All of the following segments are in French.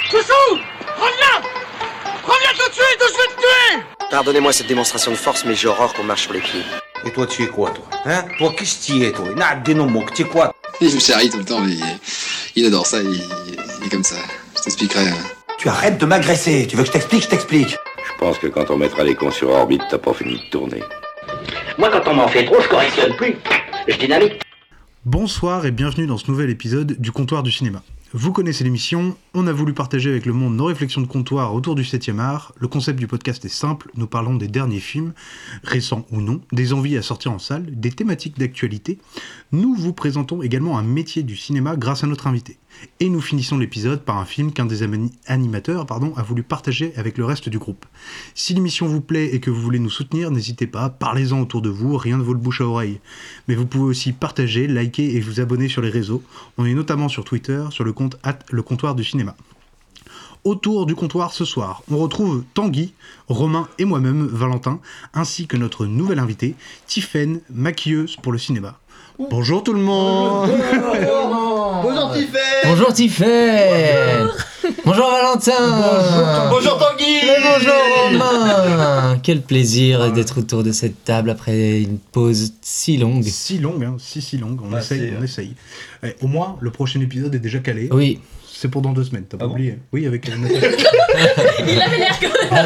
Chouchou, reviens tout de suite ou je vais te tuer. Pardonnez-moi cette démonstration de force, mais j'ai horreur qu'on marche sur les pieds. Et toi, tu es quoi, toi? Hein? Toi, qu'est-ce que tu es, toi? Tu es quoi? Il me charrie tout le temps, mais il adore ça, il est comme ça. Je t'expliquerai. Tu arrêtes de m'agresser. Tu veux que je t'explique? Je t'explique. Je pense que quand on mettra les cons sur orbite, t'as pas fini de tourner. Moi, quand on m'en fait trop, je correctionne plus. Je dynamite. Bonsoir et bienvenue dans ce nouvel épisode du Comptoir du cinéma. Vous connaissez l'émission, on a voulu partager avec le monde nos réflexions de comptoir autour du 7e art. Le concept du podcast est simple, nous parlons des derniers films, récents ou non, des envies à sortir en salle, des thématiques d'actualité. Nous vous présentons également un métier du cinéma grâce à notre invité. Et nous finissons l'épisode par un film qu'un des animateurs a voulu partager avec le reste du groupe. Si l'émission vous plaît et que vous voulez nous soutenir, n'hésitez pas, parlez-en autour de vous, rien ne vaut le bouche à oreille. Mais vous pouvez aussi partager, liker et vous abonner sur les réseaux. On est notamment sur Twitter, sur le compte @le comptoir du cinéma. Autour du comptoir ce soir, on retrouve Tanguy, Romain et moi-même, Valentin, ainsi que notre nouvelle invitée, Tiffaine, maquilleuse pour le cinéma. Bonjour tout le monde. Bonjour Tiffaine. Bonjour Tiffaine. Bonjour Valentin. Bonjour Tanguy. Bonjour Romain. Quel plaisir d'être autour de cette table après une pause si longue. Si longue, hein, si longue, on essaye. Au moins, le prochain épisode est déjà calé. Oui. C'est pour dans 2 semaines, t'as pas oublié? Oui, avec Natacha. Il avait l'air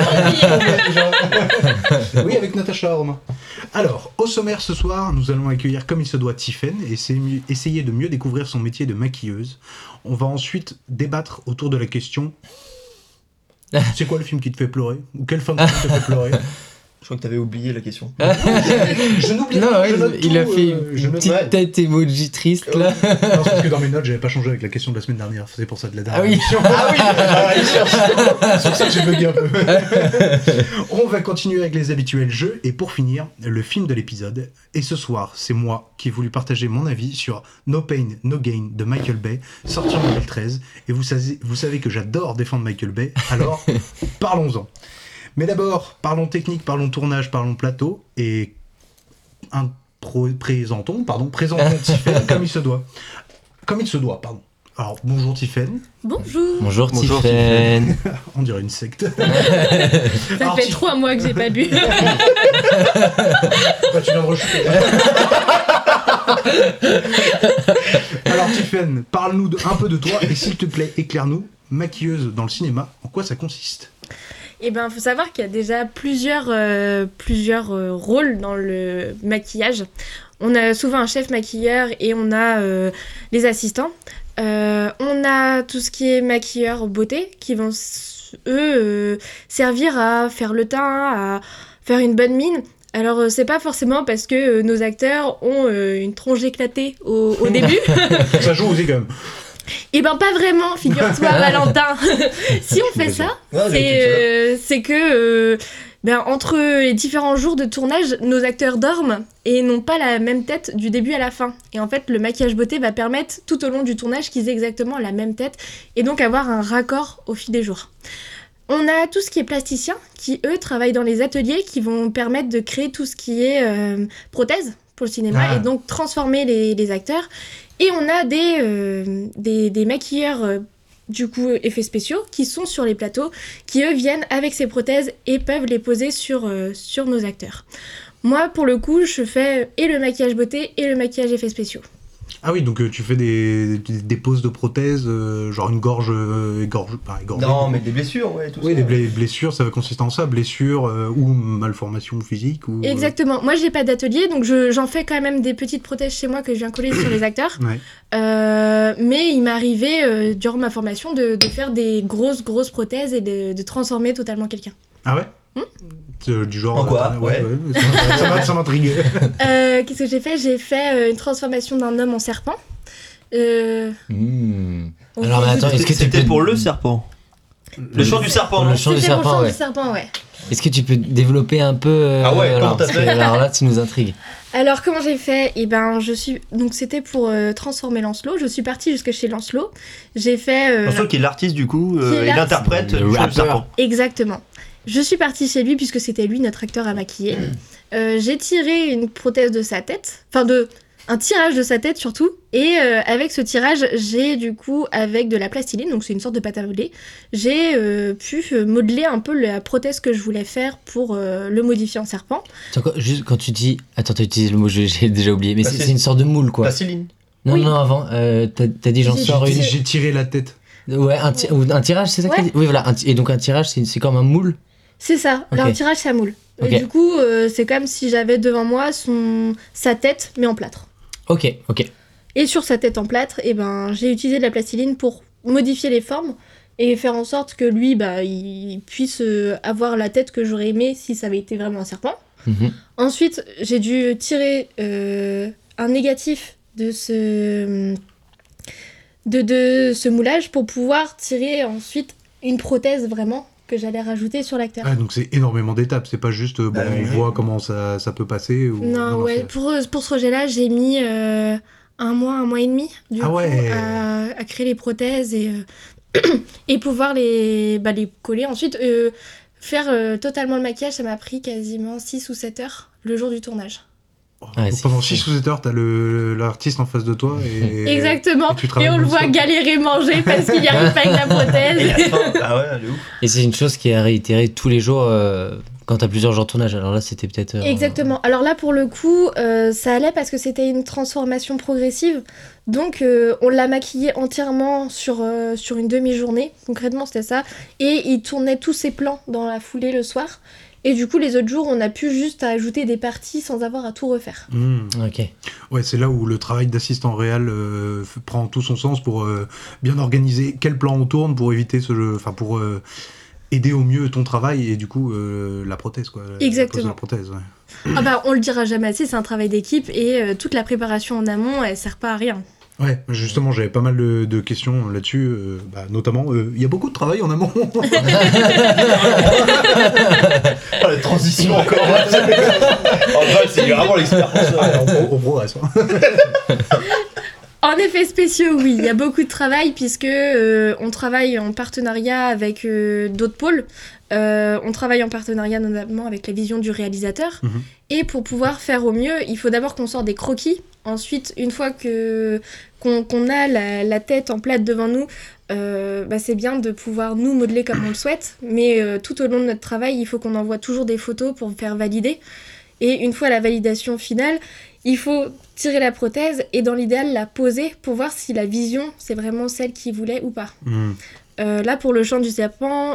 comme Oui, avec Natacha, Romain. Alors, au sommaire ce soir, nous allons accueillir comme il se doit Tiffaine et essayer de mieux découvrir son métier de maquilleuse. On va ensuite débattre autour de la question: c'est quoi le film qui te fait pleurer? Ou quelle fin de film te fait pleurer? Je crois que t'avais oublié la question. Je n'oublie pas. Il a fait une petite tête emoji triste là. Non, c'est parce que dans mes notes, j'avais pas changé avec la question de la semaine dernière. C'est pour ça de la dernière. C'est pour ça que j'ai bugué un peu. On va continuer avec les habituels jeux. Et pour finir, le film de l'épisode. Et ce soir, c'est moi qui ai voulu partager mon avis sur No Pain, No Gain de Michael Bay, sorti en 2013. Et vous savez que j'adore défendre Michael Bay. Alors, parlons-en. Mais d'abord, parlons technique, parlons tournage, parlons plateau, et présentons Tiffaine comme il se doit. Alors, bonjour Tiffaine. Bonjour Tiffaine. On dirait une secte. Ça fait 3 mois que j'ai pas bu. Bah, tu viens de rechuter. Alors Tiffaine, parle-nous un peu de toi, et s'il te plaît, éclaire-nous, maquilleuse dans le cinéma, en quoi ça consiste? Eh ben, faut savoir qu'il y a déjà plusieurs rôles dans le maquillage. On a souvent un chef maquilleur et on a les assistants. On a tout ce qui est maquilleur beauté qui vont, servir à faire le teint, à faire une bonne mine. Alors, c'est pas forcément parce que nos acteurs ont une tronche éclatée au début. Ça joue aussi quand même. Eh ben pas vraiment, figure-toi Valentin. Si on fait ça, c'est que entre les différents jours de tournage, nos acteurs dorment et n'ont pas la même tête du début à la fin. Et en fait, le maquillage beauté va permettre tout au long du tournage qu'ils aient exactement la même tête et donc avoir un raccord au fil des jours. On a tout ce qui est plasticien qui, eux, travaillent dans les ateliers qui vont permettre de créer tout ce qui est prothèse pour le cinéma et donc transformer les acteurs. Et on a des maquilleurs, du coup, effets spéciaux, qui sont sur les plateaux, qui, eux, viennent avec ces prothèses et peuvent les poser sur nos acteurs. Moi, pour le coup, je fais et le maquillage beauté et le maquillage effets spéciaux. Ah oui, donc tu fais des poses de prothèses, genre une gorge égorgée. Non, mais des blessures, tout ça. Oui, des blessures, ça va consister en ça, blessures ou malformations physiques ou... Exactement. Moi, j'ai pas d'atelier, donc j'en fais quand même des petites prothèses chez moi que je viens coller sur les acteurs. Ouais. Mais il m'est arrivé, durant ma formation, de faire des grosses prothèses et de transformer totalement quelqu'un. Ah ouais? Du genre... En quoi? Ouais. Ça m'intrigue. Qu'est-ce que j'ai fait? J'ai fait une transformation d'un homme en serpent. Alors mais attends, est-ce que c'était pour le serpent? Le chant du serpent, non? Le chant du serpent, pour le chant du serpent, ouais. Est-ce que tu peux développer un peu comment t'as fait? Alors là, tu nous intrigues. Alors, comment j'ai fait? Donc, c'était pour transformer Lancelot. Je suis partie jusque chez Lancelot. J'ai fait... Lancelot qui est l'artiste, du coup, et l'interprète du chant du serpent. Exactement. Je suis partie chez lui puisque c'était lui notre acteur à maquiller. J'ai tiré une prothèse de sa tête, enfin un tirage de sa tête surtout. Et avec ce tirage, j'ai du coup, avec de la plastiline, donc c'est une sorte de pâte à modeler, j'ai pu modeler un peu la prothèse que je voulais faire pour le modifier en serpent. Juste quand tu dis... Attends, t'as utilisé le mot, j'ai déjà oublié, mais c'est une sorte de moule, quoi. Plastiline. Non, Oui. non, avant, t'as dit j'en sors une... J'ai tiré la tête. Ouais, un tirage, c'est ça que t'as dit ? Oui, voilà, et donc un tirage, c'est comme un moule ? C'est ça, Ok. là, un tirage, ça moule. Ok. Et du coup, c'est comme si j'avais devant moi sa tête, mais en plâtre. Ok. Et sur sa tête en plâtre, j'ai utilisé de la plastiline pour modifier les formes et faire en sorte que lui, il puisse avoir la tête que j'aurais aimé si ça avait été vraiment un serpent. Mhm. Ensuite, j'ai dû tirer un négatif de ce moulage pour pouvoir tirer ensuite une prothèse vraiment que j'allais rajouter sur l'acteur. Ah, donc c'est énormément d'étapes, c'est pas juste on voit comment ça peut passer. Ou... Non, ouais, pour ce projet-là, j'ai mis un mois et demi du coup, à créer les prothèses et pouvoir les coller. Ensuite, faire totalement le maquillage, ça m'a pris quasiment 6 ou 7 heures le jour du tournage. Ouais, donc pendant 6 ou 7 heures, t'as l'artiste en face de toi et... Exactement, tu et travailles on le voit non-stop. galérer manger parce qu'il n'y arrive pas avec la prothèse. Ah ouais, elle est ouf. Et c'est une chose qui est réitérée tous les jours quand t'as plusieurs jours de tournage. Alors là, c'était peut-être... Exactement. Alors là, pour le coup, ça allait parce que c'était une transformation progressive. Donc, on l'a maquillé entièrement sur une demi-journée. Concrètement, c'était ça. Et il tournait tous ses plans dans la foulée le soir. Et du coup, les autres jours, on a pu juste ajouter des parties sans avoir à tout refaire. Ok. Ouais, c'est là où le travail d'assistant réel prend tout son sens pour bien organiser quel plan on tourne pour éviter ce jeu, enfin pour aider au mieux ton travail et du coup la prothèse quoi. Exactement. La prothèse, ouais. On le dira jamais assez, c'est un travail d'équipe et toute la préparation en amont, elle sert pas à rien. Ouais, justement, j'avais pas mal de questions là-dessus, notamment, il y a beaucoup de travail en amont. La transition encore. En fait, c'est vraiment l'expert. On progresse. En effets spéciaux, oui, il y a beaucoup de travail puisque on travaille en partenariat avec d'autres pôles. On travaille en partenariat notamment avec la vision du réalisateur. Et pour pouvoir faire au mieux, il faut d'abord qu'on sorte des croquis. Ensuite, une fois qu'on a la tête en plâtre devant nous, c'est bien de pouvoir nous modeler comme on le souhaite. Mais tout au long de notre travail, il faut qu'on envoie toujours des photos pour faire valider. Et une fois la validation finale, il faut tirer la prothèse et dans l'idéal la poser pour voir si la vision c'est vraiment celle qu'il voulait ou pas. Là pour le chant du serpent,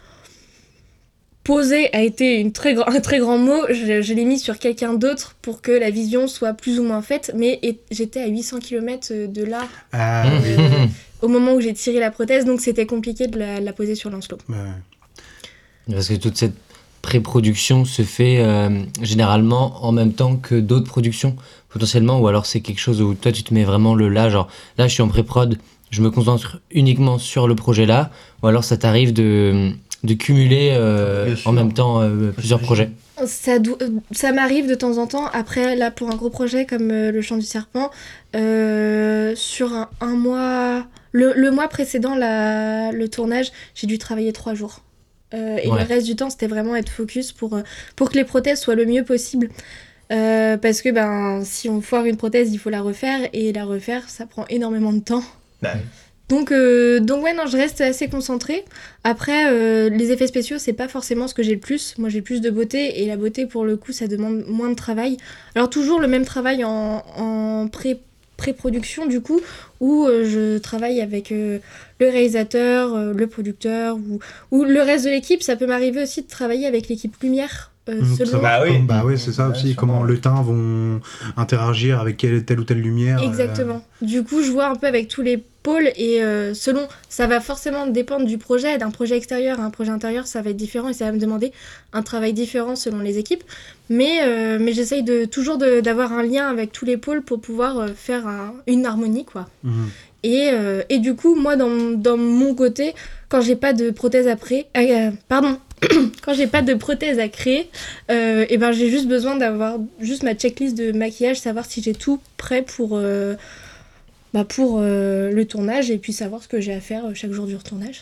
poser a été un très grand mot, je l'ai mis sur quelqu'un d'autre pour que la vision soit plus ou moins faite, mais j'étais à 800 km de là au moment où j'ai tiré la prothèse, donc c'était compliqué de la poser sur Lancelot. Parce que toute cette pré-production se fait généralement en même temps que d'autres productions potentiellement, ou alors c'est quelque chose où toi tu te mets vraiment là, genre là je suis en pré-prod, je me concentre uniquement sur le projet là, ou alors ça t'arrive de cumuler en même temps plusieurs projets. Ça m'arrive de temps en temps. Après, là, pour un gros projet comme le chant du serpent, sur un mois... Le mois précédent le tournage, j'ai dû travailler 3 jours. Et le reste du temps, c'était vraiment être focus pour que les prothèses soient le mieux possible. Parce que si on foire une prothèse, il faut la refaire. Et la refaire, ça prend énormément de temps. Donc ouais, non, je reste assez concentrée. Après, les effets spéciaux, c'est pas forcément ce que j'ai le plus. Moi, j'ai le plus de beauté, et la beauté, pour le coup, ça demande moins de travail. Alors, toujours le même travail en pré-production, du coup, où je travaille avec le réalisateur, le producteur, ou le reste de l'équipe. Ça peut m'arriver aussi de travailler avec l'équipe lumière. Selon... oui, c'est ça aussi, comment les teints vont interagir avec telle ou telle lumière. Exactement. Du coup, je vois un peu avec tous les pôles et selon, ça va forcément dépendre du projet, d'un projet extérieur à un projet intérieur, ça va être différent et ça va me demander un travail différent selon les équipes. Mais j'essaye toujours d'avoir un lien avec tous les pôles pour pouvoir faire une harmonie, quoi. Et du coup, moi, dans mon côté, quand j'ai pas de prothèse quand j'ai pas de prothèse à créer, j'ai juste besoin d'avoir juste ma checklist de maquillage, savoir si j'ai tout prêt pour le tournage et puis savoir ce que j'ai à faire chaque jour du tournage.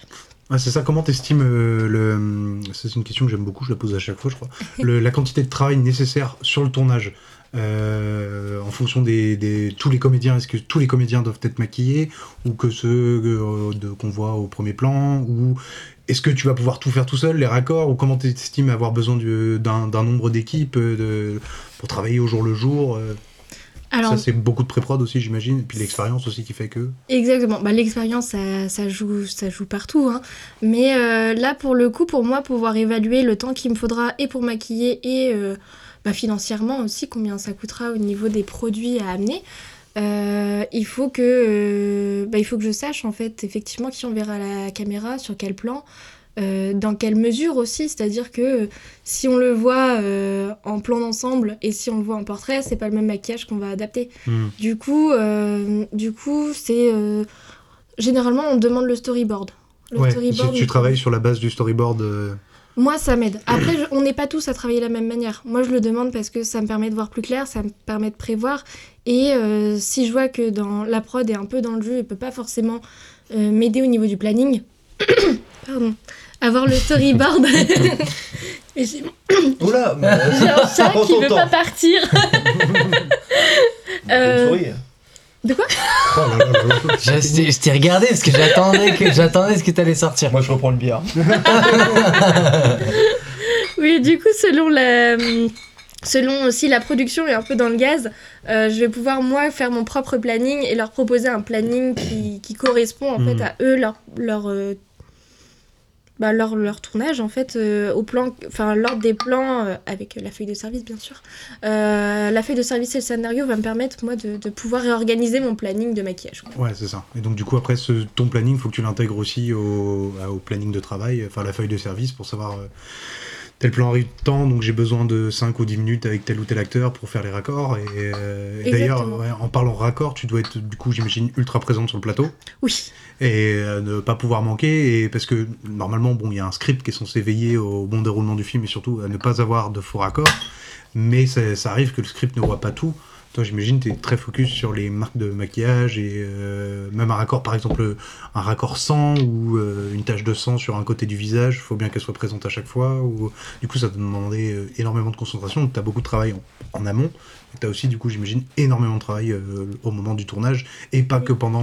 Ah, c'est ça, comment t'estimes c'est une question que j'aime beaucoup, je la pose à chaque fois, je crois. La quantité de travail nécessaire sur le tournage, en fonction des tous les comédiens, est-ce que tous les comédiens doivent être maquillés, ou que ceux qu'on voit au premier plan, ou est-ce que tu vas pouvoir tout faire tout seul, les raccords, ou comment t'estimes avoir besoin d'un nombre d'équipes pour travailler au jour le jour Alors, ça, c'est beaucoup de pré-prod aussi, j'imagine, et puis l'expérience aussi qui fait que... Exactement, l'expérience, ça joue partout, hein. Mais là, pour le coup, pour moi, pouvoir évaluer le temps qu'il me faudra et pour maquiller et financièrement aussi, combien ça coûtera au niveau des produits à amener, il faut que je sache, en fait, effectivement, qui on verra à la caméra, sur quel plan, dans quelle mesure aussi, c'est-à-dire que si on le voit en plan d'ensemble et si on le voit en portrait, c'est pas le même maquillage qu'on va adapter. Du coup, c'est généralement on demande le storyboard. Si tu travailles sur la base du storyboard. Moi, ça m'aide. Après, on n'est pas tous à travailler de la même manière. Moi, je le demande parce que ça me permet de voir plus clair, ça me permet de prévoir. Et si je vois que dans la prod est un peu dans le jeu et peut pas forcément m'aider au niveau du planning, pardon. Avoir le storyboard. Et Oula, j'ai un chat qui veut pas partir. De quoi? Oh là là là là. Je t'ai regardé parce que j'attendais ce que t'allais sortir. Moi je reprends le bière. Oui, du coup, selon aussi la production et un peu dans le gaz, je vais pouvoir moi faire mon propre planning et leur proposer un planning qui correspond en fait à eux, leur tournage en fait, au plan, enfin l'ordre des plans avec la feuille de service bien sûr. La feuille de service et le scénario va me permettre moi de pouvoir réorganiser mon planning de maquillage, quoi. Ouais, c'est ça. Et donc du coup après ton planning, faut que tu l'intègres aussi au planning de travail, enfin la feuille de service pour savoir tel plan arrive tant, donc j'ai besoin de 5 ou 10 minutes avec tel ou tel acteur pour faire les raccords. Et d'ailleurs, en parlant raccord, tu dois être, du coup, j'imagine, ultra présente sur le plateau. Oui. Et ne pas pouvoir manquer, parce que normalement, il y a un script qui est censé veiller au bon déroulement du film et surtout à ne pas avoir de faux raccords. Mais ça arrive que le script ne voit pas tout. Toi, j'imagine, tu es très focus sur les marques de maquillage et même un raccord, par exemple, un raccord sang ou une tache de sang sur un côté du visage, il faut bien qu'elle soit présente à chaque fois. Du coup, ça te demandait énormément de concentration. Tu as beaucoup de travail en amont. Tu as aussi, du coup, j'imagine, énormément de travail au moment du tournage et pas que pendant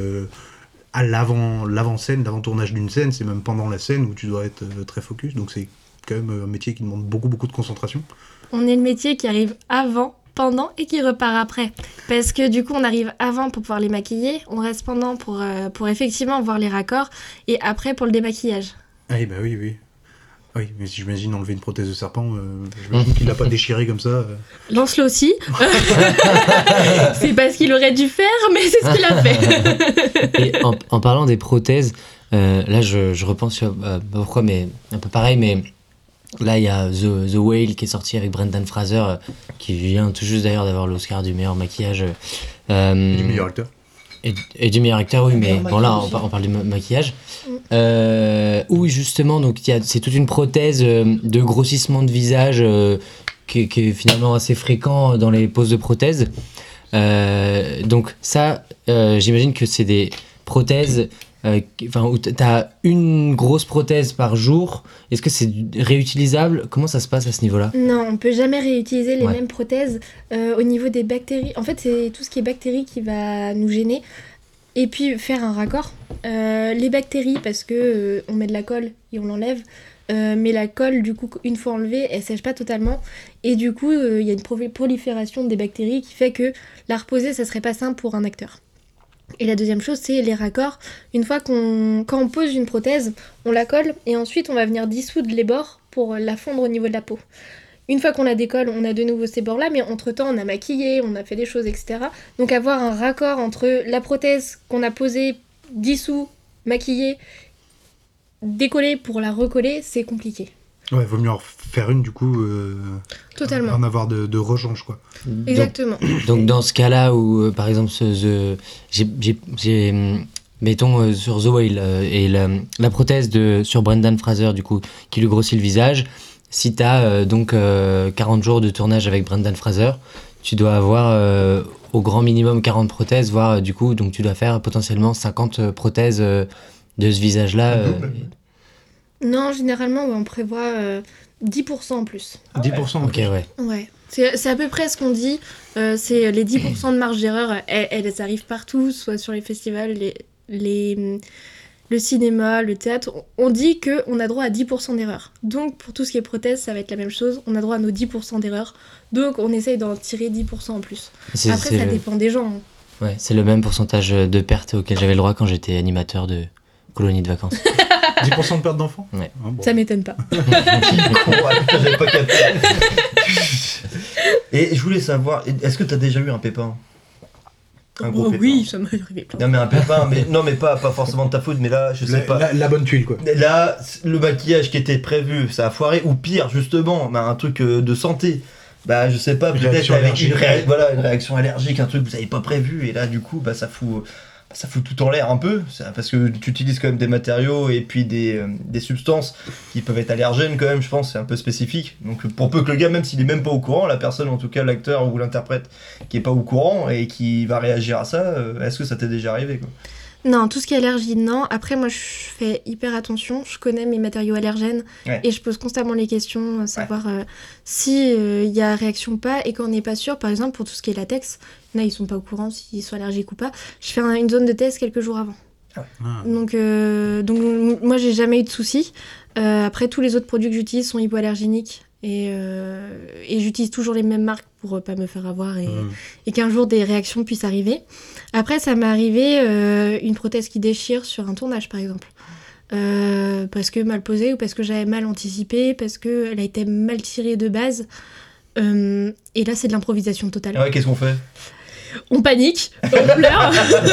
l'avant-scène, l'avant-tournage d'une scène, c'est même pendant la scène où tu dois être très focus. Donc, c'est quand même un métier qui demande beaucoup, beaucoup de concentration. On est le métier qui arrive avant, pendant et qui repart après. Parce que du coup, on arrive avant pour pouvoir les maquiller, on reste pendant pour effectivement voir les raccords, et après pour le démaquillage. Ah oui. Oui, mais si j'imagine enlever une prothèse de serpent, j'imagine qu'il l'a pas déchiré comme ça. Lance-le aussi. C'est pas ce qu'il aurait dû faire, mais c'est ce qu'il a fait. Et en parlant des prothèses, là je repense sur pourquoi, mais un peu pareil, mais là il y a The Whale qui est sorti avec Brendan Fraser, qui vient tout juste d'ailleurs d'avoir l'Oscar du meilleur maquillage. Du meilleur acteur. Et du meilleur acteur, oui, mais bon là on parle du maquillage. Où justement, donc c'est toute une prothèse de grossissement de visage qui est finalement assez fréquent dans les poses de prothèses. Donc ça, j'imagine que c'est des prothèses où tu as une grosse prothèse par jour. Est-ce que c'est réutilisable? Comment ça se passe à ce niveau-là? Non, on peut jamais réutiliser les mêmes prothèses. Au niveau des bactéries, en fait c'est tout ce qui est bactéries qui va nous gêner. Et puis faire un raccord. Les bactéries, parce que on met de la colle et on l'enlève. Mais la colle, du coup, une fois enlevée, elle sèche pas totalement. Et du coup, il y a une prolifération des bactéries qui fait que la reposer, ça serait pas simple pour un acteur. Et la deuxième chose, c'est les raccords. Une fois quand on pose une prothèse, on la colle et ensuite on va venir dissoudre les bords pour la fondre au niveau de la peau. Une fois qu'on la décolle, on a de nouveau ces bords-là, mais entre-temps, on a maquillé, on a fait des choses, etc. Donc avoir un raccord entre la prothèse qu'on a posée, dissous, maquillée, décollée pour la recoller, c'est compliqué. Ouais, vaut mieux en faire une, du coup, Totalement. en avoir de rechange, quoi. Exactement. Donc dans ce cas-là où, par exemple, mettons sur The Whale et la prothèse sur Brendan Fraser, du coup, qui lui grossit le visage, si tu as 40 jours de tournage avec Brendan Fraser, tu dois avoir au grand minimum 40 prothèses, voire du coup, donc tu dois faire potentiellement 50 prothèses de ce visage-là. Non, généralement, on prévoit 10% en plus. 10% en Ok, plus. ouais. Ouais. C'est à peu près ce qu'on dit. C'est les 10% de marge d'erreur, elles arrivent partout, soit sur les festivals, le cinéma, le théâtre. On dit qu'on a droit à 10% d'erreur. Donc, pour tout ce qui est prothèse, ça va être la même chose. On a droit à nos 10% d'erreur. Donc, on essaye d'en tirer 10% en plus. Après, ça dépend des gens. Ouais, c'est le même pourcentage de pertes auquel j'avais le droit quand j'étais animateur de colonie de vacances. 10% de perte d'enfants ? Ouais. Ah, bon. Ça m'étonne pas. J'avais pas capté. Et je voulais savoir, est-ce que t'as déjà eu un pépin? Un gros pépin? Oui, ça m'est arrivé plein. Non mais un pépin, mais pas forcément de ta faute, mais là je sais pas. La bonne tuile quoi. Là, le maquillage qui était prévu, ça a foiré, ou pire justement, un truc de santé. Bah je sais pas, peut-être avec une réaction allergique, un truc que vous avez pas prévu, et là du coup ça fout tout en l'air un peu, parce que tu utilises quand même des matériaux et puis des substances qui peuvent être allergènes quand même, je pense, c'est un peu spécifique. Donc pour peu que le gars, même s'il est même pas au courant, la personne, en tout cas l'acteur ou l'interprète qui est pas au courant et qui va réagir à ça, est-ce que ça t'est déjà arrivé quoi? Non, tout ce qui est allergie, non. Après, moi, je fais hyper attention. Je connais mes matériaux allergènes et je pose constamment les questions, savoir si y a réaction ou pas. Et quand on n'est pas sûr, par exemple, pour tout ce qui est latex, là, ils sont pas au courant s'ils sont allergiques ou pas. Je fais une zone de test quelques jours avant. Donc, moi, j'ai jamais eu de soucis. Après, tous les autres produits que j'utilise sont hypoallergéniques. Et j'utilise toujours les mêmes marques pour pas me faire avoir et qu'un jour des réactions puissent arriver. Après, ça m'est arrivé une prothèse qui déchire sur un tournage, par exemple. Parce que mal posée ou parce que j'avais mal anticipé, parce qu'elle a été mal tirée de base. Et là, c'est de l'improvisation totale. Ah ouais, qu'est-ce qu'on fait? On panique, on pleure.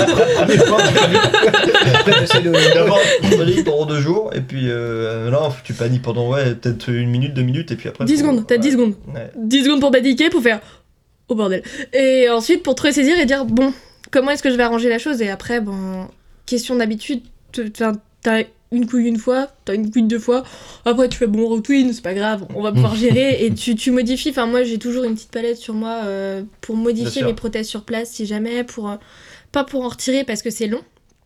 D'abord, tu paniques pendant 2 jours, et puis là, tu paniques pendant peut-être 1 minute, 2 minutes, et puis après... 10 secondes, t'as 10 secondes. Ouais. 10 secondes pour paniquer, pour faire oh bordel. Et ensuite, pour te ressaisir et dire bon, comment est-ce que je vais arranger la chose? Et après, question d'habitude, t'as une couille une fois, t'as une couille 2 fois, après tu fais bon retwin, c'est pas grave, on va pouvoir gérer, et tu modifies. Enfin, moi j'ai toujours une petite palette sur moi pour modifier mes prothèses sur place si jamais, pas pour en retirer parce que c'est long.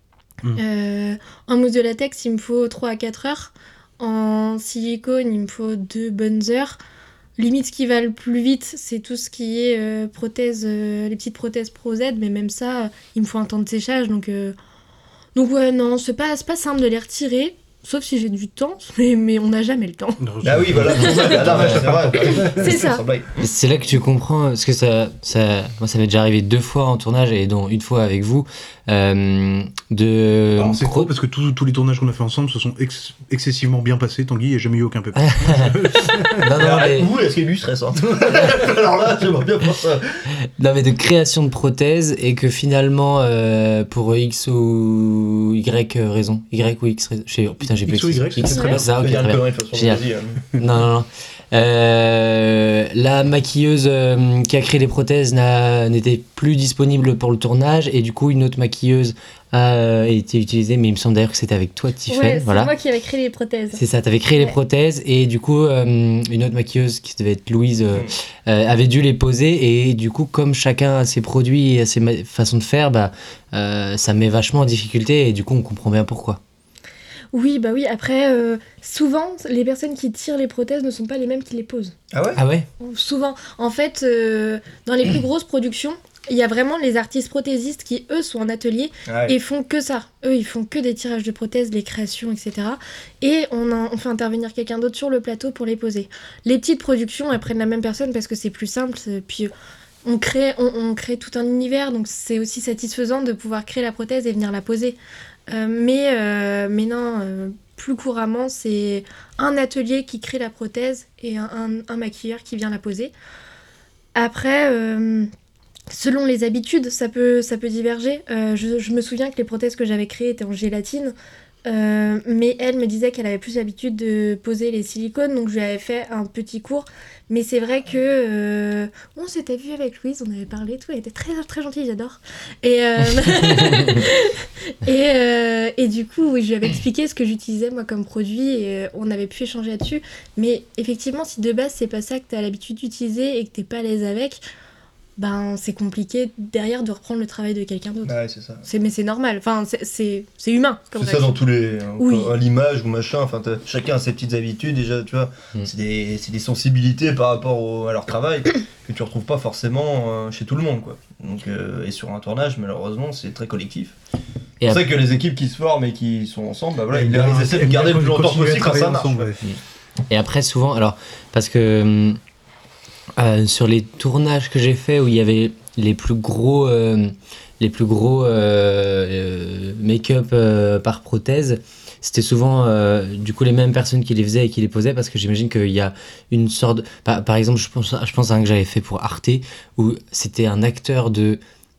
En mousse de latex, il me faut 3 à 4 heures. En silicone, il me faut 2 bonnes heures. Limite, ce qui va le plus vite, c'est tout ce qui est prothèses, les petites prothèses Pro Z, mais même ça, il me faut un temps de séchage, donc ouais, non, c'est pas simple de les retirer, sauf si j'ai du temps, mais on n'a jamais le temps. Ah oui, voilà, c'est vrai. C'est ça. C'est là que tu comprends, parce que moi ça m'est déjà arrivé 2 fois en tournage, et dont une fois avec vous, Alors c'est trop parce que tous les tournages qu'on a fait ensemble se sont excessivement bien passés, Tanguy, et jamais eu aucun pépin. Vous, est-ce qu'il est stressant? Alors là, j'aimerais bien voir ça. Non, mais de création de prothèses, et que finalement, pour X ou Y raison, Y ou X raison, putain, j'ai plus X ou Y, X, c'est très bien. ça, ok, très bien. Génial. Non. La maquilleuse qui a créé les prothèses n'était plus disponible pour le tournage, et du coup une autre maquilleuse a été utilisée, mais il me semble d'ailleurs que c'était avec toi, Tiffen. Ouais, c'est voilà. moi qui avais créé les prothèses. C'est ça, t'avais créé les prothèses, et du coup une autre maquilleuse qui devait être Louise avait dû les poser, et du coup comme chacun a ses produits et a ses façons de faire, ça met vachement en difficulté, et du coup on comprend bien pourquoi. Oui, après, souvent, les personnes qui tirent les prothèses ne sont pas les mêmes qui les posent. Ah ouais? Souvent. En fait, dans les plus grosses productions, il y a vraiment les artistes prothésistes qui, eux, sont en atelier et font que ça. Eux, ils font que des tirages de prothèses, les créations, etc. Et on fait intervenir quelqu'un d'autre sur le plateau pour les poser. Les petites productions, elles prennent la même personne parce que c'est plus simple. Puis on crée tout un univers, donc c'est aussi satisfaisant de pouvoir créer la prothèse et venir la poser. Mais non, plus couramment, c'est un atelier qui crée la prothèse et un maquilleur qui vient la poser. Après, selon les habitudes, ça peut diverger. Je me souviens que les prothèses que j'avais créées étaient en gélatine, mais elle me disait qu'elle avait plus l'habitude de poser les silicones, donc je lui avais fait un petit cours. Mais c'est vrai que on s'était vu avec Louise, on avait parlé, tout, elle était très très gentille, j'adore. Et du coup, oui, je lui avais expliqué ce que j'utilisais moi comme produit, et on avait pu échanger là-dessus. Mais effectivement, si de base c'est pas ça que t'as l'habitude d'utiliser et que t'es pas à l'aise avec, ben c'est compliqué derrière de reprendre le travail de quelqu'un d'autre. Ouais, c'est ça. Mais c'est normal, enfin c'est humain. C'est ça dans tous les... Oui. À l'image ou machin, enfin, chacun a ses petites habitudes déjà, tu vois. C'est des sensibilités par rapport à leur travail que tu retrouves pas forcément chez tout le monde, quoi. Donc, et sur un tournage, malheureusement, c'est très collectif. C'est pour ça que les équipes qui se forment et qui sont ensemble, bah voilà, ils essaient de garder le plus longtemps possible quand ça marche. Et après, souvent, alors, parce que sur les tournages que j'ai fait où il y avait les plus gros make-up par prothèse, c'était souvent du coup les mêmes personnes qui les faisaient et qui les posaient, parce que j'imagine qu'il y a une sorte par exemple, je pense à un que j'avais fait pour Arte où c'était un acteur de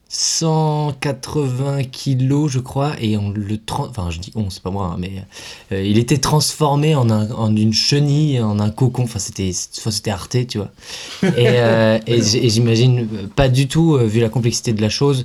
180 kilos je crois, et je dis on, c'est pas moi, hein, mais il était transformé en une chenille, en un cocon, enfin c'était Arte, tu vois. Et j'imagine pas du tout, vu la complexité de la chose,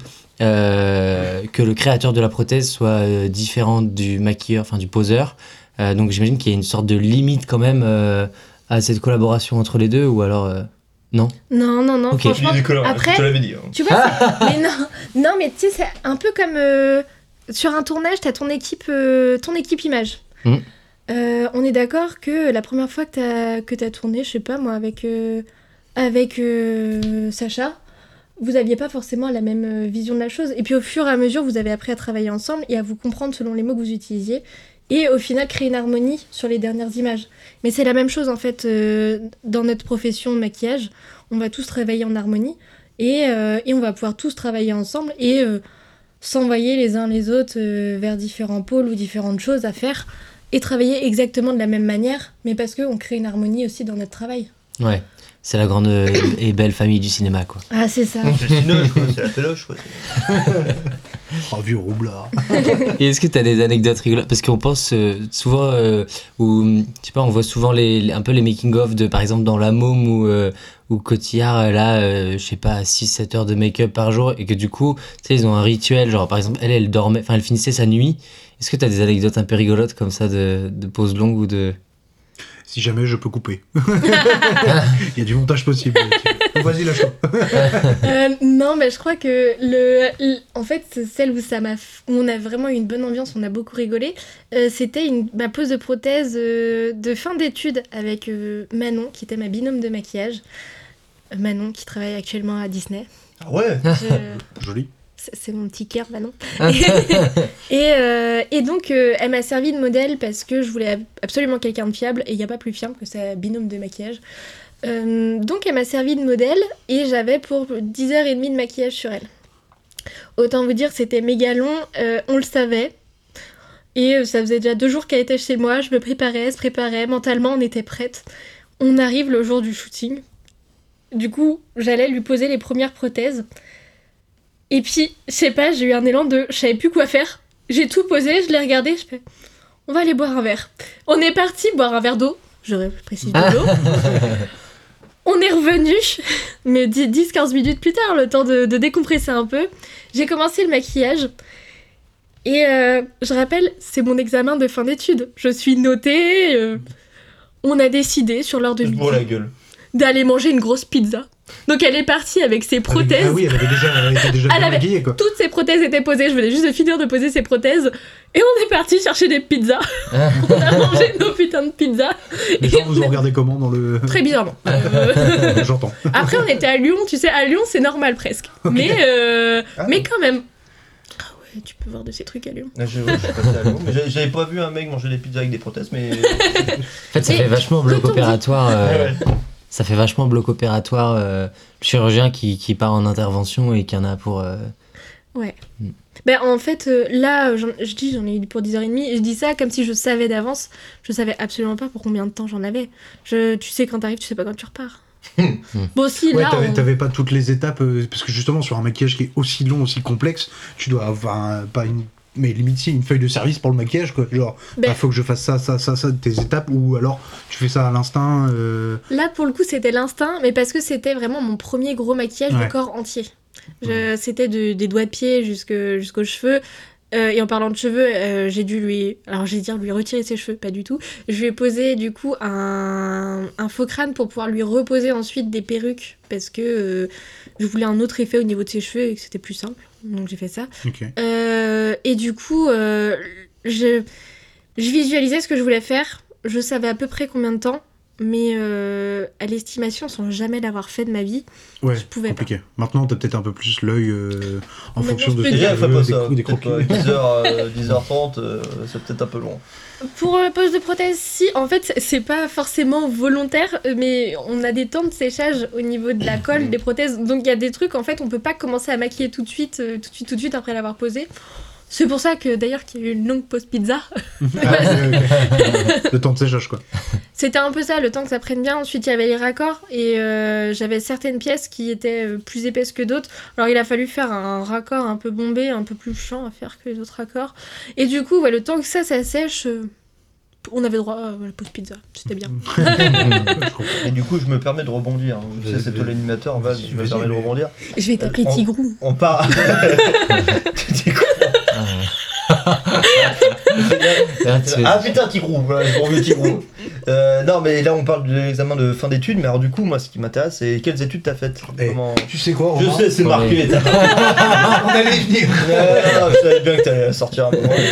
que le créateur de la prothèse soit différent du maquilleur, enfin du poseur, donc j'imagine qu'il y a une sorte de limite quand même à cette collaboration entre les deux, ou alors non, okay. Franchement, après, je te l'avais dit. Hein. Tu vois, mais non, mais tu sais, c'est un peu comme sur un tournage, t'as ton équipe image. On est d'accord que la première fois que t'as tourné, je sais pas moi, avec Sacha, vous aviez pas forcément la même vision de la chose. Et puis au fur et à mesure, vous avez appris à travailler ensemble et à vous comprendre selon les mots que vous utilisiez. Et au final, créer une harmonie sur les dernières images. Mais c'est la même chose, en fait, dans notre profession de maquillage. On va tous travailler en harmonie et on va pouvoir tous travailler ensemble et s'envoyer les uns les autres vers différents pôles ou différentes choses à faire et travailler exactement de la même manière, mais parce qu'on crée une harmonie aussi dans notre travail. Ouais. C'est la grande et belle famille du cinéma, quoi. Ah, c'est ça. C'est le cinoche, quoi. C'est la téloche, quoi. Oh, vieux roublard. Et est-ce que tu as des anecdotes rigolotes ? Parce qu'on pense souvent, je sais pas, on voit souvent un peu les making-of de, par exemple, dans La Môme ou Cotillard, là, je sais pas, 6-7 heures de make-up par jour, et que du coup, tu sais, ils ont un rituel, genre, par exemple, elle dormait, enfin, elle finissait sa nuit. Est-ce que tu as des anecdotes un peu rigolotes comme ça de pauses longues ou de... Si jamais je peux couper. Il y a du montage possible. Vas-y, lâche-toi. Non, mais je crois que en fait, celle où on a vraiment eu une bonne ambiance, on a beaucoup rigolé, c'était ma pose de prothèse de fin d'études avec Manon, qui était ma binôme de maquillage. Manon, qui travaille actuellement à Disney. Ah ouais. Joli. C'est mon petit cœur, Manon. Et donc, elle m'a servi de modèle parce que je voulais absolument quelqu'un de fiable, et il n'y a pas plus fiable que sa binôme de maquillage. Donc, elle m'a servi de modèle, et j'avais pour 10h30 de maquillage sur elle. Autant vous dire, c'était méga long, on le savait. Et ça faisait déjà 2 jours qu'elle était chez moi, je me préparais, elle se préparait, mentalement, on était prête. On arrive le jour du shooting. Du coup, j'allais lui poser les premières prothèses. Et puis, je sais pas, j'ai eu un élan je savais plus quoi faire. J'ai tout posé, je l'ai regardé, je fais, on va aller boire un verre. On est parti boire un verre d'eau, je précise de l'eau. On est revenu, mais 10-15 minutes plus tard, le temps de décompresser un peu. J'ai commencé le maquillage. Et je rappelle, c'est mon examen de fin d'études. Je suis notée. On a décidé, sur l'heure de midi, pour la gueule, d'aller manger une grosse pizza. Donc elle est partie avec ses prothèses. Ah oui, elle était déjà bien maquillée, quoi. Toutes ses prothèses étaient posées, je venais juste de finir de poser ses prothèses. Et on est parti chercher des pizzas. On a mangé nos putains de pizzas. Les gens vous ont regardé comment dans le... Très bizarrement. J'entends. Après on était à Lyon, tu sais, à Lyon c'est normal presque. Okay. Mais quand même. Ah ouais, tu peux voir de ces trucs à Lyon. Je suis passé à Lyon, mais j'avais pas vu un mec manger des pizzas avec des prothèses, mais... En fait, ça fait vachement bloc opératoire. Ça fait vachement bloc opératoire, le chirurgien qui part en intervention et qui en a pour... Ouais. Ben, en fait, là, j'en ai eu pour 10h30, et je dis ça comme si je savais d'avance. Je savais absolument pas pour combien de temps j'en avais. Tu sais quand t'arrives, tu sais pas quand tu repars. Bon, si, ouais, là... T'avais pas toutes les étapes, parce que justement, sur un maquillage qui est aussi long, aussi complexe, tu dois avoir pas une... Mais limite, si, une feuille de service pour le maquillage, quoi. Genre, faut que je fasse ça, tes étapes, ou alors tu fais ça à l'instinct. Là, pour le coup, c'était l'instinct, mais parce que c'était vraiment mon premier gros maquillage de corps entier. C'était des doigts de pied jusqu'aux cheveux. Et en parlant de cheveux, j'ai dû lui retirer ses cheveux, pas du tout. Je lui ai posé du coup un faux crâne pour pouvoir lui reposer ensuite des perruques parce que je voulais un autre effet au niveau de ses cheveux et que c'était plus simple. Donc j'ai fait ça. Ok. Et du coup, je visualisais ce que je voulais faire. Je savais à peu près combien de temps, mais à l'estimation, sans jamais l'avoir fait de ma vie, Ouais, je pouvais compliqué. Maintenant, t'as peut-être un peu plus l'œil en Maintenant, fonction je de peux tes dire, Déjà, fais cheveux, pas des ça. coups, des Peut-être croquis. pas 10h30, c'est peut-être un peu long. Pour la pose de prothèse, si, en fait, c'est pas forcément volontaire, mais on a des temps de séchage au niveau de la colle des prothèses, donc il y a des trucs, en fait, on peut pas commencer à maquiller tout de suite après l'avoir posé. C'est pour ça que, d'ailleurs, qu'il y a eu une longue pause pizza. Le temps de séchage, quoi. C'était un peu ça, le temps que ça prenne bien. Ensuite, il y avait les raccords, et j'avais certaines pièces qui étaient plus épaisses que d'autres. Alors, il a fallu faire un raccord un peu bombé, un peu plus chiant à faire que les autres raccords. Et du coup, le temps que ça sèche... on avait droit à la pause pizza, c'était bien. Et du coup, je me permets de rebondir. Tu sais, c'est toi l'animateur, Val, je me permets de rebondir. Je vais t'appeler Tigrou. On part. Putain, Tigrou, voilà, je reviens Tigrou. Non, mais là, on parle de l'examen de fin d'études, mais alors du coup, moi, ce qui m'intéresse, c'est quelles études t'as faites. Comment... Tu sais quoi, Je Romain sais, c'est marqué. On allait venir. Non, je savais bien que t'allais sortir un moment.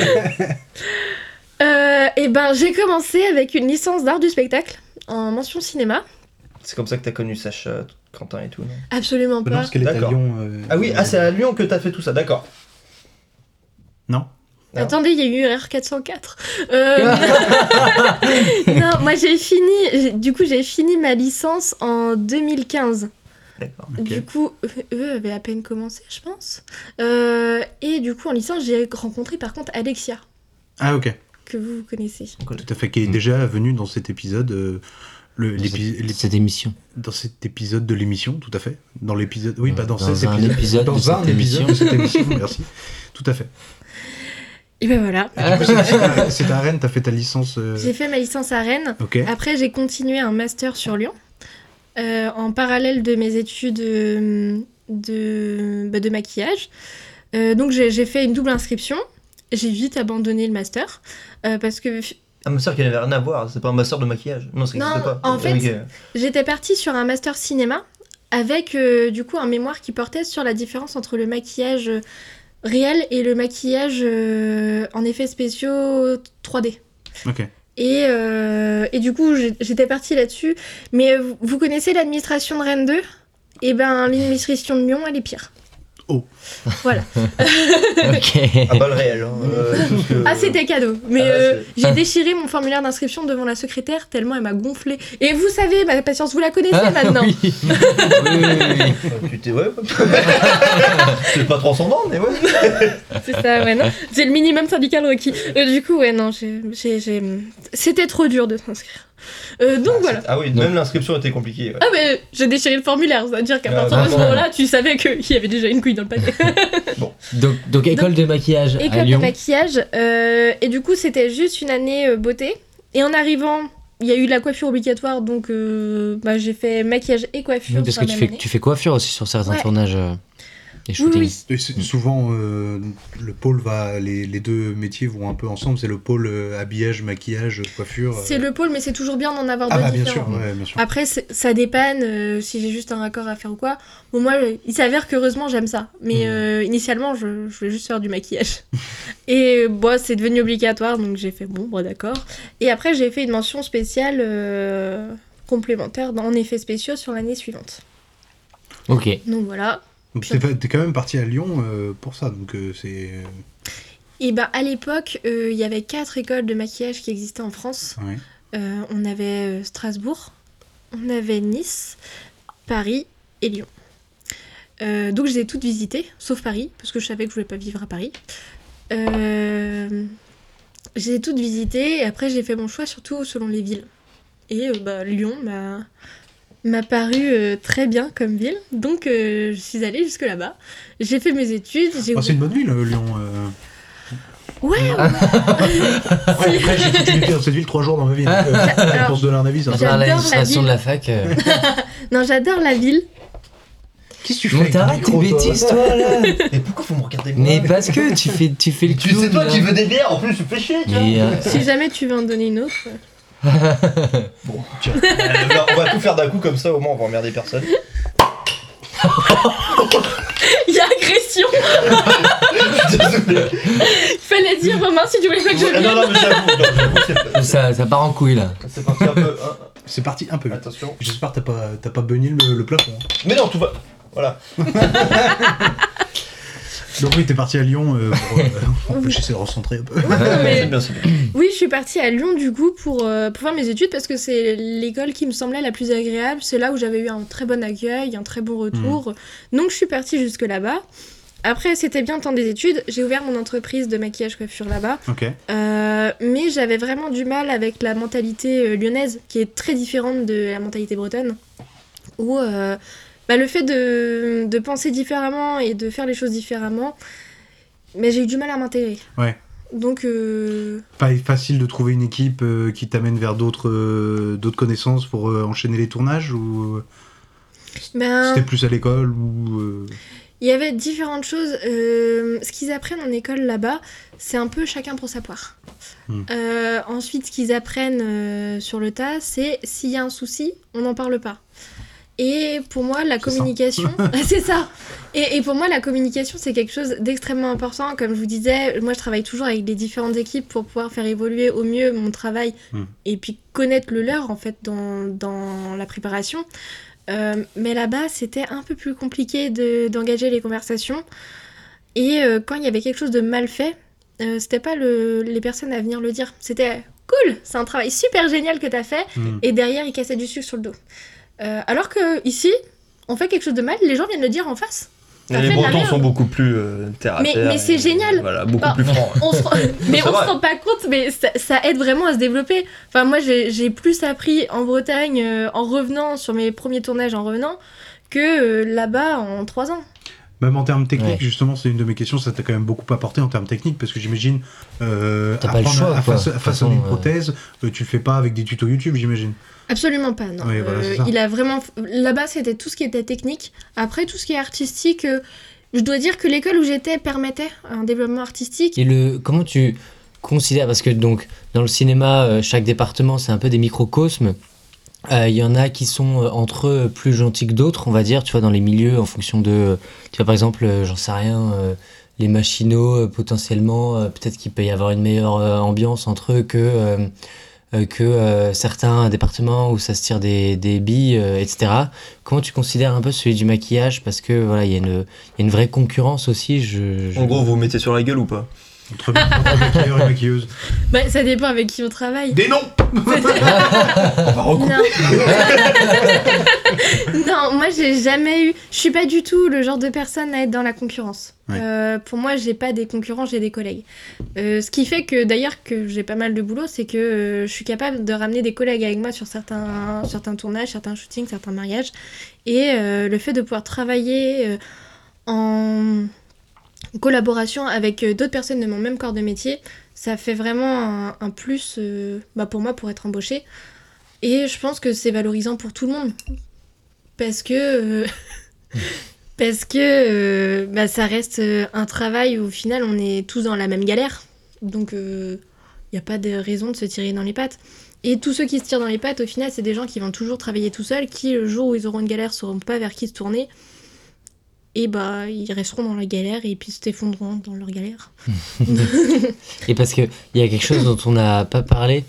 Et ben, j'ai commencé avec une licence d'art du spectacle en mention cinéma. C'est comme ça que t'as connu Sacha, Quentin et tout, non? Absolument Non, pas. parce qu'elle est à D'accord. Lyon. Ah oui, c'est à Lyon que t'as fait tout ça, d'accord. Non. Non. Attendez, il y a eu RR404. Non, moi j'ai fini ma licence en 2015. D'accord. Ok. Du coup, eux avaient à peine commencé, je pense. Et du coup, en licence, j'ai rencontré par contre Alexia, Ah, ok. que vous connaissez. Tout à fait, qui est déjà venu dans cet épisode. Cette émission. Dans cet épisode de l'émission, tout à fait. Dans l'épisode. Oui, pas dans Dans cet un épisode. épisode de Dans cette un épisode de cette émission, merci. Tout à fait. Et ben voilà. Et du coup, c'est à Rennes, t'as fait ta licence. J'ai fait ma licence à Rennes. Ok. Après, j'ai continué un master sur Lyon, en parallèle de mes études de maquillage. Donc, j'ai fait une double inscription. J'ai vite abandonné le master, parce que... Un master qui n'avait rien à voir, c'est pas un master de maquillage. Non, ça n'existe pas. En fait, Ok. j'étais partie sur un master cinéma, avec du coup un mémoire qui portait sur la différence entre le maquillage réel et le maquillage en effets spéciaux 3D. Ok. Et du coup, j'étais partie là-dessus. Mais vous connaissez l'administration de Rennes 2 ? Eh ben, l'administration de Lyon, elle est pire. Oh. Voilà. Ok. Ah, pas le réel. Hein. Tout ce que- Ah, c'était cadeau. Mais Ah, j'ai déchiré mon formulaire d'inscription devant la secrétaire tellement elle m'a gonflé. Et vous savez, ma patience, vous la connaissez maintenant. Oui. Oui, oui, oui. Tu t'es, ouais. C'est pas transcendant, mais ouais. C'est ça, ouais, non. C'est le minimum syndical requis. Du coup, ouais, non, c'était trop dur de s'inscrire. Donc voilà. Ah oui, même l'inscription était compliquée. Ouais. Ah, mais j'ai déchiré le formulaire, c'est-à-dire qu'à Ah, partir de ce vraiment. moment-là, tu savais qu'il y avait déjà une couille dans le panier. Donc école de maquillage à École de Lyon. maquillage. Et du coup, c'était juste une année beauté. Et en arrivant, il y a eu la coiffure obligatoire, donc j'ai fait maquillage et coiffure. Oui, parce sur que la même année. tu fais coiffure aussi sur certains Ouais. tournages et Oui, shootings. oui. Et souvent, le pôle va. Les deux métiers vont un peu ensemble. C'est le pôle habillage, maquillage, coiffure. C'est le pôle, mais c'est toujours bien d'en avoir Ah, deux bah, bien différents. sûr, ouais, bien sûr. Après, ça dépanne si j'ai juste un raccord à faire ou quoi. Bon, moi, il s'avère qu'heureusement, j'aime ça. Mais initialement, je voulais juste faire du maquillage. Et c'est devenu obligatoire, donc j'ai fait d'accord. Et après, j'ai fait une mention spéciale complémentaire en effets spéciaux sur l'année suivante. Ok. Donc voilà. Donc t'es quand même parti à Lyon pour ça. Donc c'est. Et ben à l'époque, il y avait 4 écoles de maquillage qui existaient en France. Ouais. On avait Strasbourg, on avait Nice, Paris et Lyon. Donc je les ai toutes visitées, sauf Paris, parce que je savais que je voulais pas vivre à Paris. Je les ai toutes visitées et après j'ai fait mon choix surtout selon les villes. Et Lyon m'a paru très bien comme ville, donc je suis allée jusque là-bas. J'ai fait mes études. C'est une bonne ville, Lyon. Ouais. Ouais, après, j'ai vécu dans cette ville 3 jours dans ma vie. Pour se donner un avis, ça. J'adore L'administration la de la fac. Non, j'adore la ville. Qu'est-ce que tu fais Mais avec t'arrêtes tes Micro, toi. bêtises, toi, là. Mais pourquoi faut me regarder moi Mais parce que tu fais le Tu clown, sais toi là. qui veux des bières, en plus tu fais chier, tu vois. Mais, Si jamais tu veux en donner une autre. Bon, tiens, on va tout faire d'un coup comme ça, au moins on va emmerder personne. Il y a agression. Désolé. Il fallait dire Romain si tu voulais pas que je vienne. Non, mais j'avoue, ça part en couille, là. c'est parti un peu. C'est parti un peu. Attention. J'espère que t'as pas beugné le plafond. hein. Mais non, tout va. Voilà. Donc oui, t'es parti à Lyon j'essaie de recentrer un peu. mais- C'est bien, c'est bien. Oui, je suis partie à Lyon du coup pour faire mes études parce que c'est l'école qui me semblait la plus agréable. C'est là où j'avais eu un très bon accueil, un très bon retour. Donc je suis partie jusque là-bas. Après, c'était bien le temps des études. J'ai ouvert mon entreprise de maquillage coiffure là-bas. Ok. Mais j'avais vraiment du mal avec la mentalité lyonnaise qui est très différente de la mentalité bretonne. Où le fait de penser différemment et de faire les choses différemment, mais j'ai eu du mal à m'intégrer. Ouais. Donc, Pas facile de trouver une équipe qui t'amène vers d'autres connaissances pour enchaîner les tournages ou c'était plus à l'école ou il y avait différentes choses. Ce qu'ils apprennent en école là-bas, c'est un peu chacun pour sa poire. Ensuite, ce qu'ils apprennent sur le tas, c'est s'il y a un souci, on n'en parle pas. Et pour moi, la communication, c'est ça. Et pour moi, la communication, c'est quelque chose d'extrêmement important. Comme je vous disais, moi, je travaille toujours avec les différentes équipes pour pouvoir faire évoluer au mieux mon travail et puis connaître le leur, en fait, dans la préparation. Mais là-bas, c'était un peu plus compliqué d'engager les conversations. Et quand il y avait quelque chose de mal fait, c'était pas les personnes à venir le dire. C'était cool, c'est un travail super génial que t'as fait. Et derrière, ils cassaient du sucre sur le dos. Alors que ici, on fait quelque chose de mal, les gens viennent le dire en face. Les Bretons sont beaucoup plus terre à terre. Mais c'est génial. Voilà, beaucoup plus francs. Mais on se rend pas compte, mais ça aide vraiment à se développer. Enfin, moi, j'ai plus appris en Bretagne en revenant sur mes premiers tournages en revenant que là-bas en 3 ans. Même en termes techniques, justement, c'est une de mes questions, ça t'a quand même beaucoup apporté en termes techniques, parce que j'imagine, T'as pas le choix, à quoi. façonner une prothèse, tu le fais pas avec des tutos YouTube, j'imagine. Absolument pas, non. Oui, voilà, c'est ça. Il a vraiment... Là-bas, c'était tout ce qui était technique. Après, tout ce qui est artistique, je dois dire que l'école où j'étais permettait un développement artistique. Et comment tu considères, parce que donc dans le cinéma, chaque département c'est un peu des microcosmes. Il y en a qui sont entre eux plus gentils que d'autres, on va dire, tu vois, dans les milieux, en fonction de, tu vois, par exemple, j'en sais rien, les machinaux, potentiellement, peut-être qu'il peut y avoir une meilleure ambiance entre eux que certains départements où ça se tire des billes, etc. Comment tu considères un peu celui du maquillage? Parce que voilà, il y a une vraie concurrence aussi. En gros, vous vous mettez sur la gueule ou pas? Entre maquilleurs et maquilleuses. Bah, ça dépend avec qui on travaille. Des noms. On va recouper. Non, moi j'ai jamais eu. Je suis pas du tout le genre de personne à être dans la concurrence. Ouais. Pour moi, j'ai pas des concurrents, j'ai des collègues. Ce qui fait que d'ailleurs que j'ai pas mal de boulot, c'est que je suis capable de ramener des collègues avec moi sur certains tournages, certains shootings, certains mariages. Et le fait de pouvoir travailler en collaboration avec d'autres personnes de mon même corps de métier, ça fait vraiment un plus pour moi pour être embauchée. Et je pense que c'est valorisant pour tout le monde. Parce que ça reste un travail où au final on est tous dans la même galère. Donc il n'y a pas de raison de se tirer dans les pattes. Et tous ceux qui se tirent dans les pattes, au final, c'est des gens qui vont toujours travailler tout seuls, qui le jour où ils auront une galère sauront pas vers qui se tourner. Et ils resteront dans la galère et puis s'effondreront dans leur galère. Et parce qu'il y a quelque chose dont on n'a pas parlé,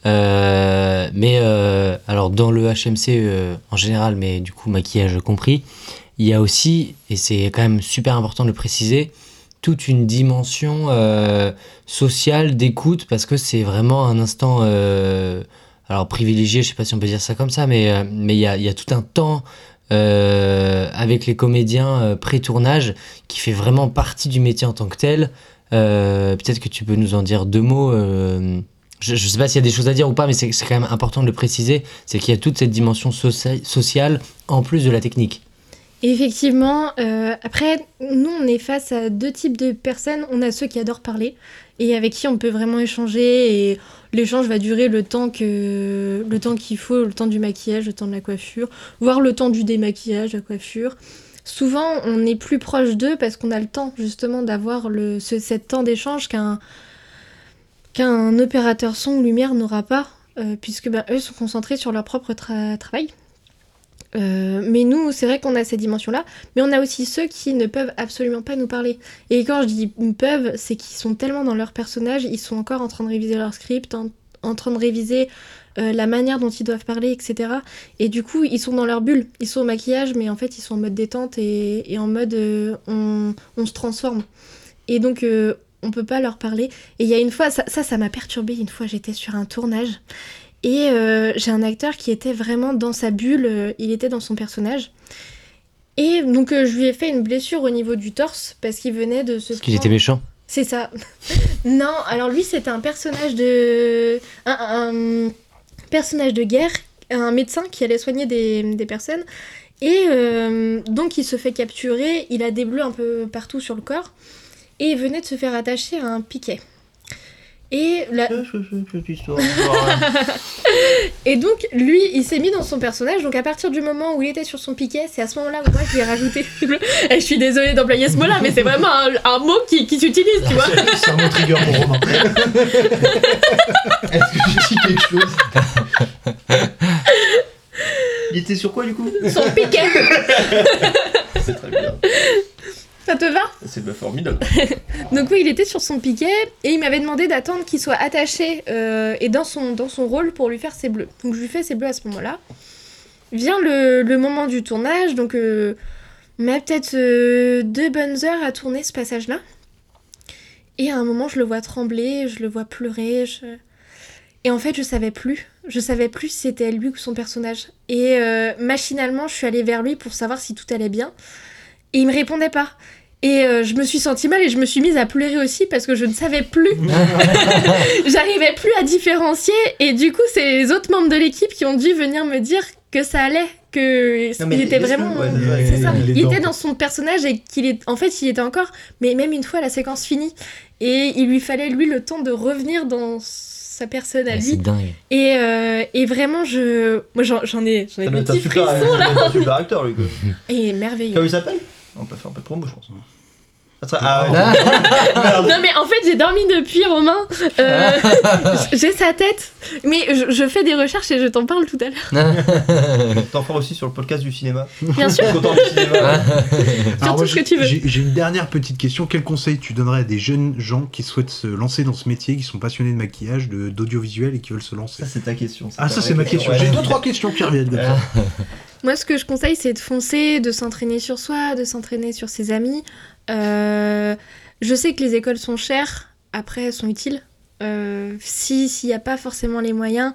alors dans le HMC en général, mais du coup maquillage compris, il y a aussi, et c'est quand même super important de le préciser, toute une dimension sociale d'écoute, parce que c'est vraiment un instant alors privilégié, je sais pas si on peut dire ça comme ça, mais il y a tout un temps avec les comédiens pré-tournage qui fait vraiment partie du métier en tant que tel. Peut-être que tu peux nous en dire 2 mots. Je sais pas s'il y a des choses à dire ou pas, mais c'est quand même important de le préciser, c'est qu'il y a toute cette dimension sociale en plus de la technique. Effectivement, après, nous on est face à 2 types de personnes. On a ceux qui adorent parler et avec qui on peut vraiment échanger, et l'échange va durer le temps qu'il faut, le temps du maquillage, le temps de la coiffure, voire le temps du démaquillage, la coiffure. souvent on est plus proche d'eux parce qu'on a le temps justement d'avoir cet temps d'échange qu'un opérateur son ou lumière n'aura pas, puisque eux sont concentrés sur leur propre travail. Mais nous, c'est vrai qu'on a cette dimension-là, mais on a aussi ceux qui ne peuvent absolument pas nous parler. Et quand je dis ils peuvent, c'est qu'ils sont tellement dans leur personnage, ils sont encore en train de réviser leur script, en train de réviser la manière dont ils doivent parler, etc. Et du coup, ils sont dans leur bulle, ils sont au maquillage, mais en fait, ils sont en mode détente et en mode on se transforme. Et donc, on peut pas leur parler. Et il y a une fois, ça m'a perturbée, une fois j'étais sur un tournage, et j'ai un acteur qui était vraiment dans sa bulle, il était dans son personnage. Et donc je lui ai fait une blessure au niveau du torse, parce qu'il venait de se... Parce qu'il était méchant. C'est ça. Non, alors lui c'était un personnage de... Un personnage de guerre, un médecin qui allait soigner des personnes. Et donc il se fait capturer, il a des bleus un peu partout sur le corps, et il venait de se faire attacher à un piquet. Et et donc lui il s'est mis dans son personnage, donc à partir du moment où il était sur son piquet, c'est à ce moment là où moi je lui ai rajouté et je suis désolée d'employer ce mot là, mais c'est vraiment un mot qui s'utilise, tu vois. C'est un mot trigger pour Romain. Est-ce que j'ai dit quelque chose? Il était sur quoi du coup? Son piquet. C'est très bien. Ça te va? C'est formidable. Donc oui, il était sur son piquet et il m'avait demandé d'attendre qu'il soit attaché et dans son rôle pour lui faire ses bleus. Donc je lui fais ses bleus à ce moment-là. Vient le moment du tournage, donc on a peut-être 2 bonnes heures à tourner ce passage-là. Et à un moment, je le vois trembler, je le vois pleurer. Et en fait, je savais plus si c'était lui ou son personnage. Et machinalement, je suis allée vers lui pour savoir si tout allait bien. Et il me répondait pas. Et je me suis sentie mal et je me suis mise à pleurer aussi parce que je ne savais plus. J'arrivais plus à différencier. Et du coup, c'est les autres membres de l'équipe qui ont dû venir me dire que ça allait, il était vraiment... c'est ça. Il était dans son personnage et en fait, il était encore... Mais même une fois la séquence finie. Et il lui fallait, lui, le temps de revenir dans sa personne à lui. C'est dingue. Et vraiment, moi, j'en ai des petits frissons, là. C'est un super acteur, lui. Et merveilleux. Comment il s'appelle? On peut faire un peu de promo, je pense. Non mais en fait j'ai dormi depuis, Romain. J'ai sa tête. Mais je fais des recherches et je t'en parle tout à l'heure. T'en feras aussi sur le podcast du cinéma. Bien sûr. Content du cinéma. Sur tout ce que tu veux. J'ai une dernière petite question. Quel conseil tu donnerais à des jeunes gens qui souhaitent se lancer dans ce métier, qui sont passionnés de maquillage, d'audiovisuel et qui veulent se lancer? Ça c'est ta question. Ça c'est ma question. Ouais. J'ai 2-3 questions qui reviennent comme ça. Moi ce que je conseille c'est de foncer, de s'entraîner sur soi, de s'entraîner sur ses amis. Je sais que les écoles sont chères, après elles sont utiles. S'il n'y a pas forcément les moyens,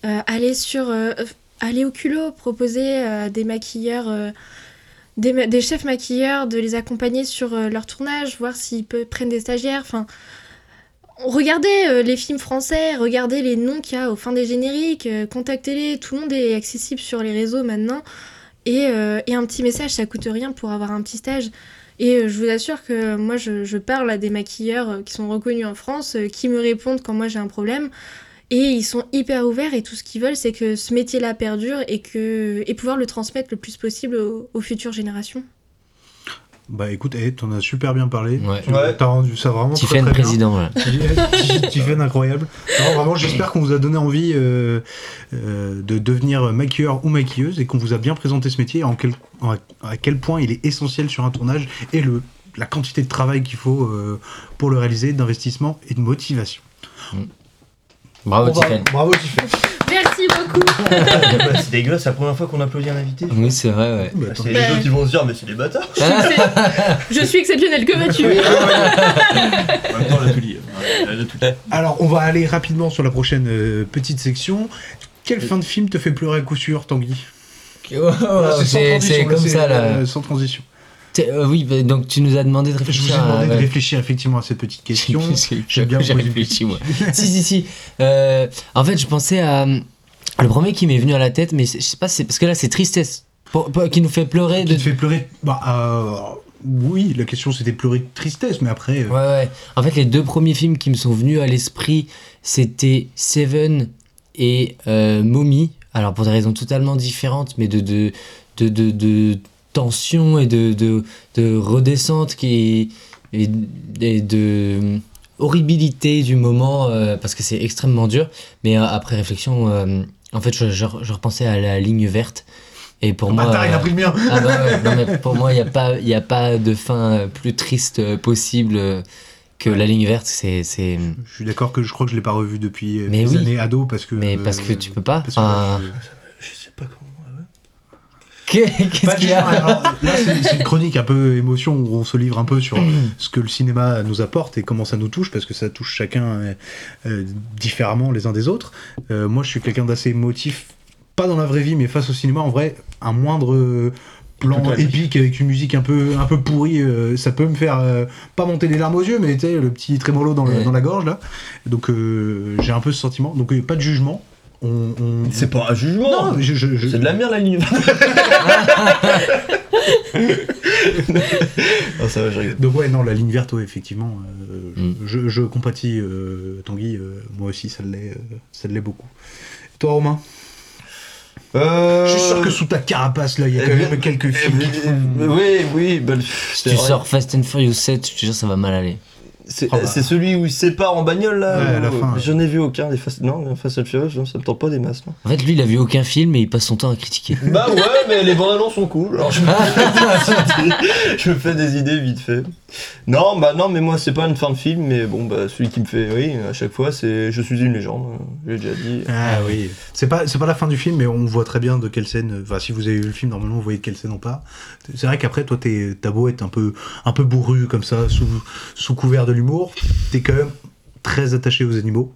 aller au culot, proposer à des maquilleurs, des chefs maquilleurs, de les accompagner sur leur tournage, voir s'ils prennent des stagiaires. Enfin, regardez les films français, regardez les noms qu'il y a au fin des génériques, contactez-les, tout le monde est accessible sur les réseaux maintenant. Et un petit message, ça coûte rien pour avoir un petit stage. Et je vous assure que moi, je parle à des maquilleurs qui sont reconnus en France, qui me répondent quand moi j'ai un problème. Et ils sont hyper ouverts et tout ce qu'ils veulent, c'est que ce métier-là perdure et pouvoir le transmettre le plus possible aux futures générations. Bah écoute, t'en as super bien parlé. Ouais. T'as rendu ça vraiment très Tiffen très bien. président, là. Tiffen incroyable. Non, vraiment, j'espère qu'on vous a donné envie de devenir maquilleur ou maquilleuse et qu'on vous a bien présenté ce métier, à quel point il est essentiel sur un tournage et la quantité de travail qu'il faut pour le réaliser, d'investissement et de motivation. Bravo Tiffen. Bravo Tiffen. Merci beaucoup. C'est dégueulasse, c'est la première fois qu'on applaudit un invité. Oui, c'est vrai, ouais. C'est les autres qui vont se dire, mais c'est des bâtards. Je suis exceptionnelle, que vas-tu? En même temps, elle a tout dit. Alors, on va aller rapidement sur la prochaine petite section. Quelle fin de film te fait pleurer à coup sûr, Tanguy? C'est comme ça, là. Sans transition. Oui, bah, donc tu nous as demandé de Je réfléchir. vous ai demandé de réfléchir effectivement à cette petite question. J'ai réfléchi, moi. si. En fait, je pensais à... Le premier qui m'est venu à la tête, mais je sais pas, c'est parce que là, c'est tristesse. Qui nous fait pleurer. Qui te fait pleurer oui, la question c'était pleurer de tristesse, mais après... Ouais. En fait, les 2 premiers films qui me sont venus à l'esprit, c'était Seven et Mommy. Alors, pour des raisons totalement différentes, mais de tension et de redescente et de horribilité du moment parce que c'est extrêmement dur. Mais après réflexion, en fait, je repensais à la ligne verte. Et pour moi, il a pris le mien. Ah bah ouais, non, mais pour moi, il y a pas de fin plus triste possible que la ligne verte. C'est. Je suis d'accord que je crois que je l'ai pas revu depuis Mais des oui. années ado parce que. Mais parce que tu peux pas. parce que Je sais pas comment. Qu'est-ce qu'il y a? Alors, là, c'est une chronique un peu émotion où on se livre un peu sur ce que le cinéma nous apporte et comment ça nous touche, parce que ça touche chacun différemment les uns des autres. Moi, je suis quelqu'un d'assez émotif, pas dans la vraie vie, mais face au cinéma, en vrai, un moindre plan épique avec une musique un peu pourrie, ça peut me faire pas monter les larmes aux yeux, mais tu sais, le petit trémolo dans la gorge là. Donc j'ai un peu ce sentiment. Donc pas de jugement. C'est pas un jugement. Non, c'est de la merde la ligne. Non, ça va, je rigole. Donc ouais, non, la ligne verte, ouais, effectivement, je compatis Tanguy, moi aussi ça l'est beaucoup. Toi Romain? Je suis sûr que sous ta carapace là, il y a quand même quelques films qui te font... Oui, bah, Si tu sors Fast and Furious 7, je te jure, ça va mal aller. C'est celui où il se sépare en bagnole là. Ouais, à la fin. J'en ai vu aucun des Fast and Furious, non, ça me tente pas des masses. Non. En fait, lui, il a vu aucun film et il passe son temps à critiquer. Bah ouais, mais les bandes annonces sont cool. Alors je me fais des idées vite fait. Non, mais moi c'est pas une fin de film, mais bon, bah celui qui me fait rire à chaque fois, c'est Je suis une légende. J'ai déjà dit. Ah oui. C'est pas la fin du film, mais on voit très bien de quelle scène. Enfin, si vous avez vu le film, normalement vous voyez de quelle scène on part. C'est vrai qu'après, toi, t'as beau être un peu bourru comme ça, sous couvert de l'humour, t'es quand même très attaché aux animaux.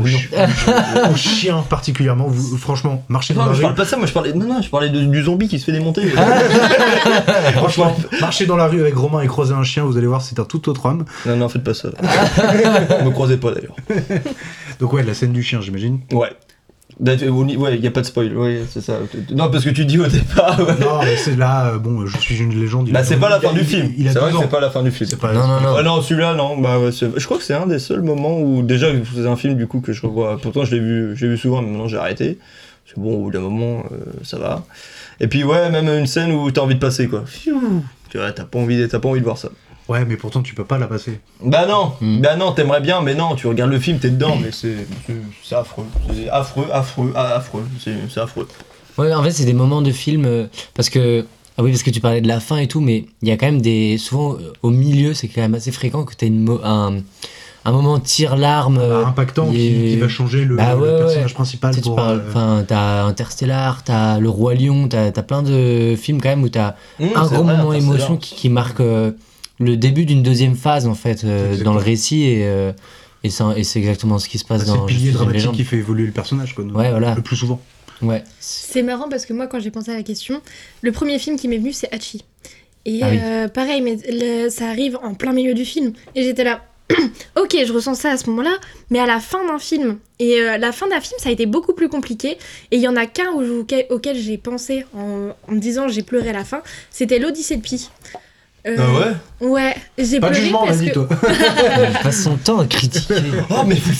Aux chiens particulièrement. Franchement, marcher dans la rue. Je parle pas de ça, moi je parlais du zombie qui se fait démonter. Franchement, marcher dans la rue avec Romain et croiser un chien, vous allez voir, c'est un tout autre homme. Non, faites pas ça. Me croisez pas d'ailleurs. Donc ouais, la scène du chien, j'imagine. Ouais, y a pas de spoil, ouais, c'est ça. Non, parce que tu dis au départ. Ouais. Non, mais c'est là, bon, Je suis une légende. Bah, c'est pas la fin du film. C'est vrai que c'est pas la fin du film. Non. Celui-là, non. Bah, ouais, je crois que c'est un des seuls moments où, déjà, c'est un film du coup que je revois. Pourtant, je l'ai vu souvent, mais maintenant j'ai arrêté. Parce que bon, au bout d'un moment, ça va. Et puis, ouais, même une scène où t'as envie de passer, quoi. Tu vois, t'as pas envie de voir ça. Ouais, mais pourtant tu peux pas la passer. Bah non, t'aimerais bien, mais non, tu regardes le film, t'es dedans, mais c'est affreux. C'est affreux. C'est affreux. Ouais, en fait, c'est des moments de film parce que tu parlais de la fin et tout, mais il y a quand même souvent au milieu, c'est quand même assez fréquent que t'aies un moment tire-larme impactant qui va changer le personnage principal. T'as Interstellar, t'as Le Roi Lion, t'as plein de films quand même où t'as un gros moment émotion qui marque le début d'une deuxième phase en fait dans le récit et c'est exactement ce qui se passe dans c'est le pilier dramatique qui fait évoluer le personnage quoi, ouais, voilà. Le plus souvent. Ouais. C'est marrant parce que moi quand j'ai pensé à la question, le premier film qui m'est venu c'est Hachi. Et pareil, mais ça arrive en plein milieu du film et j'étais là ok, je ressens ça à ce moment-là, mais à la fin d'un film. Et la fin d'un film, ça a été beaucoup plus compliqué. Et il y en a qu'un auquel j'ai pensé en me disant j'ai pleuré à la fin, c'était l'Odyssée de Pi. Ah ouais? Ouais, j'ai pas pleuré de jugement, parce vas-y, que... toi. Il passe son temps à critiquer. Oh, mais tout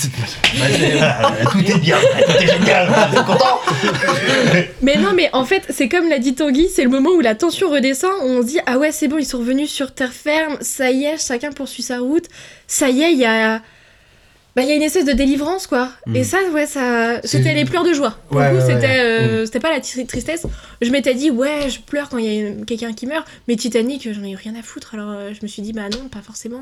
est bien, tout est génial, vous êtes content? Mais non, mais en fait, c'est comme l'a dit Tanguy, c'est le moment où la tension redescend, où on se dit ah ouais, c'est bon, ils sont revenus sur terre ferme, ça y est, chacun poursuit sa route, ça y est, il y a une espèce de délivrance, quoi. Et ça, ouais, c'était les pleurs de joie. Pour le coup, c'était pas la tristesse. Je m'étais dit, ouais, je pleure quand il y a quelqu'un qui meurt, mais Titanic, j'en ai eu rien à foutre, alors je me suis dit, bah non, pas forcément.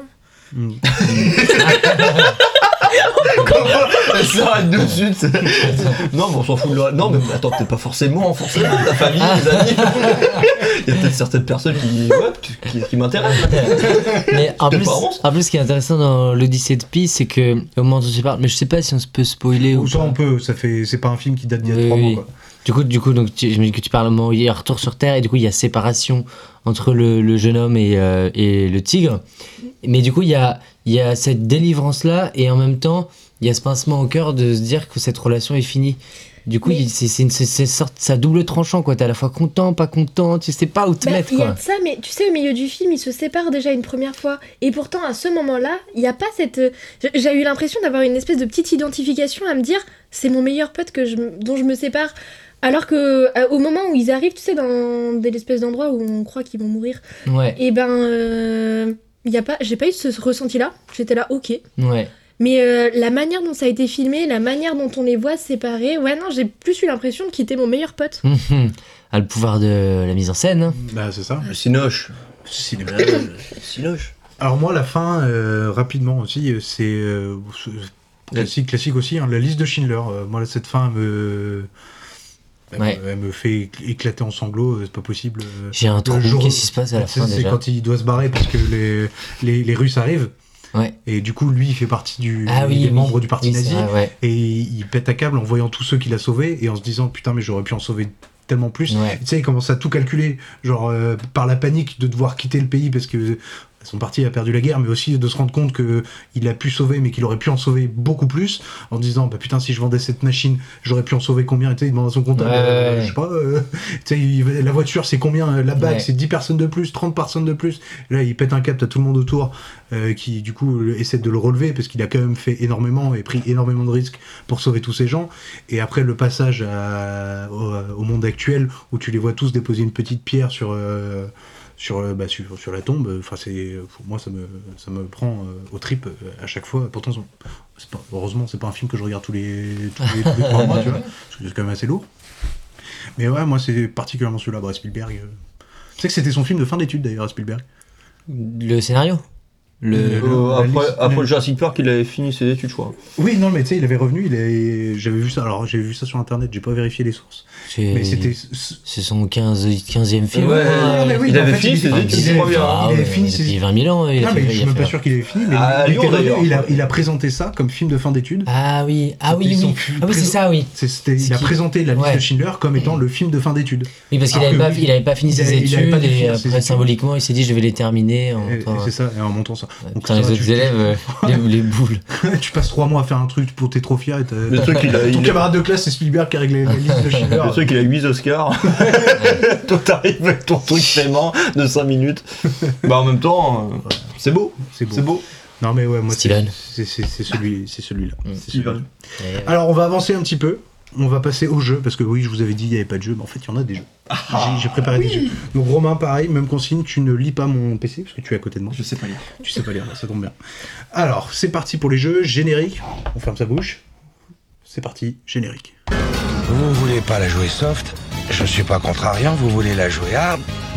Elle s'arrête de suite. Non, mais on s'en fout de non, mais attends, t'es pas forcément ta famille, les amis. Il y a peut-être certaines personnes qui m'intéressent. Mais en plus, ce qui est intéressant dans l'Odyssée de Pi, c'est que au moment où tu parles, mais je sais pas si on peut spoiler ou ça pas. on peut, c'est pas un film qui date d'il y a 3 mois quoi. Du coup, donc j'imagine que tu parles au moment où il y a retour sur Terre et du coup il y a séparation entre le jeune homme et le tigre. Mais du coup il y a cette délivrance là et en même temps il y a ce pincement au cœur de se dire que cette relation est finie. Du coup, c'est double tranchant, quoi. T'es à la fois content, pas content, tu sais pas où te mettre, quoi. Il y a de ça, mais tu sais, au milieu du film, ils se séparent déjà une première fois. Et pourtant, à ce moment-là, il n'y a pas cette... J'ai eu l'impression d'avoir une espèce de petite identification à me dire, c'est mon meilleur pote dont je me sépare. Alors que au moment où ils arrivent, tu sais, dans des espèces d'endroits où on croit qu'ils vont mourir, Ouais. et j'ai pas eu ce ressenti-là. J'étais là, ok. Ouais. Mais la manière dont ça a été filmé, la manière dont on les voit séparés, ouais, non, j'ai plus eu l'impression de quitter mon meilleur pote. Ah, le pouvoir de la mise en scène. Hein. Bah, c'est ça. Le cinoche. Cinéma. Cinoche. Alors moi, la fin, rapidement aussi, c'est classique aussi, hein, la liste de Schindler. Moi, cette fin elle me fait éclater en sanglots, c'est pas possible. J'ai un trou, qu'est-ce qui se passe à la fin C'est déjà? quand il doit se barrer parce que les Russes arrivent. Ouais. Et du coup, lui, il fait partie des membres du parti nazi. Vrai, ouais. Et il pète à câble en voyant tous ceux qu'il a sauvés et en se disant putain, mais j'aurais pu en sauver tellement plus. Ouais. Tu sais, il commence à tout calculer, genre par la panique de devoir quitter le pays parce que son parti a perdu la guerre, mais aussi de se rendre compte qu'il a pu sauver, mais qu'il aurait pu en sauver beaucoup plus, en disant bah putain, si je vendais cette machine, j'aurais pu en sauver combien. Et tu sais, il demande à son comptable, je sais pas, tu sais, la voiture c'est combien, la bague c'est 10 personnes de plus, 30 personnes de plus. Et là, il pète un cap, t'as tout le monde autour qui du coup essaie de le relever parce qu'il a quand même fait énormément et pris énormément de risques pour sauver tous ces gens. Et après le passage au monde actuel où tu les vois tous déposer une petite pierre sur la tombe, enfin pour moi ça me prend aux tripes à chaque fois. Pourtant heureusement c'est pas un film que je regarde tous les 3 mois, tu vois, parce que c'est quand même assez lourd. Mais ouais, moi c'est particulièrement celui-là, Spielberg. Tu sais que c'était son film de fin d'études d'ailleurs, Spielberg. Le scénario. Après le Jurassic Park, il avait fini ses études, je crois. Oui, non, mais tu sais, il avait revenu, j'avais vu ça. Alors, j'ai vu ça sur internet, j'ai pas vérifié les sources. Mais c'était. C'est son 15e film. Ouais, oui, il avait fini ses études. Il avait fini ses depuis 20 000 ans. Non, mais je suis même pas sûr qu'il avait fini. Mais il a présenté ça comme film de fin d'études. Ah oui, c'est ça, oui. Il a présenté la liste de Schindler comme étant le film de fin d'études. Oui, parce qu'il avait pas fini ses études et après, symboliquement, il s'est dit je vais les terminer. C'est ça, et en montant ça. Donc, les autres élèves, les boules. Tu passes 3 mois à faire un truc pour tes trophées et ton camarade de classe c'est Spielberg qui a réglé la liste de Schindler. Le truc il a 8 Oscars. Toi t'arrives avec ton truc paiement de 5 minutes. Bah en même temps, c'est beau. C'est beau. Non mais ouais, moi c'est celui-là. Alors on va avancer un petit peu. On va passer au jeu, parce que oui, je vous avais dit il n'y avait pas de jeu, mais en fait il y en a des jeux. J'ai préparé des jeux. Donc Romain, pareil, même consigne, tu ne lis pas mon PC, parce que tu es à côté de moi. Je sais pas lire. Tu sais pas lire, ça tombe bien. Alors, c'est parti pour les jeux, générique. On ferme sa bouche. C'est parti, générique. Vous voulez pas la jouer soft? Je suis pas contrariant, vous voulez la jouer hard?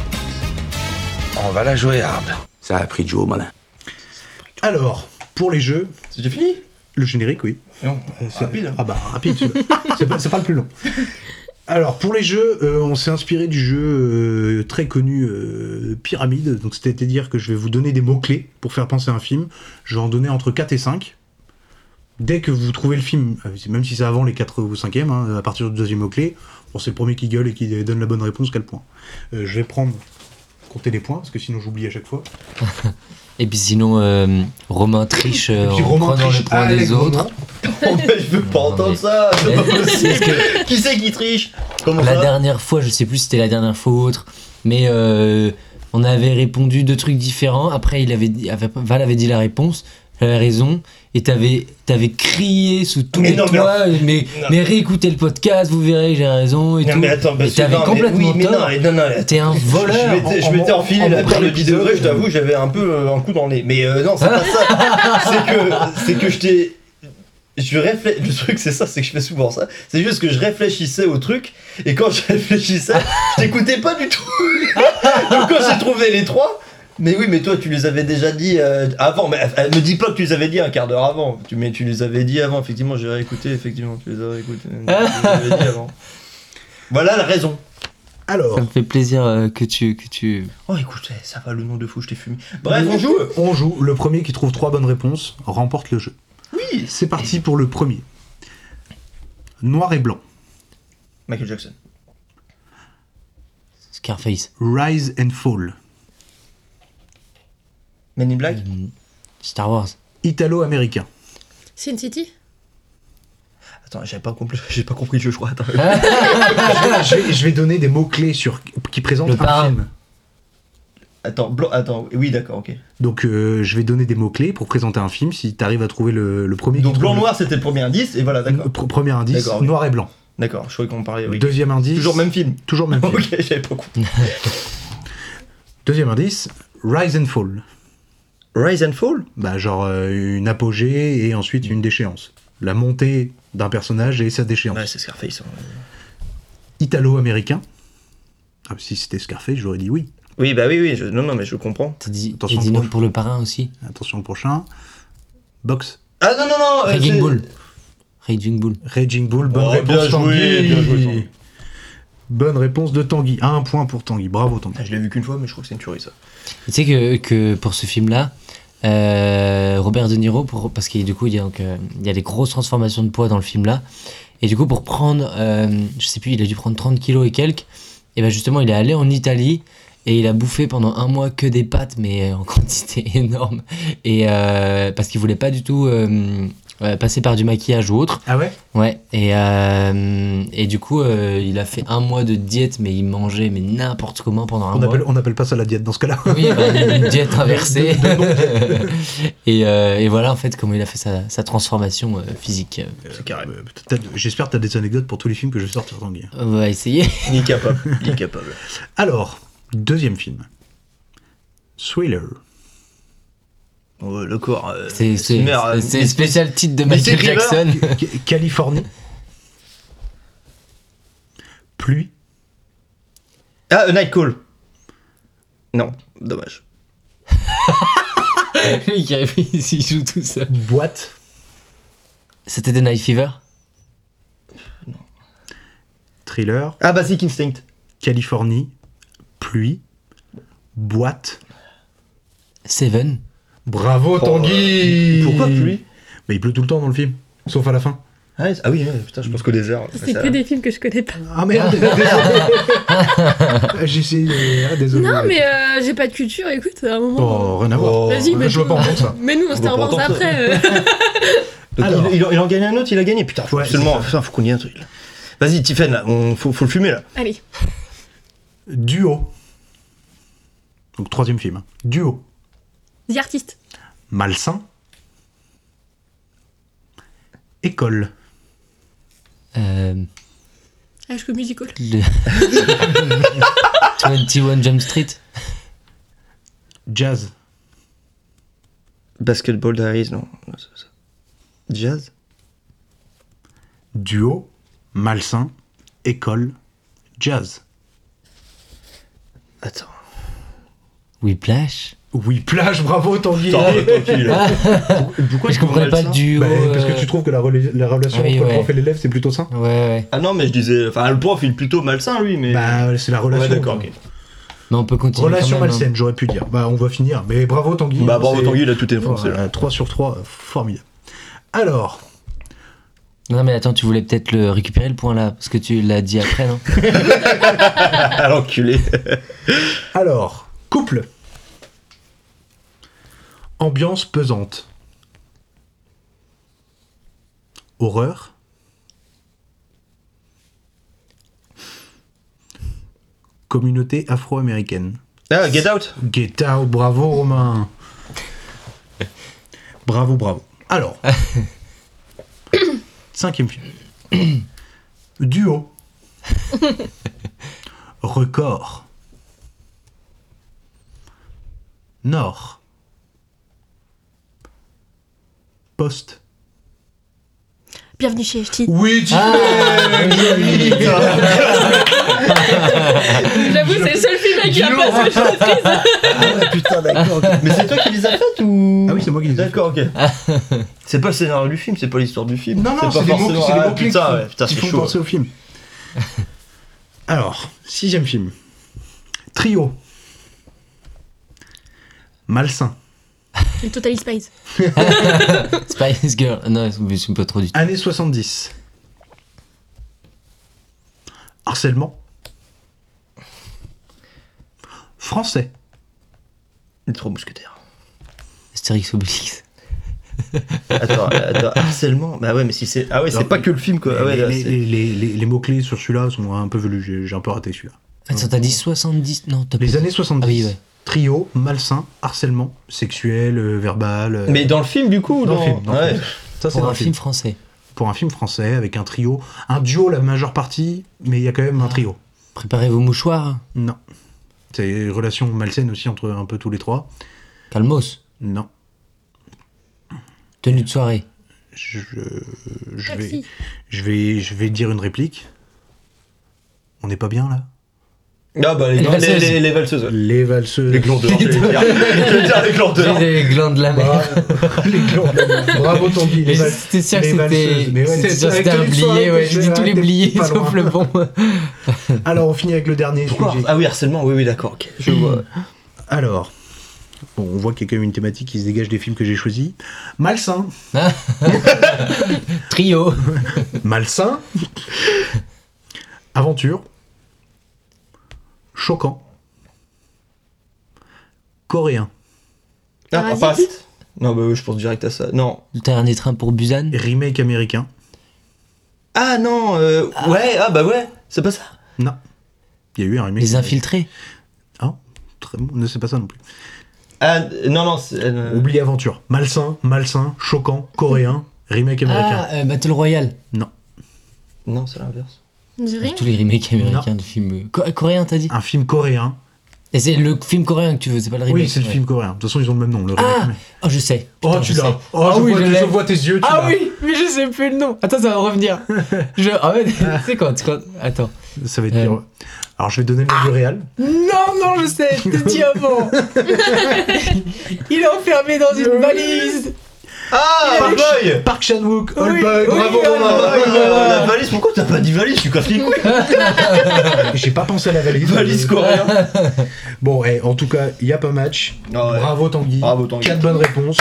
On va la jouer hard. Ça a pris de jouer au malin. Alors, pour les jeux... C'est déjà fini? Le générique, oui. Non, c'est rapide. Ah bah, rapide, c'est pas le plus long. Alors, pour les jeux, on s'est inspiré du jeu très connu Pyramide. Donc, c'est-à-dire que je vais vous donner des mots-clés pour faire penser à un film. Je vais en donner entre 4 et 5. Dès que vous trouvez le film, même si c'est avant les 4 ou 5e, à partir du 2e mot-clé, bon, c'est le premier qui gueule et qui donne la bonne réponse qu'à le point. Je vais compter les points, parce que sinon j'oublie à chaque fois. Et puis sinon, Romain triche en prenant le point des autres. Je veux pas entendre ça, c'est pas possible. Qui c'est qui triche? Comment ça? La dernière fois, je sais plus si c'était la dernière fois ou autre, mais on avait répondu 2 trucs différents. Après, Val avait dit la réponse, j'avais raison, et t'avais crié sous tous les toits, mais réécoutez le podcast, vous verrez, j'ai raison, et non, tout. Mais attends, et t'avais complètement tort. Non, t'es un voleur. Je m'étais enfilé la paire de 10 degrés, je t'avoue, j'avais un peu un coup dans le nez. Mais non, c'est pas ça. C'est que je t'ai... Le truc c'est ça, c'est que je fais souvent ça. C'est juste que je réfléchissais au truc, et quand je réfléchissais, je t'écoutais pas du tout. Donc quand j'ai trouvé les 3... Mais oui, mais toi tu les avais déjà dit avant, mais me dis pas que tu les avais dit un quart d'heure avant, mais tu les avais dit avant, effectivement, j'ai réécouté, effectivement, tu les avais écoutés, tu les avais dit avant. Voilà la raison. Alors... Ça me fait plaisir que tu... Oh écoute, ça va, le nom de fou, je t'ai fumé. Bref, on joue. Le premier qui trouve 3 bonnes réponses remporte le jeu. Oui. C'est parti pour le premier. Noir et blanc. Michael Jackson. Scarface. Rise and Fall. Men in Black. Star Wars. Italo-américain. Sin City. Attends, j'ai pas compris le jeu, je crois. Attends. Je vais donner des mots-clés qui présentent un film. Attends, oui, d'accord, ok. Donc, je vais donner des mots-clés pour présenter un film si t'arrives à trouver le premier. Donc, blanc-noir, c'était le premier indice, et voilà, d'accord. Premier indice, noir et blanc. D'accord, je croyais qu'on parlait. Oui. Deuxième indice. Toujours même film. Toujours même film. Ok, j'avais pas compris. Deuxième indice, Rise and Fall. Rise and Fall. Bah genre une apogée et ensuite une déchéance. La montée d'un personnage et sa déchéance. Ouais, c'est Scarface. Italo-américain. Ah, si c'était Scarface, j'aurais dit oui. Oui, bah oui, non, mais je comprends. T'as dit Attention, non pour le parrain aussi. Attention le prochain. Box. Ah non, Raging Bull. Raging Bull. Raging Bull, bonne Oh, réponse bien joué, Tanguy. bien joué, Tanguy. Bonne réponse de Tanguy. 1 point pour Tanguy. Bravo Tanguy. Ah, je l'ai vu qu'une fois, mais je crois que c'est une tuerie ça. Tu sais que pour ce film-là, Robert De Niro, parce que du coup, il y a des grosses transformations de poids dans le film-là. Et du coup, pour prendre, je sais plus, il a dû prendre 30 kilos et quelques. Et ben justement, il est allé en Italie et il a bouffé pendant 1 mois que des pâtes, mais en quantité énorme. Et parce qu'il voulait pas du tout passer par du maquillage ou autre. Ah ouais? Ouais. Et du coup, il a fait 1 mois de diète, mais il mangeait mais n'importe comment pendant un mois. On appelle pas ça la diète dans ce cas-là. Oui, une diète inversée. Et voilà en fait comment il a fait sa transformation physique. C'est carré. J'espère que tu as des anecdotes pour tous les films que je vais sortir Tanguy. On va essayer. Il est capable. Alors, deuxième film. Thriller. Oh, le corps. C'est spécial titre de Michael Jackson. Californie. Pluie. Ah, Night Call. Non, dommage. Lui qui réfléchit, il joue tout ça. Boîte. C'était The Night Fever. Non. Thriller. Ah, Basic Instinct. Californie. Pluie. Boîte. Seven. Bravo Tanguy. Pourquoi pluie? Mais il pleut tout le temps dans le film, sauf à la fin. Ah oui, putain, je pense que les heures. C'est que des films que je connais pas. Ah merde. J'ai essayé. Désolé. Non, mais j'ai pas de culture, écoute, à un moment. Oh, rien à voir. Vas-y, mais je veux pas entendre ça. Mais nous, on Star Wars après. Alors, il en gagne un autre, il a gagné. Putain, faut absolument. Faut qu'on y ait un truc là. Vas-y, Tiffen, là, faut le fumer là. Allez. Duo. Donc, troisième film. Duo. The Artist. Malsain. École. High School Musical. 21 Jump Street. Jazz. Basketball Diaries, non. C'est ça. Jazz. Duo. Malsain. École. Jazz. Attends. Whiplash. Whiplash, bravo Tanguy. Pourquoi je comprends pas le duo parce que tu trouves que la relation entre le prof et l'élève c'est plutôt sain. Ouais. Ah non, mais je disais, enfin le prof il est plutôt malsain lui, mais. Bah c'est la relation. Ouais, d'accord. Ok. Mais on peut continuer. Relation quand même, malsaine, j'aurais pu dire. Bah on va finir. Mais bravo Tanguy. Bah bravo Tanguy, il a tout enfoncé. Voilà, 3 sur 3, formidable. Alors. Non mais attends, tu voulais peut-être le récupérer le point là, parce que tu l'as dit après, non? À l'enculé. Alors, couple. Ambiance pesante. Horreur. Communauté afro-américaine. Ah, Get Out. Get Out, bravo Romain. Bravo. Alors. 5e film. Duo. Record. Nord. Poste. Bienvenue chez HT. Oui, tu J'avoue, c'est le seul film avec qui a pas ce choix de prise. Ah ouais, putain, d'accord. Mais c'est toi qui les as faites ou? Ah oui, c'est moi qui les ai faites. D'accord, ok. C'est pas le scénario du film, c'est pas l'histoire du film. Non, pas c'est les mots forcément- clés putain, qui c'est font chaud. penser au film. Alors, 6e film. Trio. Malsain. Le Totally Spies. Spice Girl. Non, je suis pas trop du tout. Années 70. Harcèlement. Français. Les trois mousquetaires. Astérix Obélix. Attends, harcèlement. Bah ouais, mais si c'est. Ah ouais, c'est Alors, pas que le film quoi. Ah ouais, là, c'est- les mots-clés sur celui-là sont un peu velus. J'ai un peu raté celui-là. Attends, t'as dit 70? Non, t'as Les pas- années 70. Ah oui, ouais. Trio, malsain, harcèlement, sexuel, verbal. Mais dans le film du coup ou Dans le film, dans le Ouais. film. Ça, c'est Pour dans un le film français. pour un film français avec un trio, un duo la majeure partie, mais il y a quand même un trio. Préparez vos mouchoirs. Non. C'est une relation malsaine aussi entre un peu tous les trois. Calmos. Non. Tenue de soirée. Je vais dire une réplique. On n'est pas bien là? Ah bah les valseuses. Ouais. Les valseuses. Les glandeurs, je vais dire les glandeurs. Les glands de la mer. Les glands de la mer. Bravo Tanguy. C'était sûr que c'était un blié, ouais. J'ai dit tous les bliés sauf le bon. Alors on finit avec le dernier sujet. Ah oui, harcèlement, oui, d'accord, ok. Je vois. Alors, bon, on voit qu'il y a quand même une thématique qui se dégage des films que j'ai choisis. Malsain. Trio. Malsain. Aventure. Choquant. Coréen. Ah, Fast. Non, bah je pense direct à ça. Non. Le dernier train pour Busan. Remake américain. Ah non, ouais, ah bah ouais, c'est pas ça. Non. Il y a eu un remake. Les Infiltrés. Ah, très bon, ne c'est pas ça non plus. Ah, non, Oublie aventure. Malsain, choquant, coréen, remake américain. Ah, Battle Royale. Non. Non, c'est l'inverse. Tous les remakes américains de films coréens, t'as dit? Un film coréen. Et c'est le film coréen que tu veux, c'est pas le remake? Oui, c'est le film coréen. De toute façon, ils ont le même nom. Le remake. Oh, je sais. Oh, Putain, tu je l'as. sais. Oh, je vois tes yeux. Oui, mais je sais plus le nom. Attends, ça va revenir. Ah ouais, c'est quand Attends. Ça va être dur. Alors, je vais donner le nom du réal. Non, je sais, je t'ai dit avant. Il est enfermé dans une valise. Ah, Oldboy. Park Chan-wook, Oui, Oldboy, bravo oui, Romain. La valise, pourquoi t'as pas dit valise? Je suis casse les couilles. J'ai pas pensé à la valise. Valise coréen. Bon, en tout cas, il y a pas match. Oh, ouais. Bravo Tanguy. 4 bonnes réponses.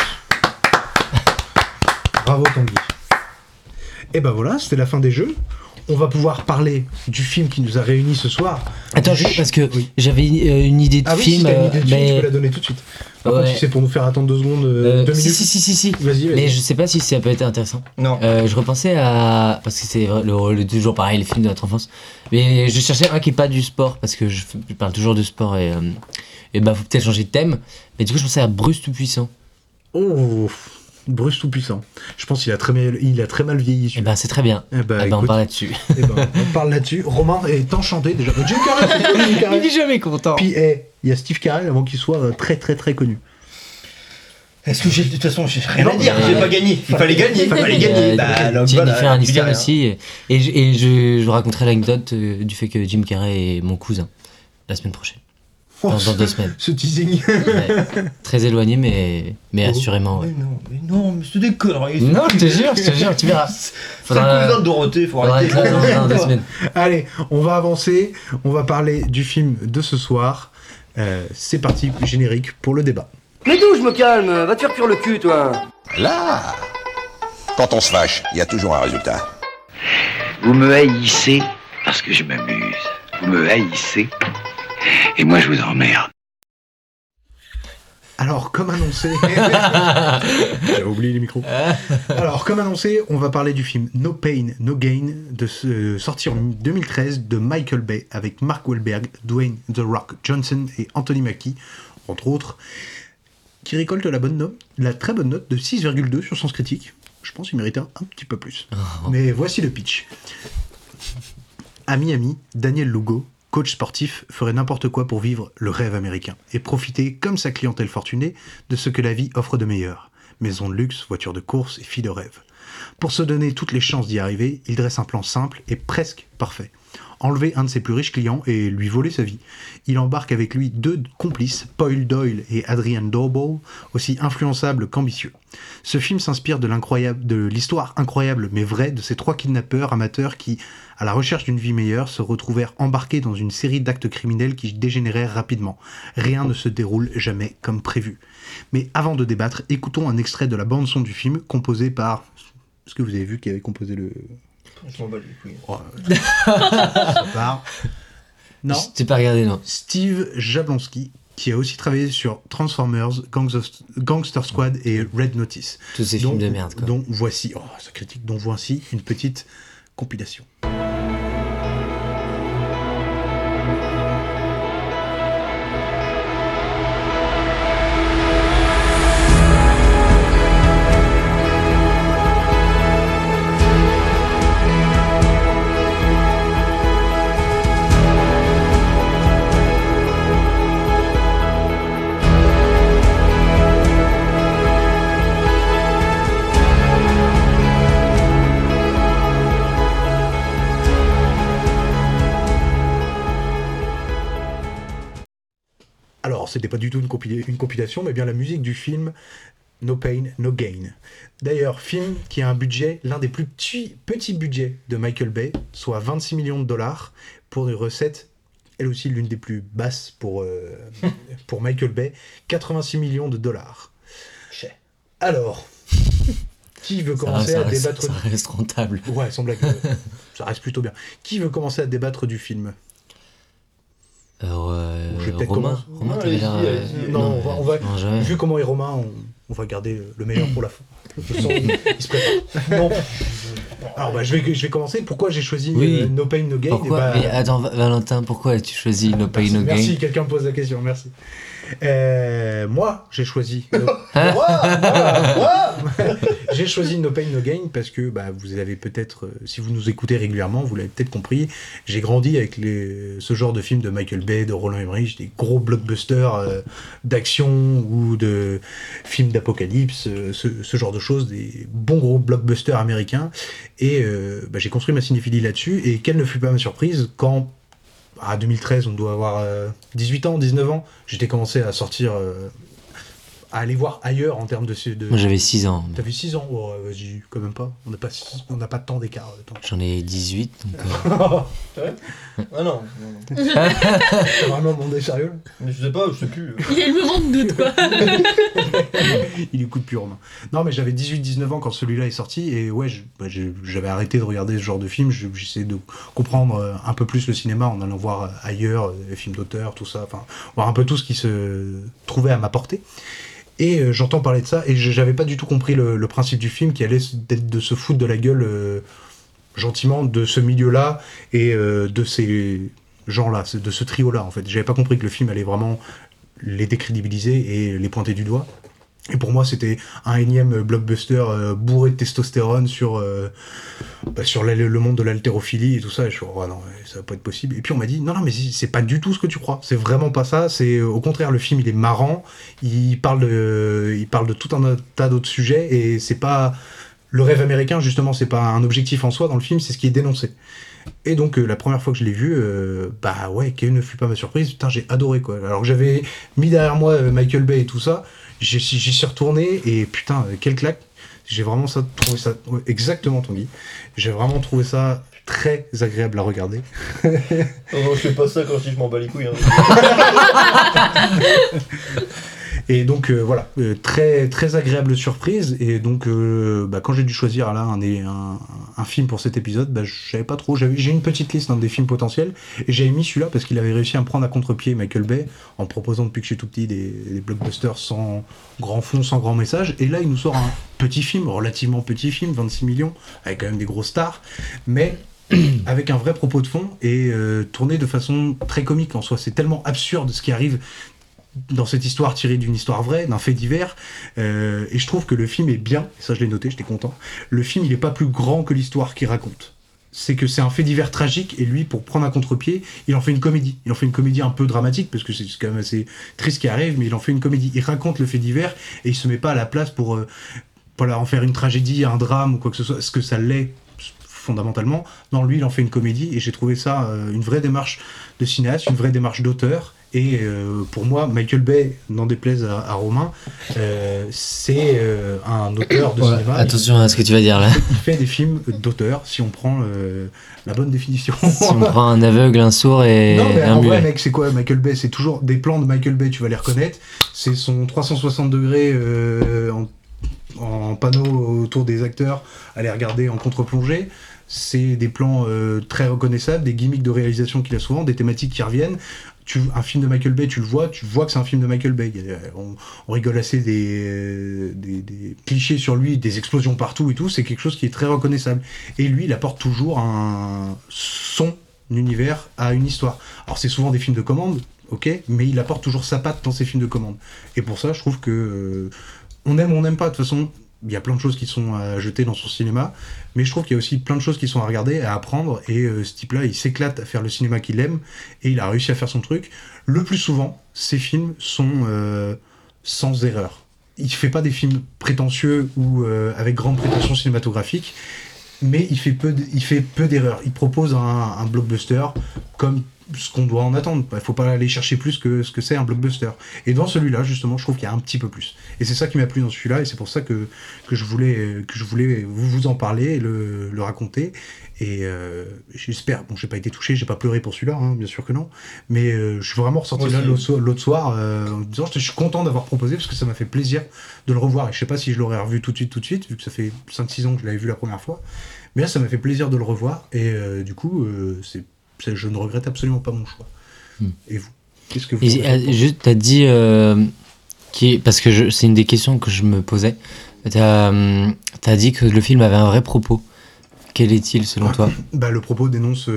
Bravo Tanguy. Et ben voilà, c'était la fin des jeux. On va pouvoir parler du film qui nous a réunis ce soir. Attends, juste parce que j'avais une idée de film. Si t'as une idée de film, mais... tu peux la donner tout de suite. Par contre, si c'est pour nous faire attendre 2 secondes, 2 minutes. Si. Vas-y. Mais je sais pas si ça peut être intéressant. Non. Je repensais à... Parce que c'est toujours pareil, les films de notre enfance. Mais je cherchais un qui est pas du sport, parce que je parle toujours de sport et bah faut peut-être changer de thème. Mais du coup, je pensais à Bruce Tout-Puissant. Oh, Bruce Tout-Puissant. Je pense qu'il a très mal vieilli. Et ben c'est très bien. On parle là-dessus. On parle là-dessus. Romain est enchanté déjà. Jim Carrey, il est jamais content. Puis il y a Steve Carell avant qu'il soit très très très connu. Est-ce que de toute façon j'ai rien à dire, j'ai pas gagné. Il fallait gagner. Jennifer Aniston aussi. Et je raconterai l'anecdote du fait que Jim Carrey est mon cousin la semaine prochaine. Dans 2 semaines. Ce teasing. Très éloigné, mais assurément. Ouais. Mais non, mais c'est des conneries. Non, je te jure, tu verras. C'est le cousin de Dorothée, faut arrêter. Dans 2 semaines. Allez, on va avancer. On va parler du film de ce soir. C'est parti, générique pour le débat. Mais d'où je me calme? Va te faire cuire le cul, toi. Là, quand on se fâche, il y a toujours un résultat. Vous me haïssez parce que je m'amuse. Vous me haïssez et moi je vous emmerde. Alors, comme annoncé... J'avais oublié les micros. Alors, comme annoncé, on va parler du film No Pain, No Gain, sorti en 2013 de Michael Bay, avec Mark Wahlberg, Dwayne The Rock Johnson et Anthony Mackie, entre autres, qui récolte la très bonne note de 6,2 sur Sens Critique. Je pense qu'il méritait un petit peu plus. Mais voici le pitch. À Miami, Daniel Lugo, coach sportif, ferait n'importe quoi pour vivre le rêve américain et profiter, comme sa clientèle fortunée, de ce que la vie offre de meilleur. Maison de luxe, voiture de course et fille de rêve. Pour se donner toutes les chances d'y arriver, il dresse un plan simple et presque parfait. Enlever un de ses plus riches clients et lui voler sa vie. Il embarque avec lui 2 complices, Paul Doyle et Adrian Doble, aussi influençables qu'ambitieux. Ce film s'inspire de l'histoire incroyable mais vraie de ces 3 kidnappeurs amateurs qui, à la recherche d'une vie meilleure, se retrouvèrent embarqués dans une série d'actes criminels qui dégénérèrent rapidement. Rien ne se déroule jamais comme prévu. Mais avant de débattre, écoutons un extrait de la bande-son du film composé par... Est-ce que vous avez vu qui avait composé le... Je m'en bats les couilles. Oh, ça part. Non. Je t'ai pas regardé, non. Steve Jablonski, qui a aussi travaillé sur Transformers, Gangster Squad et Red Notice. Tous ces films de merde, quoi. Dont voici une petite compilation. Alors, c'était pas du tout une compilation, mais bien la musique du film No Pain, No Gain. D'ailleurs, film qui a un budget, l'un des plus petits budgets de Michael Bay, soit 26 millions de dollars, pour une recette, elle aussi l'une des plus basses pour Michael Bay, 86 millions de dollars. Alors, qui veut commencer à débattre... Ça reste rentable. Ouais, sans blague, ça reste plutôt bien. Qui veut commencer à débattre du film ? Alors, Romain, t'avais l'air... Non, on va vu comment est Romain, on va garder le meilleur pour la fin. Il se prépare. Non. Alors, je vais commencer. Pourquoi j'ai choisi No Pain, No Gain ? Pourquoi ? Mais attends, Valentin, pourquoi as-tu choisi No Pain, No Gain ? Merci, quelqu'un me pose la question, merci. Moi, j'ai choisi... J'ai choisi No Pain, No Gain parce que vous avez peut-être, si vous nous écoutez régulièrement, vous l'avez peut-être compris, j'ai grandi avec ce genre de films de Michael Bay, de Roland Emmerich, des gros blockbusters d'action ou de films d'apocalypse, ce genre de choses, des bons gros blockbusters américains. Et j'ai construit ma cinéphilie là-dessus. Et quelle ne fut pas ma surprise quand... À 2013, on doit avoir 18 ans, 19 ans. J'étais commencé à sortir, à aller voir ailleurs en termes de... Moi j'avais 6 ans. T'avais 6 ans ? Oh, vas-y, quand même pas. On n'a pas tant d'écart. J'en ai 18, donc... C'est vrai ? Ah non. C'est vraiment le monde est sérieux là ? Mais je sais pas, je sais plus. Il y a le moment de doute, quoi. Il écoute plus Romain. Non, mais j'avais 18-19 ans quand celui-là est sorti, et ouais, j'avais arrêté de regarder ce genre de film. J'essayais de comprendre un peu plus le cinéma en allant voir ailleurs, les films d'auteur, tout ça, enfin, voir un peu tout ce qui se trouvait à ma portée. Et j'entends parler de ça, et j'avais pas du tout compris le principe du film, qui allait être de se foutre de la gueule gentiment de ce milieu-là, et de ces gens-là, de ce trio-là, en fait. J'avais pas compris que le film allait vraiment les décrédibiliser et les pointer du doigt. Et pour moi, c'était un énième blockbuster bourré de testostérone sur le monde de l'haltérophilie et tout ça. Et je suis non, ça va pas être possible. Et puis on m'a dit, non, mais c'est pas du tout ce que tu crois. C'est vraiment pas ça. C'est au contraire, le film, il est marrant. Il parle de tout un tas d'autres sujets. Et c'est pas le rêve américain, justement, c'est pas un objectif en soi dans le film, c'est ce qui est dénoncé. Et donc la première fois que je l'ai vu, quelle ne fut pas ma surprise, putain, j'ai adoré quoi. Alors que j'avais mis derrière moi Michael Bay et tout ça, j'y suis retourné et putain, quelle claque. J'ai vraiment trouvé ça, exactement Tanguy, j'ai vraiment trouvé ça très agréable à regarder. Non, je fais pas ça quand je dis je m'en bats les couilles. Et donc voilà, très, très agréable surprise. Et donc quand j'ai dû choisir là un film pour cet épisode, je savais pas trop. J'ai une petite liste des films potentiels et j'avais mis celui-là parce qu'il avait réussi à me prendre à contre-pied, Michael Bay, en proposant depuis que je suis tout petit des blockbusters sans grand fond, sans grand message. Et là, il nous sort un petit film, relativement petit film, 26 millions, avec quand même des grosses stars, mais avec un vrai propos de fond et tourné de façon très comique en soi. C'est tellement absurde ce qui arrive dans cette histoire tirée d'une histoire vraie, d'un fait divers, et je trouve que le film est bien, ça je l'ai noté, j'étais content, le film il est pas plus grand que l'histoire qu'il raconte. C'est que c'est un fait divers tragique, et lui, pour prendre un contre-pied, il en fait une comédie. Il en fait une comédie un peu dramatique, parce que c'est quand même assez triste ce qui arrive, mais il en fait une comédie. Il raconte le fait divers, et il se met pas à la place pour en faire une tragédie, un drame, ou quoi que ce soit, ce que ça l'est fondamentalement. Non, lui, il en fait une comédie, et j'ai trouvé ça une vraie démarche de cinéaste, une vraie démarche d'auteur. Et pour moi, Michael Bay, n'en déplaise à Romain, c'est un auteur de cinéma. Attention à ce que tu vas dire là. Il fait des films d'auteur, si on prend la bonne définition. Si on prend un aveugle, un sourd et non, mais un en muet. vrai, mec, c'est quoi Michael Bay ? C'est toujours des plans de Michael Bay, tu vas les reconnaître. C'est son 360 degrés en panneau autour des acteurs, à les regarder en contre-plongée. C'est des plans très reconnaissables, des gimmicks de réalisation qu'il a souvent, des thématiques qui reviennent. Un film de Michael Bay, tu vois que c'est un film de Michael Bay. On rigole assez des clichés sur lui, des explosions partout et tout, c'est quelque chose qui est très reconnaissable. Et lui, il apporte toujours son univers à une histoire. Alors c'est souvent des films de commande, ok, mais il apporte toujours sa patte dans ses films de commande. Et pour ça, je trouve que on aime ou on n'aime pas, de toute façon, il y a plein de choses qui sont à jeter dans son cinéma, mais je trouve qu'il y a aussi plein de choses qui sont à regarder, à apprendre, et ce type-là, il s'éclate à faire le cinéma qu'il aime, et il a réussi à faire son truc. Le plus souvent, ses films sont sans erreur. Il fait pas des films prétentieux ou avec grande prétention cinématographique, mais il fait peu d'erreurs. Il propose un blockbuster comme ce qu'on doit en attendre. Il faut pas aller chercher plus que ce que c'est un blockbuster. Et dans celui-là, justement, je trouve qu'il y a un petit peu plus. Et c'est ça qui m'a plu dans celui-là, et c'est pour ça que je voulais vous en parler et le raconter. Et j'espère, bon, j'ai pas été touché, j'ai pas pleuré pour celui-là, hein, bien sûr que non, mais je suis vraiment ressorti là l'autre soir en me disant je suis content d'avoir proposé parce que ça m'a fait plaisir de le revoir. Et je sais pas si je l'aurais revu tout de suite, vu que ça fait 5-6 ans que je l'avais vu la première fois, mais là ça m'a fait plaisir de le revoir, et du coup je ne regrette absolument pas mon choix. Et vous, qu'est-ce que vous juste, t'as dit parce que c'est une des questions que je me posais, t'as dit que le film avait un vrai propos. Quel est-il selon toi ? Le propos dénonce,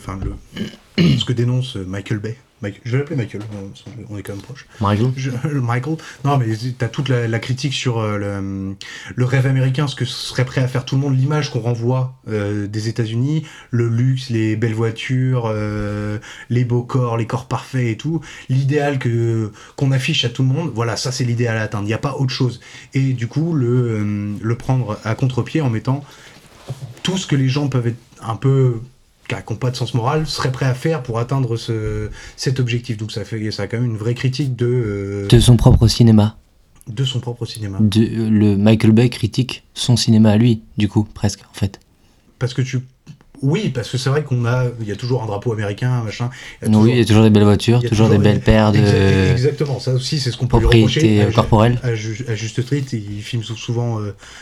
ce que dénonce Michael Bay. Je vais l'appeler Michael, on est quand même proche. Michael. Non, mais t'as toute la critique sur le rêve américain, ce que serait prêt à faire tout le monde, l'image qu'on renvoie des États-Unis, le luxe, les belles voitures, les beaux corps, les corps parfaits et tout, l'idéal qu'on affiche à tout le monde. Voilà, ça c'est l'idéal à atteindre. Il n'y a pas autre chose. Et du coup, le prendre à contre-pied en mettant tout ce que les gens peuvent être un peu qui n'ont pas de sens moral seraient prêts à faire pour atteindre cet objectif. Donc ça a quand même une vraie critique de son propre cinéma. De son propre cinéma. Le Michael Bay critique son cinéma à lui, du coup, presque, en fait. Parce que parce que c'est vrai il y a toujours un drapeau américain, machin. Il y a toujours des belles voitures, toujours des belles paires de... Exactement, ça aussi, c'est ce qu'on peut lui reprocher. Corporelle. À juste titre, il filme souvent...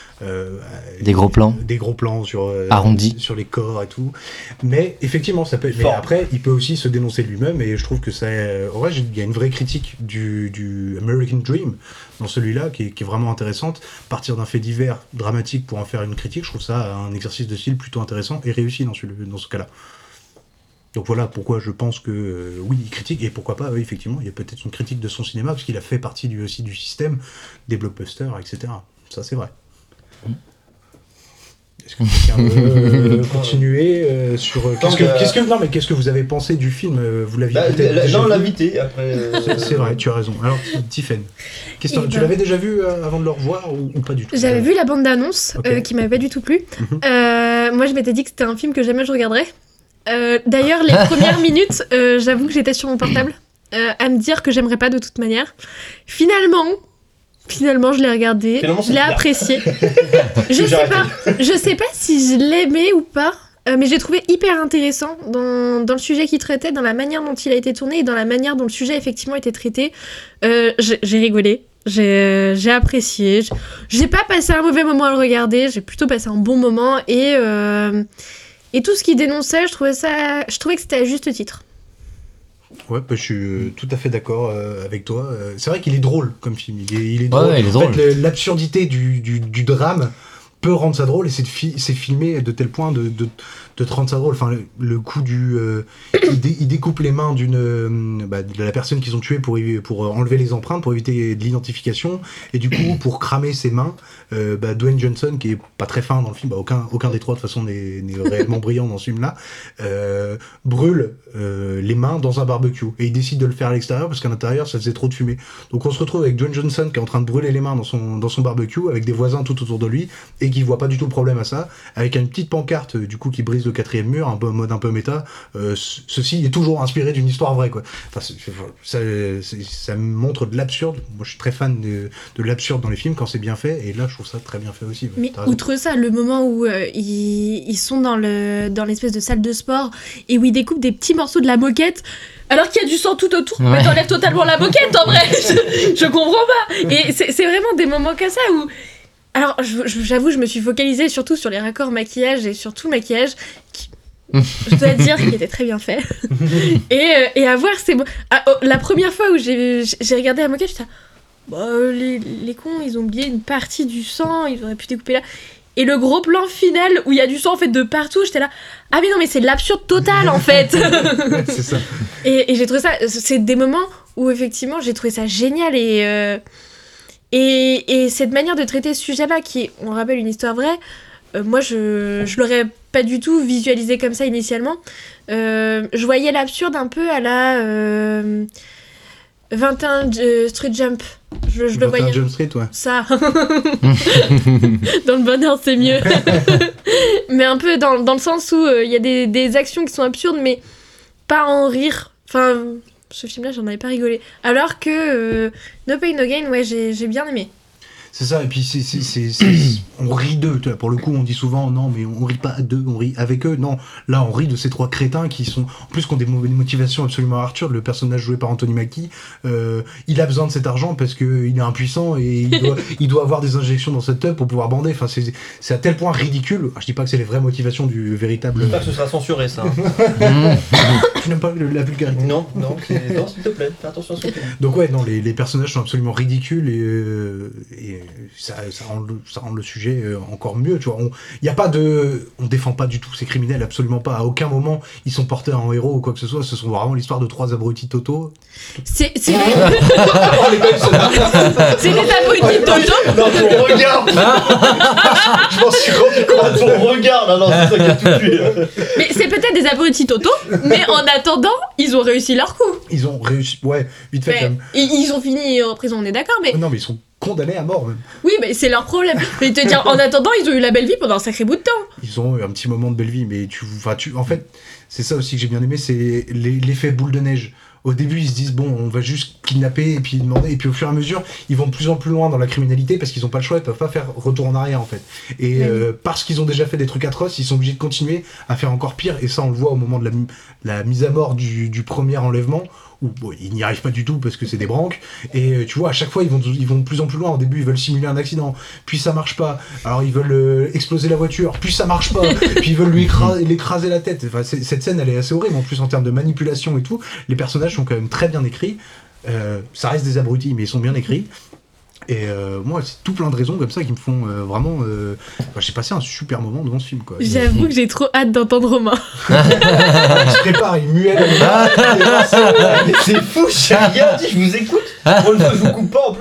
des gros plans sur arrondis sur les corps et tout, mais effectivement ça peut. Mais après il peut aussi se dénoncer lui-même, et je trouve que il y a une vraie critique du American Dream dans celui-là qui est vraiment intéressante. Partir d'un fait divers dramatique pour en faire une critique, je trouve ça un exercice de style plutôt intéressant et réussi dans ce cas-là. Donc voilà pourquoi je pense que oui, il critique, et pourquoi pas, oui, effectivement, il y a peut-être une critique de son cinéma parce qu'il a fait partie aussi du système des blockbusters, etc. Ça c'est vrai. Est-ce que quelqu'un veut continuer sur qu'est-ce que vous avez pensé du film? Vous l'aviez peut-être on l'a invité après. C'est vrai, tu as raison. Alors Tiffaine, tu l'avais déjà vu avant de le revoir ou pas du tout? J'avais vu la bande d'annonce qui m'avait pas du tout plu. Moi je m'étais dit que c'était un film que jamais je regarderais. D'ailleurs les premières minutes, j'avoue que j'étais sur mon portable à me dire que j'aimerais pas de toute manière. Finalement, je l'ai regardé, je l'ai apprécié. Je sais pas si je l'aimais ou pas, mais j'ai trouvé hyper intéressant dans le sujet qu'il traitait, dans la manière dont il a été tourné et dans la manière dont le sujet effectivement était traité. J'ai rigolé, j'ai apprécié. J'ai pas passé un mauvais moment à le regarder, j'ai plutôt passé un bon moment, et tout ce qu'il dénonçait, je trouvais que c'était à juste titre. Ouais, je suis tout à fait d'accord avec toi. C'est vrai qu'il est drôle comme film. Il est drôle. Ouais, il est drôle. En fait, l'absurdité du drame peut rendre ça drôle, et c'est filmé de tel point de te rendre ça drôle. Enfin, le coup il découpe les mains de la personne qu'ils ont tuée pour enlever les empreintes, pour éviter de l'identification, et du coup pour cramer ses mains, Dwayne Johnson, qui est pas très fin dans le film, aucun des trois de toute façon n'est réellement brillant dans ce film-là, brûle les mains dans un barbecue, et il décide de le faire à l'extérieur parce qu'à l'intérieur ça faisait trop de fumée. Donc on se retrouve avec Dwayne Johnson qui est en train de brûler les mains dans son barbecue, avec des voisins tout autour de lui, et qui voit pas du tout le problème à ça, avec une petite pancarte du coup qui brise le 4e mur, un mode un peu méta. Ceci est toujours inspiré d'une histoire vraie, quoi. Enfin, ça montre de l'absurde. Moi je suis très fan de l'absurde dans les films quand c'est bien fait, et là je trouve ça très bien fait aussi. Mais outre ça, le moment où ils sont dans l'espèce de salle de sport et où ils découpent des petits morceaux de la moquette alors qu'il y a du sang tout autour, mais t'enlèves totalement la moquette en vrai. Je comprends pas. Et c'est vraiment des moments comme ça où... Alors, j'avoue, je me suis focalisée surtout sur les raccords maquillage, et surtout le maquillage qui, je dois dire, qu'il était très bien fait. et à voir, c'est bon. La première fois où j'ai regardé la moquette, j'étais les cons, ils ont oublié une partie du sang, ils auraient pu découper là. Et le gros plan final où il y a du sang en fait de partout, j'étais là, ah mais non, mais c'est de l'absurde total en fait. C'est ça. Et j'ai trouvé ça, c'est des moments où effectivement j'ai trouvé ça génial, et cette manière de traiter ce sujet-là, qui est, on rappelle, une histoire vraie, moi je l'aurais pas du tout visualisé comme ça initialement. Je voyais l'absurde un peu à la 21 Street Jump. Je le voyais. 21 Jump Street, ouais. Ça. Dans le bonheur, c'est mieux. Mais un peu dans le sens où il y a des actions qui sont absurdes, mais pas en rire. Enfin, ce film-là, j'en avais pas rigolé. Alors que No Pain No Gain, ouais, j'ai bien aimé. C'est ça, et puis on rit d'eux, tu vois. Pour le coup on dit souvent non mais on rit pas d'eux, on rit avec eux, non, là on rit de ces trois crétins qui sont, en plus qui ont des motivations absolument Arthur, le personnage joué par Anthony Mackie, il a besoin de cet argent parce qu'il est impuissant et il doit avoir des injections dans cette tub pour pouvoir bander, enfin c'est à tel point ridicule, je dis pas que c'est les vraies motivations du véritable... J'espère que ce sera censuré ça. Tu n'aimes pas la vulgarité? Non, s'il te plaît, fais attention à ce que tu dis. Donc ouais, non, les personnages sont absolument ridicules et ça rend le sujet encore mieux, tu vois. On défend pas du tout ces criminels, absolument pas. À aucun moment ils sont portés en héros ou quoi que ce soit. Ce sont vraiment l'histoire de trois abrutis totaux. C'est les abrutis totaux. Non, ton regard. Je m'en suis rendu compte. Ton regard, là, non, c'est ça qui a tout tué. Mais c'est peut-être des abrutis totaux, mais en attendant, ils ont réussi leur coup. Ils ont réussi, ouais, vite fait quand même. Ils ont fini en prison, on est d'accord, mais... Non, mais ils sont condamnés à mort même. Oui, mais c'est leur problème. Mais te dire, en attendant, ils ont eu la belle vie pendant un sacré bout de temps. Ils ont eu un petit moment de belle vie, mais en fait, c'est ça aussi que j'ai bien aimé, c'est l'effet boule de neige. Au début, ils se disent, bon, on va juste kidnapper et puis demander, et puis au fur et à mesure, ils vont de plus en plus loin dans la criminalité parce qu'ils n'ont pas le choix, ils peuvent pas faire retour en arrière en fait. Et parce qu'ils ont déjà fait des trucs atroces, ils sont obligés de continuer à faire encore pire, et ça on le voit au moment de la mise à mort du premier enlèvement, où bon, ils n'y arrivent pas du tout parce que c'est des branques, et tu vois, à chaque fois ils vont de plus en plus loin. Au début ils veulent simuler un accident, puis ça marche pas, alors ils veulent exploser la voiture, puis ça marche pas, puis ils veulent lui écraser la tête. Enfin, cette scène elle est assez horrible, en plus en termes de manipulation et tout, les personnages sont quand même très bien écrits, ça reste des abrutis mais ils sont bien écrits. Et moi, c'est tout plein de raisons comme ça qui me font vraiment... j'ai passé un super moment devant ce film, quoi. J'avoue que j'ai trop hâte d'entendre Romain. Il se prépare, il muelle. C'est fou, j'ai rien dit, je vous écoute. Pour le coup, je vous coupe pas en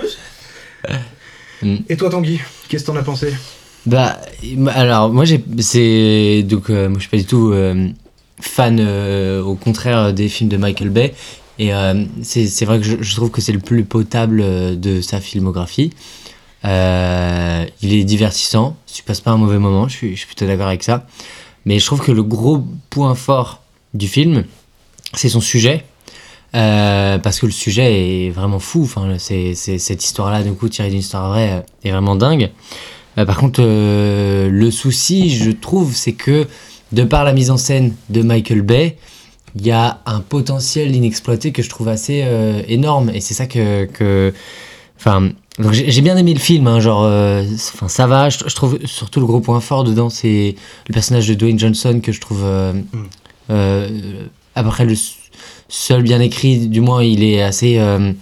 plus. Et toi, Tanguy, qu'est-ce que t'en as pensé? Bah, alors, moi, moi, je suis pas du tout fan, au contraire, des films de Michael Bay. Et c'est vrai que je trouve que c'est le plus potable de sa filmographie. Il est divertissant, tu passes pas un mauvais moment, je suis plutôt d'accord avec ça. Mais je trouve que le gros point fort du film, c'est son sujet. Parce que le sujet est vraiment fou. Enfin, c'est cette histoire-là, du coup, tirée d'une histoire vraie, est vraiment dingue. Par contre, le souci, je trouve, c'est que de par la mise en scène de Michael Bay, il y a un potentiel inexploité que je trouve assez énorme, et c'est ça enfin, donc j'ai bien aimé le film, hein, ça va. Je trouve surtout le gros point fort dedans, c'est le personnage de Dwayne Johnson, que je trouve après le seul bien écrit, du moins il est assez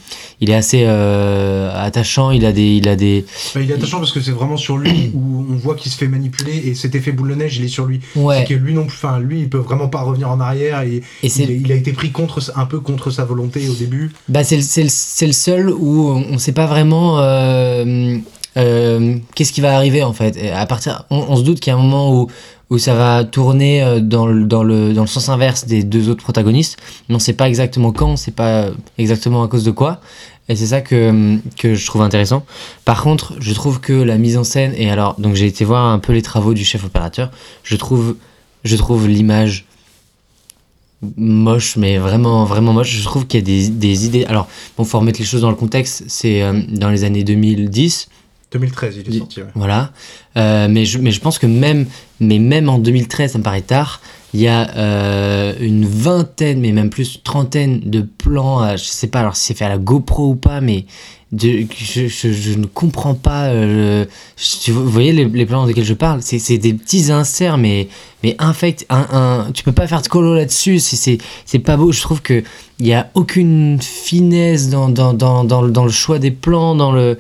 attachant, il est attachant parce que c'est vraiment sur lui où on voit qu'il se fait manipuler, et cet effet boule de neige il est sur lui. Ouais. C'est que lui non plus, enfin lui il peut vraiment pas revenir en arrière, et il a été pris un peu contre sa volonté au début. Bah c'est le seul où on sait pas vraiment qu'est-ce qui va arriver en fait. Et à partir, on se doute qu'il y a un moment où ça va tourner dans le sens inverse des deux autres protagonistes, mais on sait pas exactement quand, on sait pas exactement à cause de quoi, et c'est ça que je trouve intéressant. Par contre, je trouve que la mise en scène, et alors, donc j'ai été voir un peu les travaux du chef opérateur, je trouve l'image moche, mais vraiment, vraiment moche. Je trouve qu'il y a des idées, alors, bon, faut remettre les choses dans le contexte, c'est dans les années 2010, 2013 il est sorti, ouais. Voilà, mais je pense que même en 2013, ça me paraît tard, il y a une vingtaine, mais même plus, trentaine de plans, je sais pas alors si c'est fait à la GoPro ou pas, mais je ne comprends pas. Vous voyez les plans desquels je parle, c'est des petits inserts, mais infects. Tu peux pas faire de colo là-dessus, c'est pas beau. Je trouve que il y a aucune finesse dans le choix des plans,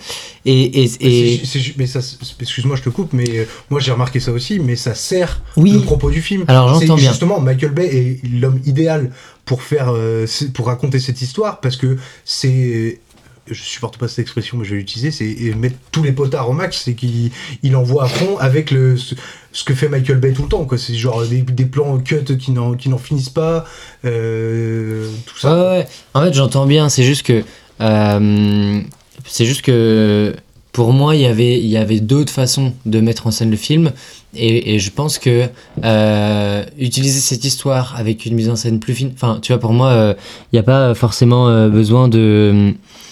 mais ça, excuse-moi je te coupe, mais moi j'ai remarqué ça aussi, mais ça sert le propos du film. Alors j'entends bien. Justement, Michael Bay est l'homme idéal pour raconter cette histoire, parce que c'est, je supporte pas cette expression mais je vais l'utiliser, c'est mettre tous les potards au max, c'est qu'il envoie à fond avec ce que fait Michael Bay tout le temps, quoi. C'est genre des plans cut qui n'en finissent pas, tout ça. Ouais. En fait, j'entends bien, c'est juste que pour moi, il y avait d'autres façons de mettre en scène le film, et je pense que utiliser cette histoire avec une mise en scène plus fine, enfin, tu vois, pour moi, il n'y a pas forcément besoin de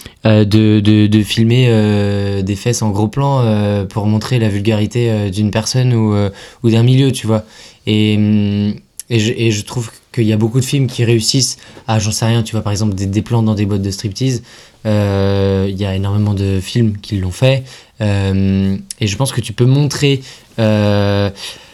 filmer des fesses en gros plan pour montrer la vulgarité d'une personne ou d'un milieu, tu vois. Et je trouve qu'il y a beaucoup de films qui réussissent à, j'en sais rien, tu vois, par exemple des plans dans des boîtes de striptease. Il y a énormément de films qui l'ont fait. Et je pense que tu peux montrer les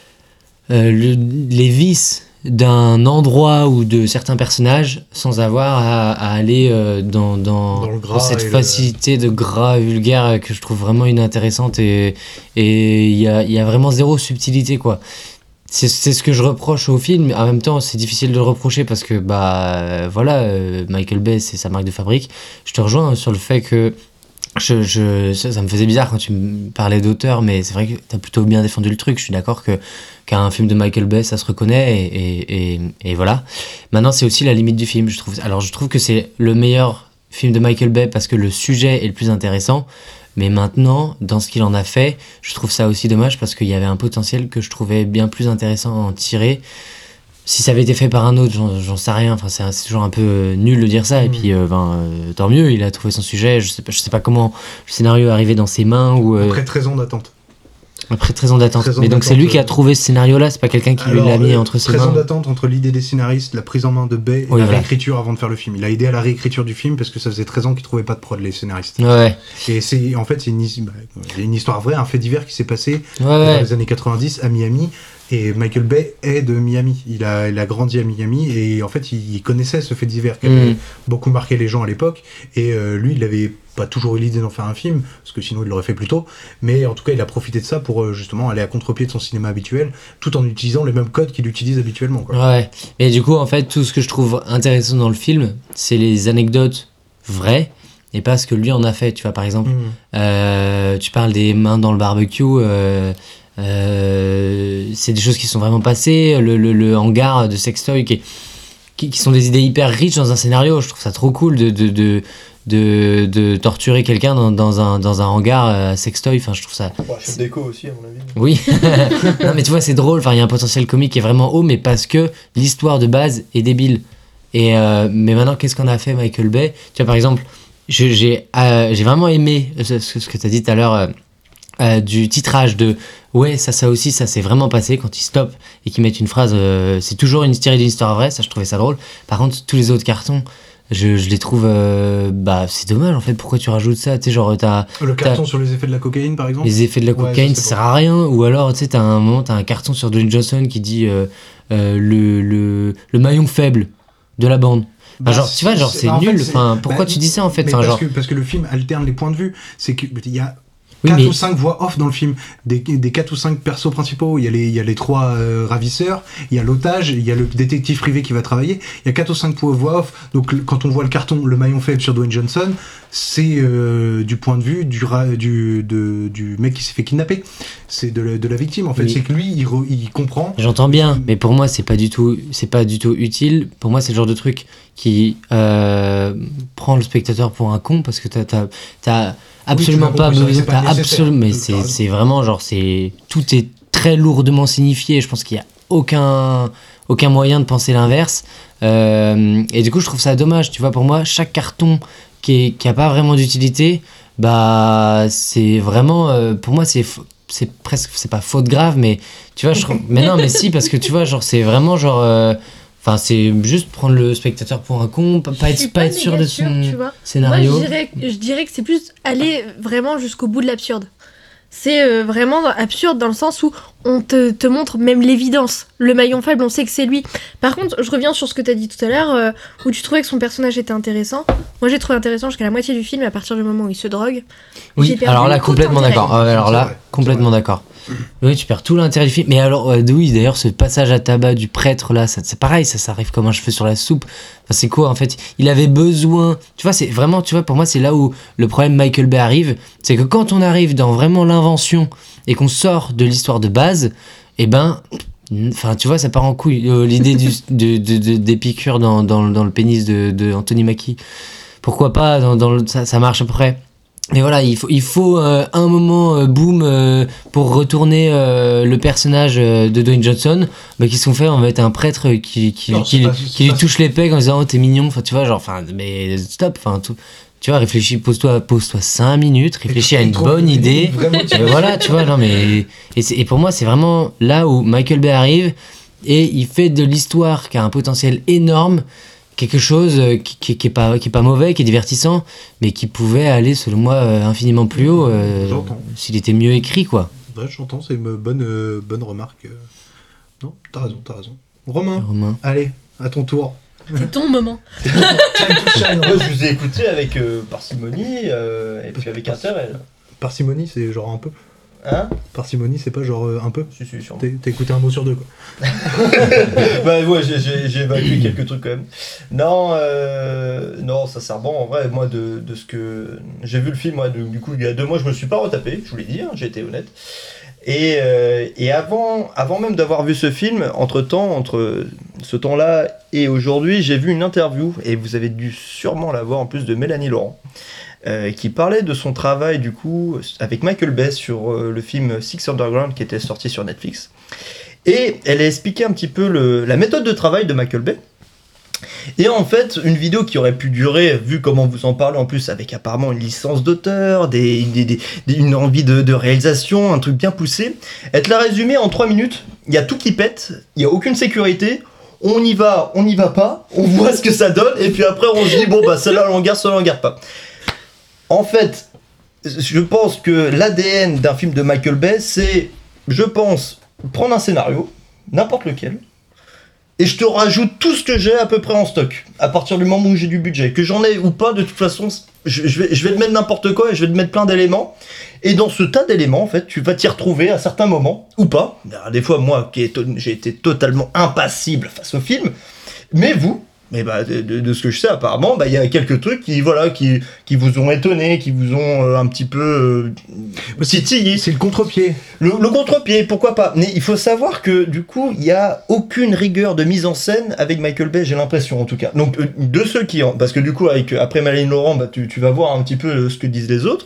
vices d'un endroit ou de certains personnages sans avoir à aller dans cette facilité de gras vulgaire que je trouve vraiment inintéressante, et il y a vraiment zéro subtilité, quoi. C'est ce que je reproche au film. En même temps, c'est difficile de le reprocher parce que Michael Bay, c'est sa marque de fabrique. Je te rejoins sur le fait que ça me faisait bizarre quand tu me parlais d'auteur, mais c'est vrai que t'as plutôt bien défendu le truc. Je suis d'accord qu'un film de Michael Bay, ça se reconnaît, et voilà. Maintenant, c'est aussi la limite du film, je trouve. Alors, je trouve que c'est le meilleur film de Michael Bay parce que le sujet est le plus intéressant. Mais maintenant, dans ce qu'il en a fait, je trouve ça aussi dommage parce qu'il y avait un potentiel que je trouvais bien plus intéressant à en tirer. Si ça avait été fait par un autre, j'en sais rien. Enfin, c'est toujours un peu nul de dire ça. Et puis, tant mieux, il a trouvé son sujet. Je sais pas comment le scénario est arrivé dans ses mains. Après 13 ans d'attente. Après 13 ans d'attente. Mais donc c'est lui qui a trouvé ce scénario-là, c'est pas quelqu'un qui lui l'a mis entre ses mains. 13 ans d'attente entre l'idée des scénaristes, la prise en main de Bay et la réécriture avant de faire le film. Il a aidé à la réécriture du film parce que ça faisait 13 ans qu'il trouvait pas de prod, les scénaristes. Ouais. Et c'est une histoire vraie, un fait divers qui s'est passé dans les années 90 à Miami. Et Michael Bay est de Miami. Il a grandi à Miami et en fait il connaissait ce fait divers qui avait beaucoup marqué les gens à l'époque. Et lui, il avait pas toujours eu l'idée d'en faire un film, parce que sinon il l'aurait fait plus tôt, mais en tout cas il a profité de ça pour justement aller à contre-pied de son cinéma habituel, tout en utilisant les mêmes codes qu'il utilise habituellement, quoi. Ouais, et du coup en fait tout ce que je trouve intéressant dans le film, c'est les anecdotes vraies, et pas ce que lui en a fait, tu vois. Par exemple, tu parles des mains dans le barbecue, c'est des choses qui sont vraiment passées, le hangar de sextoy qui sont des idées hyper riches dans un scénario. Je trouve ça trop cool de torturer quelqu'un dans un hangar sextoy. Enfin, je trouve ça. Chef déco aussi, à mon avis. Oui. Non, mais tu vois, c'est drôle. Enfin, il y a un potentiel comique qui est vraiment haut, mais parce que l'histoire de base est débile. Et mais maintenant, qu'est-ce qu'on a fait, Michael Bay? Tu vois, par exemple, j'ai vraiment aimé ce que tu as dit tout à l'heure. Du titrage de ouais, ça aussi, ça s'est vraiment passé, quand ils stoppent et qu'ils mettent une phrase c'est toujours tiré d'une histoire vraie. Ça, je trouvais ça drôle. Par contre, tous les autres cartons, je les trouve c'est dommage en fait. Pourquoi tu rajoutes ça? Tu sais, genre le carton sur les effets de la cocaïne, par exemple. Les effets de la cocaïne, ça sert à rien. Ou alors, tu sais, t'as un carton sur Dwayne Johnson qui dit le maillon faible de la bande. Genre, tu vois, genre, c'est nul. Enfin, pourquoi tu dis ça en fait? Mais parce que le film alterne les points de vue. C'est qu'il y a 4 ou 5 voix off dans le film, des 4 ou 5 persos principaux. Il y a les 3 ravisseurs, il y a l'otage, il y a le détective privé qui va travailler, il y a 4 ou 5 voix off. Donc quand on voit le carton, le maillon faible sur Dwayne Johnson, c'est du point de vue du mec qui s'est fait kidnapper. C'est de la victime en fait. C'est que lui il comprend. J'entends bien, mais pour moi c'est pas du tout utile. Pour moi c'est le genre de truc qui prend le spectateur pour un con, parce que t'as absolument pas besoin, mais c'est vraiment genre, tout est très lourdement signifié. Je pense qu'il y a aucun moyen de penser l'inverse, et du coup je trouve ça dommage, tu vois. Pour moi, chaque carton qui a pas vraiment d'utilité, c'est vraiment pour moi c'est presque, c'est pas faute grave, mais tu vois, mais non, mais si, parce que tu vois, genre c'est vraiment genre enfin, c'est juste prendre le spectateur pour un con, pas être sûr de son scénario. Moi, je dirais que c'est plus aller vraiment jusqu'au bout de l'absurde. C'est vraiment absurde dans le sens où on te montre même l'évidence. Le maillon faible, on sait que c'est lui. Par contre, je reviens sur ce que tu as dit tout à l'heure, où tu trouvais que son personnage était intéressant. Moi, j'ai trouvé intéressant jusqu'à la moitié du film, à partir du moment où il se drogue. Oui, alors là, complètement d'accord. Complètement d'accord. Oui, tu perds tout l'intérêt du film. Mais alors, oui, d'ailleurs, ce passage à tabac du prêtre là, c'est pareil, ça arrive comme un cheveu sur la soupe. Enfin, c'est quoi en fait? Il avait besoin. Tu vois, c'est vraiment, tu vois, pour moi, c'est là où le problème Michael Bay arrive. C'est que quand on arrive dans vraiment l'invention et qu'on sort de l'histoire de base, enfin, tu vois, ça part en couille. L'idée des piqûres dans le pénis de Anthony Mackie. Pourquoi pas, ça marche à peu près. Mais voilà, il faut un moment boom pour retourner le personnage de Dwayne Johnson, qui se sont fait, on va être un prêtre qui lui touche les pecs en disant oh t'es mignon, enfin tu vois genre, enfin mais stop, enfin tu vois, réfléchis, pose-toi 5 minutes, réfléchis à une bonne idée, voilà, tu vois, non mais et pour moi c'est vraiment là où Michael Bay arrive et il fait de l'histoire qui a un potentiel énorme. Quelque chose qui est pas mauvais, qui est divertissant, mais qui pouvait aller, selon moi, infiniment plus haut s'il était mieux écrit, quoi. Ouais, j'entends, c'est une bonne remarque. Non, t'as raison. Romain, allez, à ton tour. C'est ton moment. Moi, je vous ai écouté avec parcimonie et puis avec intérêt. Parcimonie, c'est genre un peu. Hein ? Parcimonie, c'est pas genre un peu. Si, sûrement. T'as écouté un mot sur deux, quoi. Bah ouais, j'ai évacué quelques trucs quand même. Non, sincèrement, en vrai, moi, de ce que j'ai vu le film, moi, du coup, il y a 2 mois, je me suis pas retapé, je vous l'ai dit, j'ai été honnête. Et avant même d'avoir vu ce film, entre ce temps-là et aujourd'hui, j'ai vu une interview, et vous avez dû sûrement la voir en plus, de Mélanie Laurent. Qui parlait de son travail du coup avec Michael Bay sur le film Six Underground qui était sorti sur Netflix, et elle a expliqué un petit peu la méthode de travail de Michael Bay. Et en fait, une vidéo qui aurait pu durer, vu comment vous en parlez en plus, avec apparemment une licence d'auteur, une envie de réalisation, un truc bien poussé, elle te l'a résumé en 3 minutes. Il y a tout qui pète, il n'y a aucune sécurité, on y va pas, on voit ce que ça donne, et puis après on se dit bon bah celle-là on garde pas. En fait, je pense que l'ADN d'un film de Michael Bay, c'est, je pense, prendre un scénario, n'importe lequel, et je te rajoute tout ce que j'ai à peu près en stock, à partir du moment où j'ai du budget. Que j'en ai ou pas, de toute façon, je vais te mettre n'importe quoi et je vais te mettre plein d'éléments. Et dans ce tas d'éléments, en fait, tu vas t'y retrouver à certains moments, ou pas. Des fois, moi, j'ai été totalement impassible face au film, mais vous... Mais bah de ce que je sais apparemment, il y a quelques trucs qui vous ont étonné, qui vous ont un petit peu titillé. C'est le contre-pied. Le contre-pied, pourquoi pas. Mais il faut savoir que du coup, il y a aucune rigueur de mise en scène avec Michael Bay, j'ai l'impression en tout cas. Donc de ceux qui parce que du coup après Mélanie Laurent, tu vas voir un petit peu ce que disent les autres.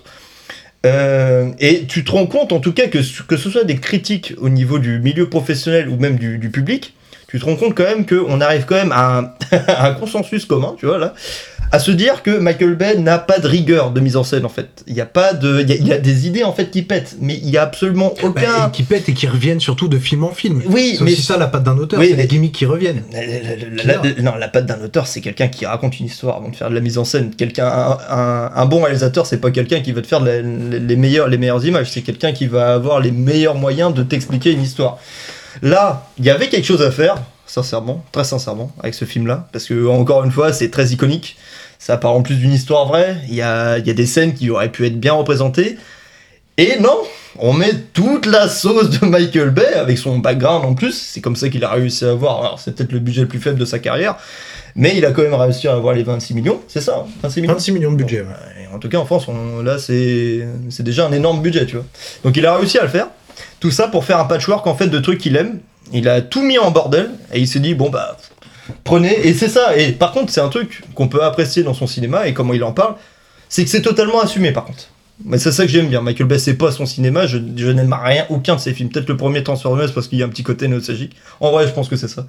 Et tu te rends compte en tout cas que ce soit des critiques au niveau du milieu professionnel ou même du public, tu te rends compte quand même qu'on arrive quand même à un consensus commun, tu vois, là, à se dire que Michael Bay n'a pas de rigueur de mise en scène, en fait. Il y a des idées, en fait, qui pètent, mais il y a absolument aucun... qui pètent et qui reviennent surtout de film en film. Oui, c'est aussi ça, la patte d'un auteur, c'est les gimmicks qui reviennent. Non, la patte d'un auteur, c'est quelqu'un qui raconte une histoire avant de faire de la mise en scène. Un bon réalisateur, c'est pas quelqu'un qui va te faire les meilleures images, c'est quelqu'un qui va avoir les meilleurs moyens de t'expliquer une histoire. Là, il y avait quelque chose à faire, sincèrement, très sincèrement, avec ce film-là, parce que, encore une fois, c'est très iconique. Ça parle en plus d'une histoire vraie, il y a des scènes qui auraient pu être bien représentées. Et non, on met toute la sauce de Michael Bay, avec son background en plus, c'est comme ça qu'il a réussi à avoir, alors c'est peut-être le budget le plus faible de sa carrière, mais il a quand même réussi à avoir les 26 millions, c'est ça, 26 millions de budget, ouais. En tout cas, en France, là, c'est déjà un énorme budget, tu vois. Donc il a réussi à le faire. Tout ça pour faire un patchwork en fait de trucs qu'il aime. Il a tout mis en bordel et il s'est dit bon bah prenez, et c'est ça. Et par contre c'est un truc qu'on peut apprécier dans son cinéma et comment il en parle, c'est que c'est totalement assumé par contre. Mais c'est ça que j'aime bien. Michael Bay, c'est pas son cinéma, je n'aime aucun de ses films. Peut-être le premier Transformers parce qu'il y a un petit côté nostalgique. En vrai je pense que c'est ça.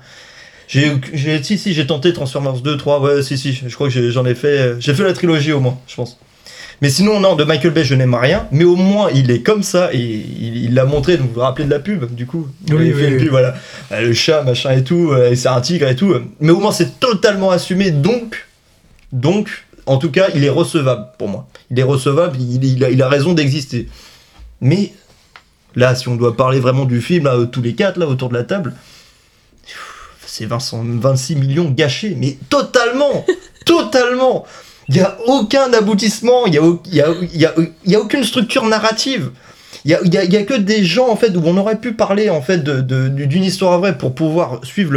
J'ai tenté Transformers 2, 3, ouais si, je crois que j'en ai fait, j'ai fait la trilogie au moins, je pense. Mais sinon, non, de Michael Bay, je n'aime rien. Mais au moins, il est comme ça. Et il l'a montré. Donc, vous vous rappelez de la pub, du coup. Oui, une pub, voilà. Le chat, machin et tout. Et c'est un tigre et tout. Mais au moins, c'est totalement assumé. Donc, en tout cas, il est recevable pour moi. Il est recevable. Il a raison d'exister. Mais là, si on doit parler vraiment du film, là, tous les 4, là, autour de la table, c'est 26 millions gâchés. Mais totalement Il n'y a aucun aboutissement, il y a aucune structure narrative. Il y a que des gens en fait où on aurait pu parler en fait d'une histoire vraie pour pouvoir suivre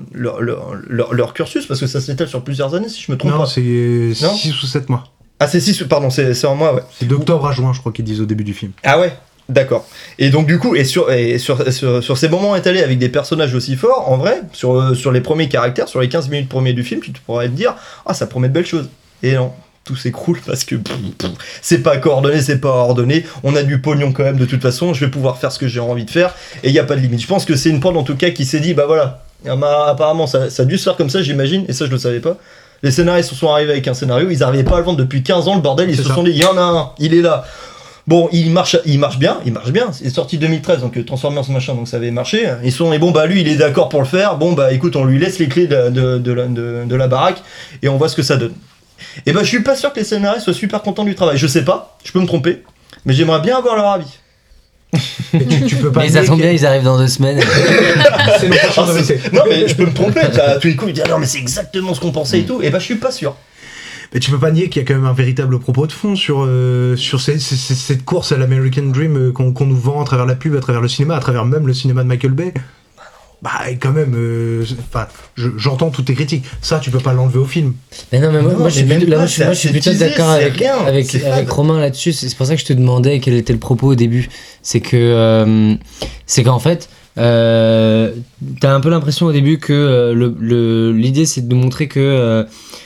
leur cursus, parce que ça s'étale sur plusieurs années si je me trompe pas. Non, c'est 6 ou 7 mois. Ah c'est 6, pardon, c'est en mois, ouais. C'est d'octobre à juin, je crois qu'ils disent au début du film. Ah ouais. D'accord. Et donc du coup, sur ces moments étalés avec des personnages aussi forts, en vrai, sur les premiers caractères, sur les 15 minutes premiers du film, tu te pourrais te dire, ah ça promet de belles choses. Et non, tout s'écroule parce que c'est pas coordonné, c'est pas ordonné. On a du pognon quand même de toute façon. Je vais pouvoir faire ce que j'ai envie de faire et il y a pas de limite. Je pense que c'est une prod en tout cas qui s'est dit bah voilà. Apparemment ça a dû se faire comme ça, j'imagine, et ça je le savais pas. Les scénaristes sont arrivés avec un scénario, ils arrivaient pas à le vendre depuis 15 ans, le bordel, ils se sont dit il y en a un, il est là. Bon, il marche bien. Il est sorti 2013, donc Transformers machin, donc ça avait marché. Ils sont dit bon bah lui il est d'accord pour le faire. Bon bah écoute, on lui laisse les clés de la baraque et on voit ce que ça donne. Et bah je suis pas sûr que les scénaristes soient super contents du travail. Je sais pas, je peux me tromper, mais j'aimerais bien avoir leur avis. Tu peux pas. Mais ça tombe bien, ils arrivent dans 2 semaines. C'est le prochain non mais je peux me tromper. À tous les coups, ils disent ah non mais c'est exactement ce qu'on pensait et tout. Et bah je suis pas sûr. Mais tu peux pas nier qu'il y a quand même un véritable propos de fond sur cette course à l'American Dream qu'on nous vend à travers la pub, à travers le cinéma, à travers même le cinéma de Michael Bay. Bah quand même, j'entends toutes tes critiques. Ça, tu peux pas l'enlever au film. Mais non, mais moi je suis plutôt d'accord avec Romain là-dessus. C'est pour ça que je te demandais quel était le propos au début. C'est qu'en fait, t'as un peu l'impression au début que l'idée c'est de nous montrer que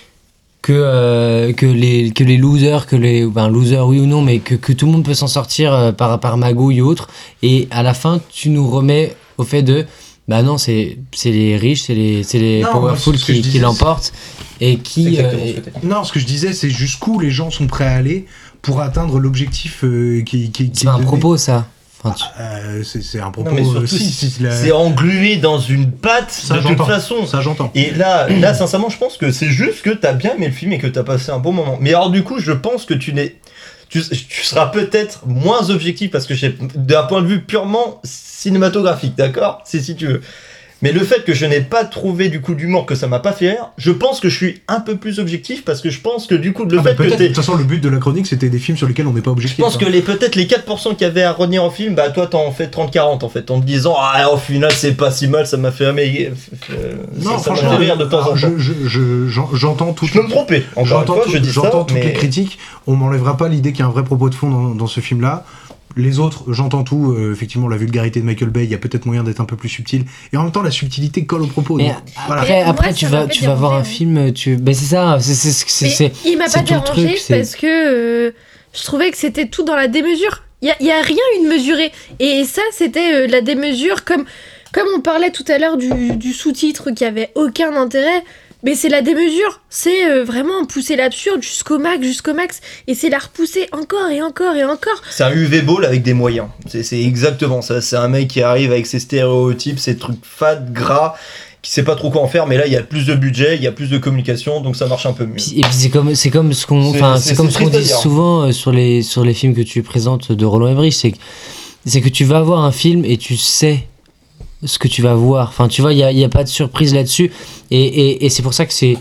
les losers, losers oui ou non, mais que tout le monde peut s'en sortir par magouille ou autre. Et à la fin, tu nous remets au fait de bah non, c'est les riches, c'est les powerful qui l'emportent et qui. Non, ce que je disais, c'est jusqu'où les gens sont prêts à aller pour atteindre l'objectif qui c'est un propos, ça. C'est un propos. Non, mais surtout, c'est englué dans une patte ça, de toute façon. Ça j'entends. Et là, sincèrement, je pense que c'est juste que t'as bien aimé le film et que t'as passé un bon moment. Mais alors du coup, je pense que tu seras peut-être moins objectif parce que d'un point de vue purement cinématographique, d'accord ? Si tu veux. Mais le fait que je n'ai pas trouvé du coup d'humour, que ça m'a pas fait rire, je pense que je suis un peu plus objectif parce que je pense que du coup le fait que de toute façon le but de la chronique c'était des films sur lesquels on n'est pas objectif. Je pense que peut-être les 4% qu'il y avait à retenir en film, bah toi t'en fais 30-40 en fait, en te disant ah au final c'est pas si mal, ça m'a fait aimer. Non, ça m'a fait rire de temps en temps. J'entends tout. Je peux me tromper. J'entends toutes les critiques. On m'enlèvera pas l'idée qu'il y a un vrai propos de fond dans ce film là. Les autres, j'entends tout. Effectivement, la vulgarité de Michael Bay, il y a peut-être moyen d'être un peu plus subtil. Et en même temps, la subtilité colle au propos. Mais donc, voilà. Après, tu vas voir un film. Ben c'est ça. Il m'a pas dérangé parce que je trouvais que c'était tout dans la démesure. Il y a rien eu de mesuré. Et ça, c'était la démesure comme on parlait tout à l'heure du sous-titre qui avait aucun intérêt. Mais c'est la démesure, c'est vraiment pousser l'absurde jusqu'au max, et c'est la repousser encore et encore et encore. C'est un UV Ball avec des moyens, c'est exactement ça, c'est un mec qui arrive avec ses stéréotypes, ses trucs fades, gras, qui sait pas trop quoi en faire, mais là il y a plus de budget, il y a plus de communication, donc ça marche un peu mieux. Et puis c'est comme ce qu'on dit souvent sur les films que tu présentes de Roland Emmerich, c'est que tu vas voir un film et tu sais ce que tu vas voir, enfin tu vois, il y a pas de surprise là-dessus et c'est pour ça que c'est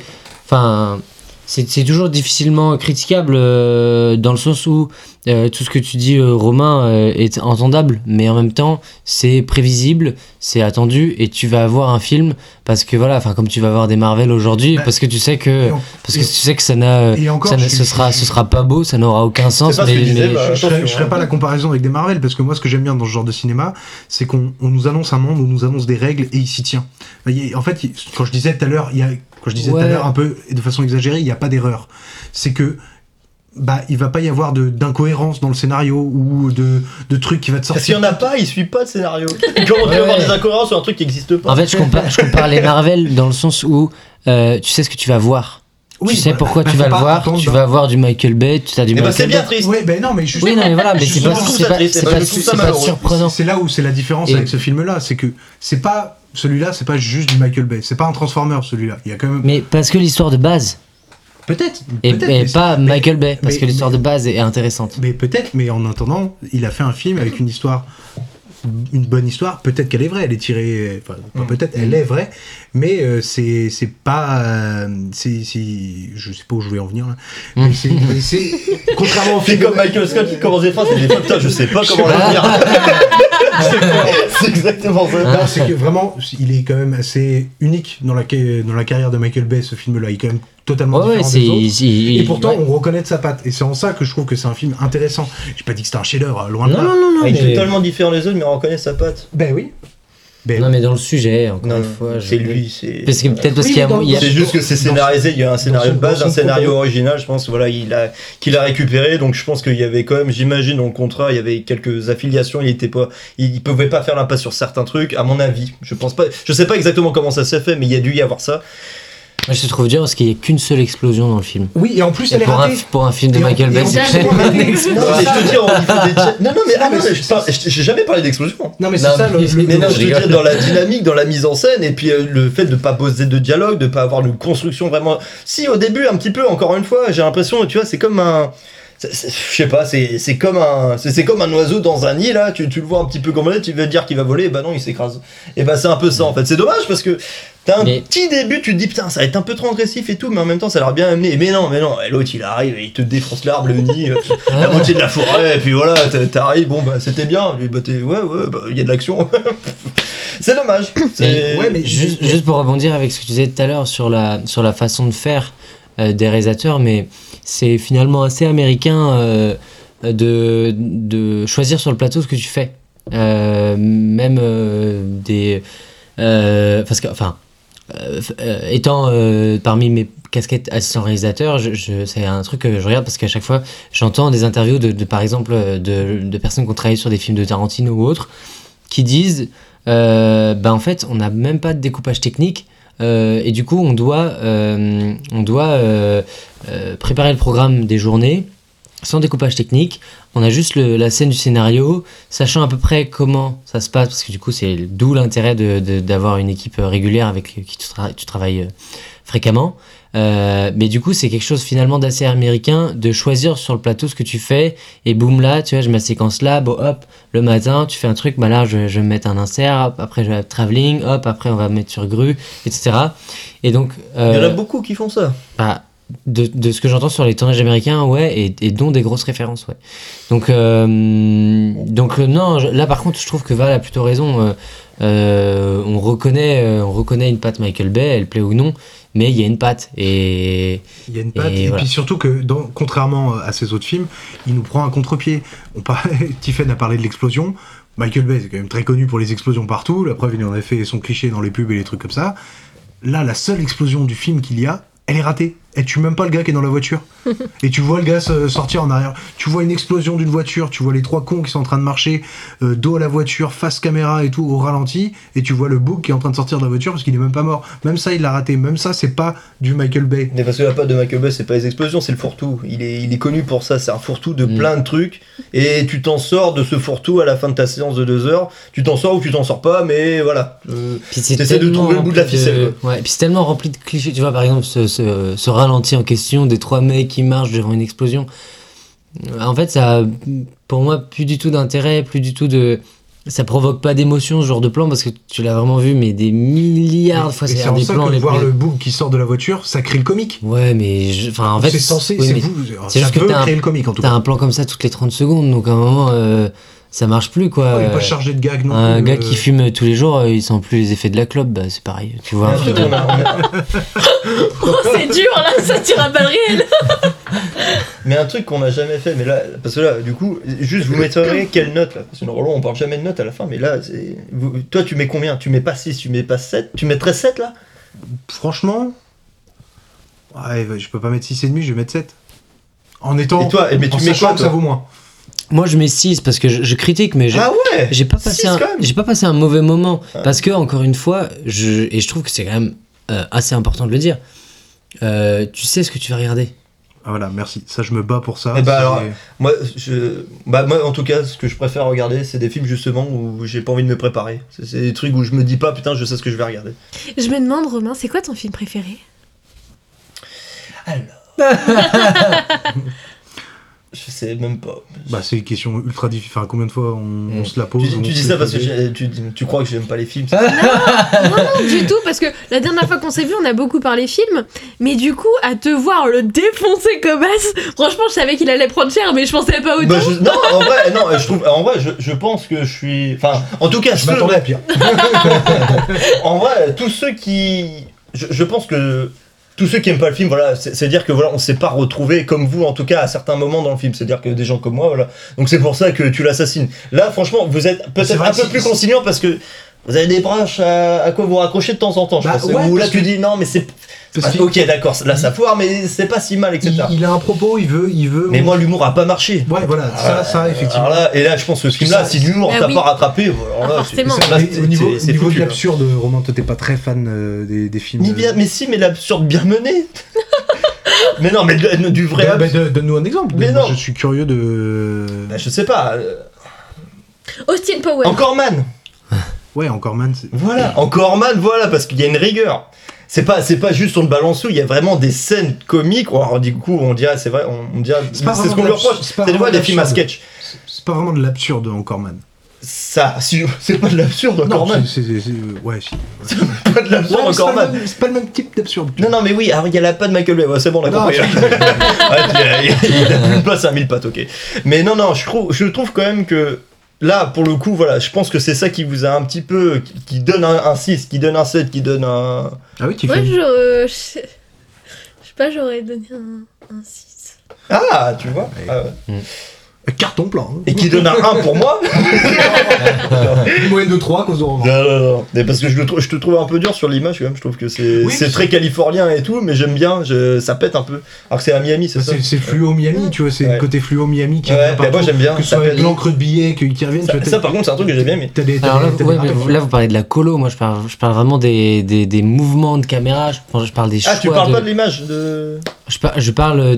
toujours difficilement critiquable dans le sens où tout ce que tu dis Romain est entendable, mais en même temps c'est prévisible, c'est attendu et tu vas avoir un film parce que voilà, enfin comme tu vas voir des Marvel aujourd'hui, parce que tu sais que ça ce sera pas beau, ça n'aura aucun sens. Je ferai pas la comparaison avec des Marvel parce que moi ce que j'aime bien dans ce genre de cinéma, c'est qu'on nous annonce un monde, on nous annonce des règles et il s'y tient. En fait, quand je disais tout à l'heure, un peu de façon exagérée, il y a pas d'erreur. C'est que il va pas y avoir d'incohérence dans le scénario ou de trucs qui va te sortir. Parce qu'il y en a pas, il suit pas de scénario. Comment tu vas avoir des incohérences sur un truc qui existe pas? En fait, je compare les Marvel dans le sens où tu sais ce que tu vas voir. Oui, tu sais pourquoi tu vas le voir, tu vas voir du Michael Bay, tu as du Michael Bay. C'est bien triste. Oui, non, mais oui, non, mais voilà, mais c'est pas surprenant. C'est là où c'est la différence avec ce film-là, c'est que celui-là, c'est pas juste du Michael Bay, c'est pas un Transformer celui-là. Il y a quand même. Mais parce que l'histoire de base. Peut-être. Et pas Michael Bay, parce que l'histoire de base est intéressante. Mais peut-être, mais en attendant, il a fait un film avec une histoire, une bonne histoire. Peut-être qu'elle est vraie, elle est tirée. Enfin, pas peut-être, elle est vraie, mais c'est pas. Je sais pas où je voulais en venir là. Mais c'est contrairement au film. C'est comme Michael Scott qui commence des phrases, c'est des putain, je sais pas comment le dire. C'est exactement ça. Non, c'est que vraiment, il est quand même assez unique dans la carrière de Michael Bay, ce film-là. Il est quand même totalement différent des autres. Et pourtant, on reconnaît de sa patte. Et c'est en ça que je trouve que c'est un film intéressant. J'ai pas dit que c'était un chef-d'œuvre, loin de là. Non, il est totalement différent des autres, mais on reconnaît sa patte. Ben oui. Non, mais dans le sujet, encore Non, une fois. c'est lui, c'est. Parce que, peut-être parce qu'il y a. C'est juste que c'est scénarisé, il y a un scénario de base, un scénario original, je pense, voilà, qu'il a récupéré, donc je pense qu'il y avait quand même, j'imagine, dans le contrat, il y avait quelques affiliations, il pouvait pas faire l'impasse sur certains trucs, à mon avis. Je pense pas, je sais pas exactement comment ça s'est fait, mais il y a dû y avoir ça. Moi, je trouve dur parce qu'il n'y a qu'une seule explosion dans le film. Oui, et en plus, elle est ratée. Pour un film de Michael Bay, c'est très. Non, mais je te dis, au niveau des. Non, mais j'ai jamais parlé d'explosion. Non, mais c'est ça Mais non, je veux dire, dans la dynamique, dans la mise en scène, et puis le fait de pas poser de dialogue, de pas avoir une construction vraiment. Si, au début, un petit peu, encore une fois, j'ai l'impression, tu vois, c'est comme un. Je sais pas, c'est comme un oiseau dans un nid là, tu le vois un petit peu comme là, tu veux dire qu'il va voler, et bah non, il s'écrase. Et bah c'est un peu ça en fait. C'est dommage parce que t'as un petit début, tu te dis putain, ça va être un peu transgressif et tout, mais en même temps ça a l'air bien amené. Mais non, l'autre il arrive, il te défonce l'arbre, le nid, la moitié de la forêt, et puis voilà, t'arrives, bon bah c'était bien, lui bah il y a de l'action. C'est dommage. Ouais, mais juste pour rebondir avec ce que tu disais tout à l'heure sur la façon de faire des réalisateurs, mais c'est finalement assez américain de choisir sur le plateau ce que tu fais. Même des... parce que, enfin, étant parmi mes casquettes assistant réalisateur, c'est un truc que je regarde parce qu'à chaque fois, j'entends des interviews par exemple, de personnes qui ont travaillé sur des films de Tarantino ou autres, qui disent, en fait, on n'a même pas de découpage technique, et du coup, on doit préparer le programme des journées sans découpage technique. On a juste la scène du scénario, sachant à peu près comment ça se passe, parce que du coup, c'est d'où l'intérêt d'avoir une équipe régulière avec qui tu travailles fréquemment. Mais du coup, c'est quelque chose finalement d'assez américain de choisir sur le plateau ce que tu fais, et boum, là, tu vois, je mets ma séquence là, bon, hop, le matin, tu fais un truc, bah là, je vais mettre un insert, hop, après je vais travelling, hop, après on va mettre sur grue, etc. Et donc... il y en a beaucoup qui font ça. De ce que j'entends sur les tournages américains, ouais, et dont des grosses références, ouais. Donc non, là par contre, je trouve que Val a plutôt raison. On reconnaît une patte Michael Bay, elle plaît ou non, mais il y a une patte. Il y a une patte, et puis surtout que, contrairement à ses autres films, il nous prend un contre-pied. Tiffen a parlé de l'explosion. Michael Bay, c'est quand même très connu pour les explosions partout. La preuve, il en a fait son cliché dans les pubs et les trucs comme ça. Là, la seule explosion du film qu'il y a, elle est ratée. Elle tue même pas le gars qui est dans la voiture. Et tu vois le gars sortir en arrière. Tu vois une explosion d'une voiture, tu vois les trois cons qui sont en train de marcher dos à la voiture, face caméra et tout, au ralenti, et tu vois le bouc qui est en train de sortir de la voiture parce qu'il est même pas mort. Même ça, il l'a raté. Même ça, c'est pas du Michael Bay. Mais parce que la patte de Michael Bay, c'est pas les explosions, c'est le fourre-tout. Il est connu pour ça, c'est un fourre-tout de plein de trucs, et tu t'en sors de ce fourre-tout à la fin de ta séance de 2 heures. Tu t'en sors ou tu t'en sors pas, mais voilà. T'essaies de trouver le bout de la ficelle. Ouais, et puis c'est tellement rempli de clichés. Tu vois, par exemple, ce ralenti en question des 3 mecs qui marchent devant une explosion. En fait, ça a, pour moi, plus du tout d'intérêt, plus du tout de... Ça provoque pas d'émotion, ce genre de plan, parce que tu l'as vraiment vu, mais des milliards de fois. C'est en ça que voir le bouc qui sort de la voiture, ça crée le comique. Ouais, mais... en fait... C'est censé... Oui, c'est juste que créer le comique, en tout cas. T'as un plan comme ça toutes les 30 secondes, donc à un moment... ça marche plus, quoi. Il est pas chargé de gags non plus. Un gars qui fume tous les jours, il sent plus les effets de la clope, bah c'est pareil. Tu vois. C'est dur là, ça tire à balles réelles. Mais un truc qu'on n'a jamais fait, mais là, parce que là, du coup, juste vous mettrez quelle note là? Parce que normalement on parle jamais de note à la fin, mais là, toi tu mets combien? Tu mets pas 6, tu mets pas 7? Tu mettrais 7 là? Franchement, ouais, je peux pas mettre 6,5, je vais mettre 7. En étant. Et toi, mais tu mets quoi, que ça vaut moins? Moi je mets 6 parce que je critique, mais j'ai pas passé un mauvais moment. Parce que, encore une fois, je trouve que c'est quand même assez important de le dire. Tu sais ce que tu vas regarder. Ah voilà, merci. Ça, je me bats pour ça. Et alors, moi, en tout cas, ce que je préfère regarder, c'est des films justement où j'ai pas envie de me préparer. C'est des trucs où je me dis pas, putain, je sais ce que je vais regarder. Je me demande, Romain, c'est quoi ton film préféré? Alors. Je sais même pas. C'est une question ultra difficile. Enfin, combien de fois on se la pose? Tu dis ça parce que tu crois que j'aime pas les films? Non, du tout, parce que la dernière fois qu'on s'est vu, on a beaucoup parlé films, mais du coup, à te voir le défoncer comme as, franchement, je savais qu'il allait prendre cher, mais je pensais pas autant. Je pense que je suis... Enfin, en tout cas... Je m'attendais à pire. En vrai, tous ceux qui... Je pense que... Tous ceux qui aiment pas le film, voilà, c'est-à-dire que voilà, on s'est pas retrouvé comme vous en tout cas à certains moments dans le film, c'est-à-dire que des gens comme moi, voilà. Donc c'est pour ça que tu l'assassines. Là, franchement, vous êtes peut-être un peu plus conciliant parce que Vous avez des branches à quoi vous raccrochez de temps en temps, je pense. Ou là tu dis non, mais c'est. Ok, d'accord, là ça foire, mais c'est pas si mal, etc. Il a un propos, il veut. Mais moi, l'humour a pas marché. Ouais, voilà, ça, effectivement. Et là, je pense que ce film-là, si l'humour t'a pas rattrapé, alors là, forcément. Au niveau de l'absurde, Romain, toi, t'es pas très fan des films. Mais si, mais l'absurde bien mené. Mais non, mais du vrai. Donne-nous un exemple. Mais non. Je suis curieux de. Je sais pas. Austin Powers. Encore Man. Ouais, Encore Man. Voilà, Encore Man, voilà, parce qu'il y a une rigueur. C'est pas juste on te balance où, il y a vraiment des scènes comiques. Alors, du coup, on dirait, c'est vrai, on dirait, c'est ce qu'on lui reproche. C'est des films à sketch. C'est pas vraiment de l'absurde, Encore Man. Ça, c'est pas de l'absurde, Encore Man. Ouais, si. C'est pas de l'absurde, Encore Man. C'est pas le même type d'absurde. Non, mais oui, alors il y a la patte de Michael Bay, ouais, c'est bon, on a compris. Il a une place à 1000 pattes, ok. Mais non, je trouve quand même que. Là, pour le coup, voilà, je pense que c'est ça qui vous a un petit peu. Qui donne un 6, qui donne un 7, qui donne un. Ah oui, tu fais. Je sais pas, j'aurais donné un 6. Ah, tu vois. Carton plein. Et qui donne un 1 pour moi. Une moyenne de 3 à cause de Romain. Non. Mais parce que je te trouve un peu dur sur l'image quand même. Je trouve que c'est très californien et tout, mais j'aime bien. Ça pète un peu. Alors que c'est à Miami, c'est ça. C'est fluo Miami, tu vois. C'est le côté fluo Miami qui revient partout. Moi j'aime bien. Que ce soit avec l'encre de billet, qu'ils reviennent. Ça par contre, c'est un truc que j'ai bien aimé. Là, vous parlez de la colo. Moi, je parle vraiment des mouvements de caméra. Je parle des choix. Ah, tu parles pas de l'image de. Je parle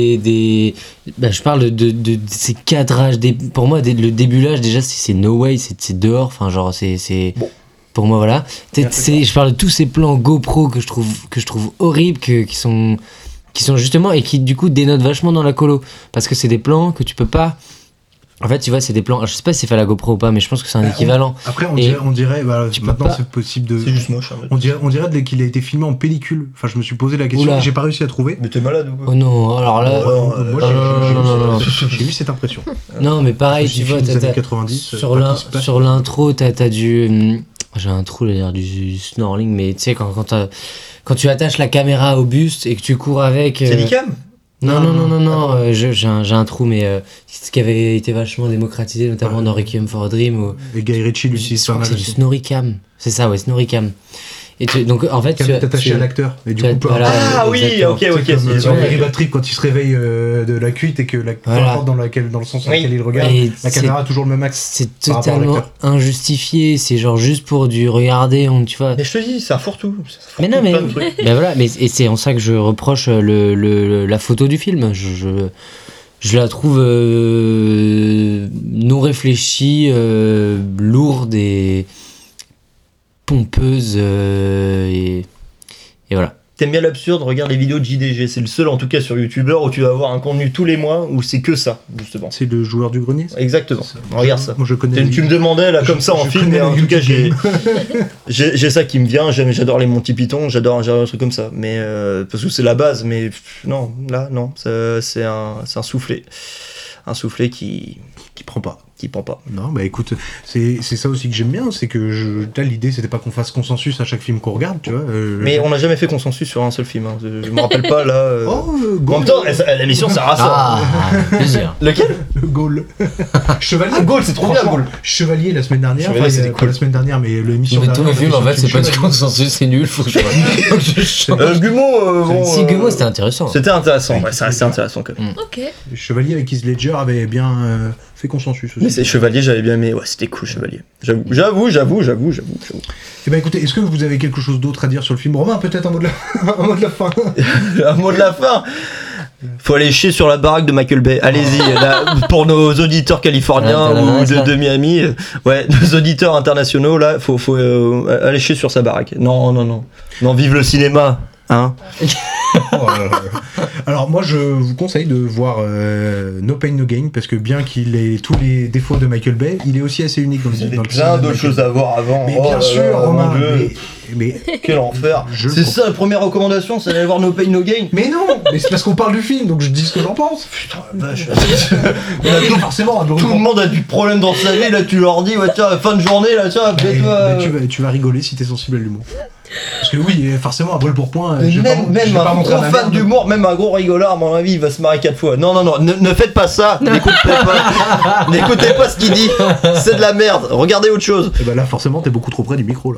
je parle de ces cadrages. Pour moi, le débulage, déjà, c'est no way, c'est dehors. Enfin, genre, c'est bon. Pour moi, voilà. Je parle de tous ces plans GoPro que je trouve horribles, qui sont justement, et qui, du coup, dénotent vachement dans la colo. Parce que c'est des plans que tu peux pas. En fait, tu vois, c'est des plans. Je sais pas si c'est fait à la GoPro ou pas, mais je pense que c'est un équivalent. Après, on dirait maintenant c'est possible de. C'est juste moche. On dirait qu'il a été filmé en pellicule. Enfin, je me suis posé la question. J'ai pas réussi à trouver. Mais t'es malade ou quoi? Oh non, alors là. Moi, j'ai eu cette impression. Non, mais pareil, tu vois, sur l'intro, t'as du. J'ai un trou, là, du snorkeling, mais tu sais, quand tu attaches la caméra au buste et que tu cours avec. C'est l'icam? Non, j'ai un trou, mais ce qui avait été vachement démocratisé, notamment dans Requiem for a Dream. Et Guy Ritchie l'utilise pas mal. C'est du Snorricam, c'est ça, ouais, Snorricam. Et donc en fait, tu es attaché à l'acteur. Et du coup, ah oui, ok. C'est comme Very Bad Trip quand il se réveille de la cuite et que peu importe dans le sens dans lequel il regarde, la caméra a toujours le même axe. C'est totalement injustifié. C'est genre juste pour du regarder, tu vois. Mais je te dis, ça fourre-tout. Mais non, mais voilà, et c'est en ça que je reproche la photo du film. Je la trouve non réfléchie, lourde et pompeuse et voilà. T'aimes bien l'absurde, regarde les vidéos de JDG, c'est le seul en tout cas sur YouTuber où tu vas avoir un contenu tous les mois où c'est que ça, justement. C'est le joueur du grenier, ça. Exactement. Regarde ça. Moi je connais. Tu me demandais là comme ça en film, mais en tout cas j'ai ça qui me vient, j'adore les Monty Python, j'adore un truc comme ça, mais parce que c'est la base, mais non, là non, c'est un soufflet. Un soufflet qui prend pas. Non, bah écoute, c'est ça aussi que j'aime bien, c'est que là l'idée c'était pas qu'on fasse consensus à chaque film qu'on regarde, tu vois. Mais on n'a jamais fait consensus sur un seul film, hein. Je me rappelle pas là. En même temps, l'émission ça rassort. Plaisir. Lequel? Le Gaulle. Chevalier. Ah, Gaulle, c'est trop bien, Gaulle. Chevalier la semaine dernière, c'était cool. La semaine dernière, mais l'émission. Mais tous mes films en fait c'est pas du consensus, c'est nul, faut que je Gummo, si Gummo c'était intéressant. C'était intéressant, ouais, ça restait intéressant quand même. Ok. Chevalier avec Heath Ledger avait bien fait consensus aussi. Mais c'est Chevalier, j'avais bien aimé, ouais, c'était cool Chevalier. J'avoue. Eh ben écoutez, est-ce que vous avez quelque chose d'autre à dire sur le film? Romain, peut-être un mot de la fin. Un mot de la fin. Faut aller chier sur la baraque de Michael Bay. Allez-y, là, pour nos auditeurs californiens ou de Miami, ouais, nos auditeurs internationaux, là, faut aller chier sur sa baraque. Non, vive le cinéma, hein. Alors moi je vous conseille de voir No Pain No Gain parce que bien qu'il ait tous les défauts de Michael Bay, il est aussi assez unique dans le cinéma. Il y a plein d'autres choses à voir avant. Mais bien sûr, Romain. Mais quel enfer. C'est ça la première recommandation, c'est d'aller voir No Pain No Gain. Mais non, mais c'est parce qu'on parle du film, donc je dis ce que j'en pense. Putain la vache. Forcément, tout le monde a du problème dans sa vie, là tu leur dis ouais tiens, fin de journée là, tiens, appelle-toi. Tu vas rigoler si t'es sensible à l'humour. Parce que oui, forcément, à brûle pour point, même un gros fan d'humour, même un gros rigolard, à mon avis, il va se marrer 4 fois. Non, ne faites pas ça, n'écoutez pas ce qu'il dit, c'est de la merde, regardez autre chose. Et bah là, forcément, t'es beaucoup trop près du micro, là.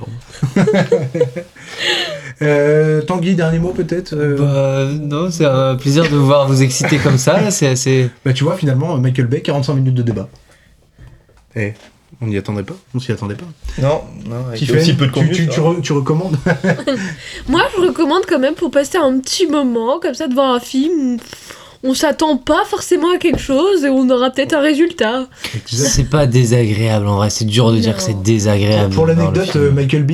Tanguy, dernier mot peut-être Non, c'est un plaisir de voir vous exciter comme ça, là, c'est assez... Bah tu vois, finalement, Michael Bay, 45 minutes de débat. On n'y attendait pas. On s'y attendait pas. Non. Qui fait aussi peu de contenu. Tu recommandes? Moi, je recommande quand même pour passer un petit moment comme ça devant un film. On s'attend pas forcément à quelque chose et on aura peut-être un résultat. C'est pas désagréable en vrai, c'est dur de dire que c'est désagréable. Pour l'anecdote, Michael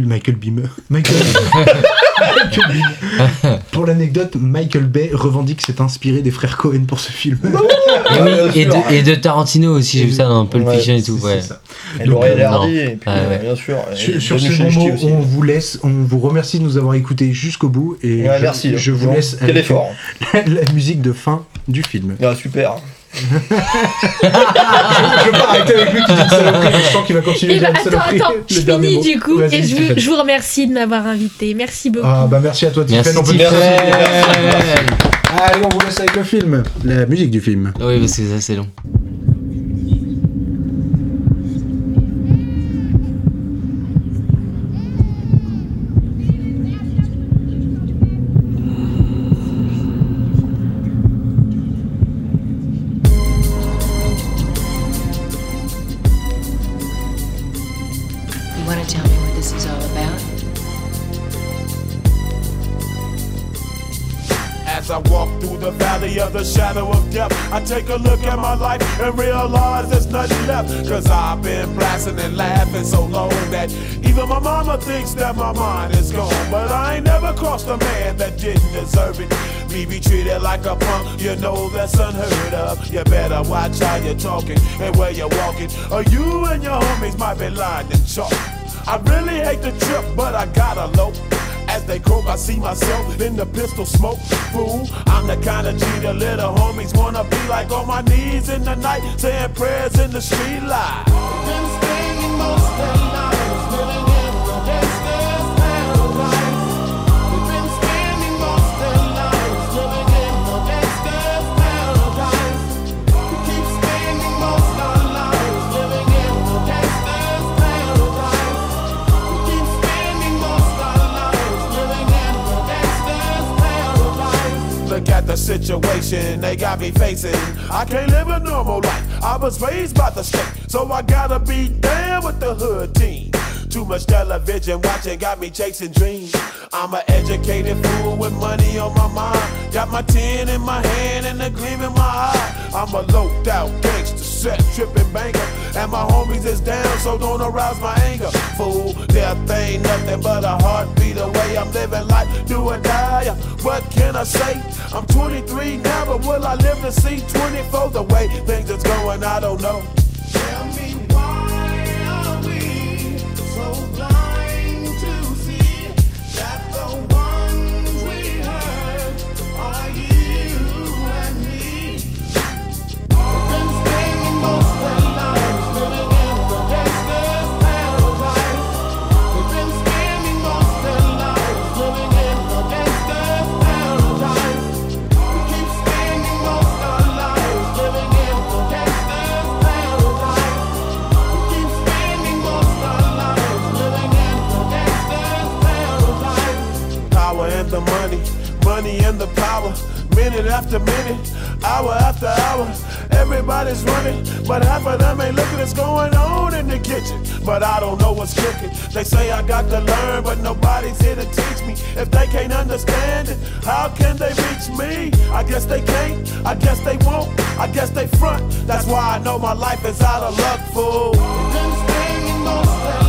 Pour l'anecdote, Michael Bay revendique s'être inspiré des frères Cohen pour ce film. Et de Tarantino aussi, j'ai vu ça dans Pulp Fiction et tout. Ouais. Et Laurel Hardy, et puis bien sûr. Sur ce moment, on vous laisse, on vous remercie de nous avoir écoutés jusqu'au bout et merci, je vous laisse quel effort. La musique de fin du film. Super. Je veux pas arrêter avec lui qui dit une saloperie, je sens qu'il va continuer de dire une saloperie. Attends, je finis du coup et je vous remercie de m'avoir invité. Merci beaucoup. Ah bah merci à toi Tiffen. Allez, on vous laisse avec le film, la musique du film. Oui, parce que ça c'est long. As I walk through the valley of the shadow of death, I take a look at my life and realize there's nothing left. Cause I've been blasting and laughing so long that even my mama thinks that my mind is gone. But I ain't never crossed a man that didn't deserve it. Me be treated like a punk, you know that's unheard of. You better watch how you're talking and where you're walking, or you and your homies might be lying in chalk. I really hate the trip, but I gotta low. As they croak, I see myself in the pistol smoke. Fool, I'm the kind of G the little homies wanna be like, on my knees in the night, saying prayers in the street light. Been staying most of their lives, living in the gangster's paradise. We've been spending most of their lives, living in the gangster's paradise. We keep spending most of our lives, living in the gangster's paradise. We keep spending most of our lives. Look at the situation they got me facing. I can't live a normal life. I was raised by the state, so I gotta be down with the hood team. Too much television watching got me chasing dreams. I'm an educated fool with money on my mind. Got my tin in my hand and a gleam in my eye. I'm a loped out gangster, set tripping banker, and my homies is down, so don't arouse my anger. Fool, death ain't nothing but a heartbeat away. I'm living life, do or die. What can I say? I'm 23 now, but will I live to see 24? The way things is going, I don't know. Tell me why are we so blind to see that the ones we hurt are you and me? We've been spending most of our lives living in the gangster's paradise. We've been spending most of our lives living in the gangster's paradise. We keep spending most of our lives living in the gangster's paradise. We keep spending most of our lives living in the gangster's paradise. Power and the money, money and the power. Minute after minute, hour after hour, everybody's running, but half of them ain't looking what's going on in the kitchen. But I don't know what's cooking. They say I got to learn, but nobody's here to teach me. If they can't understand it, how can they reach me? I guess they can't, I guess they won't, I guess they front. That's why I know my life is out of luck, fool. We've been staying most of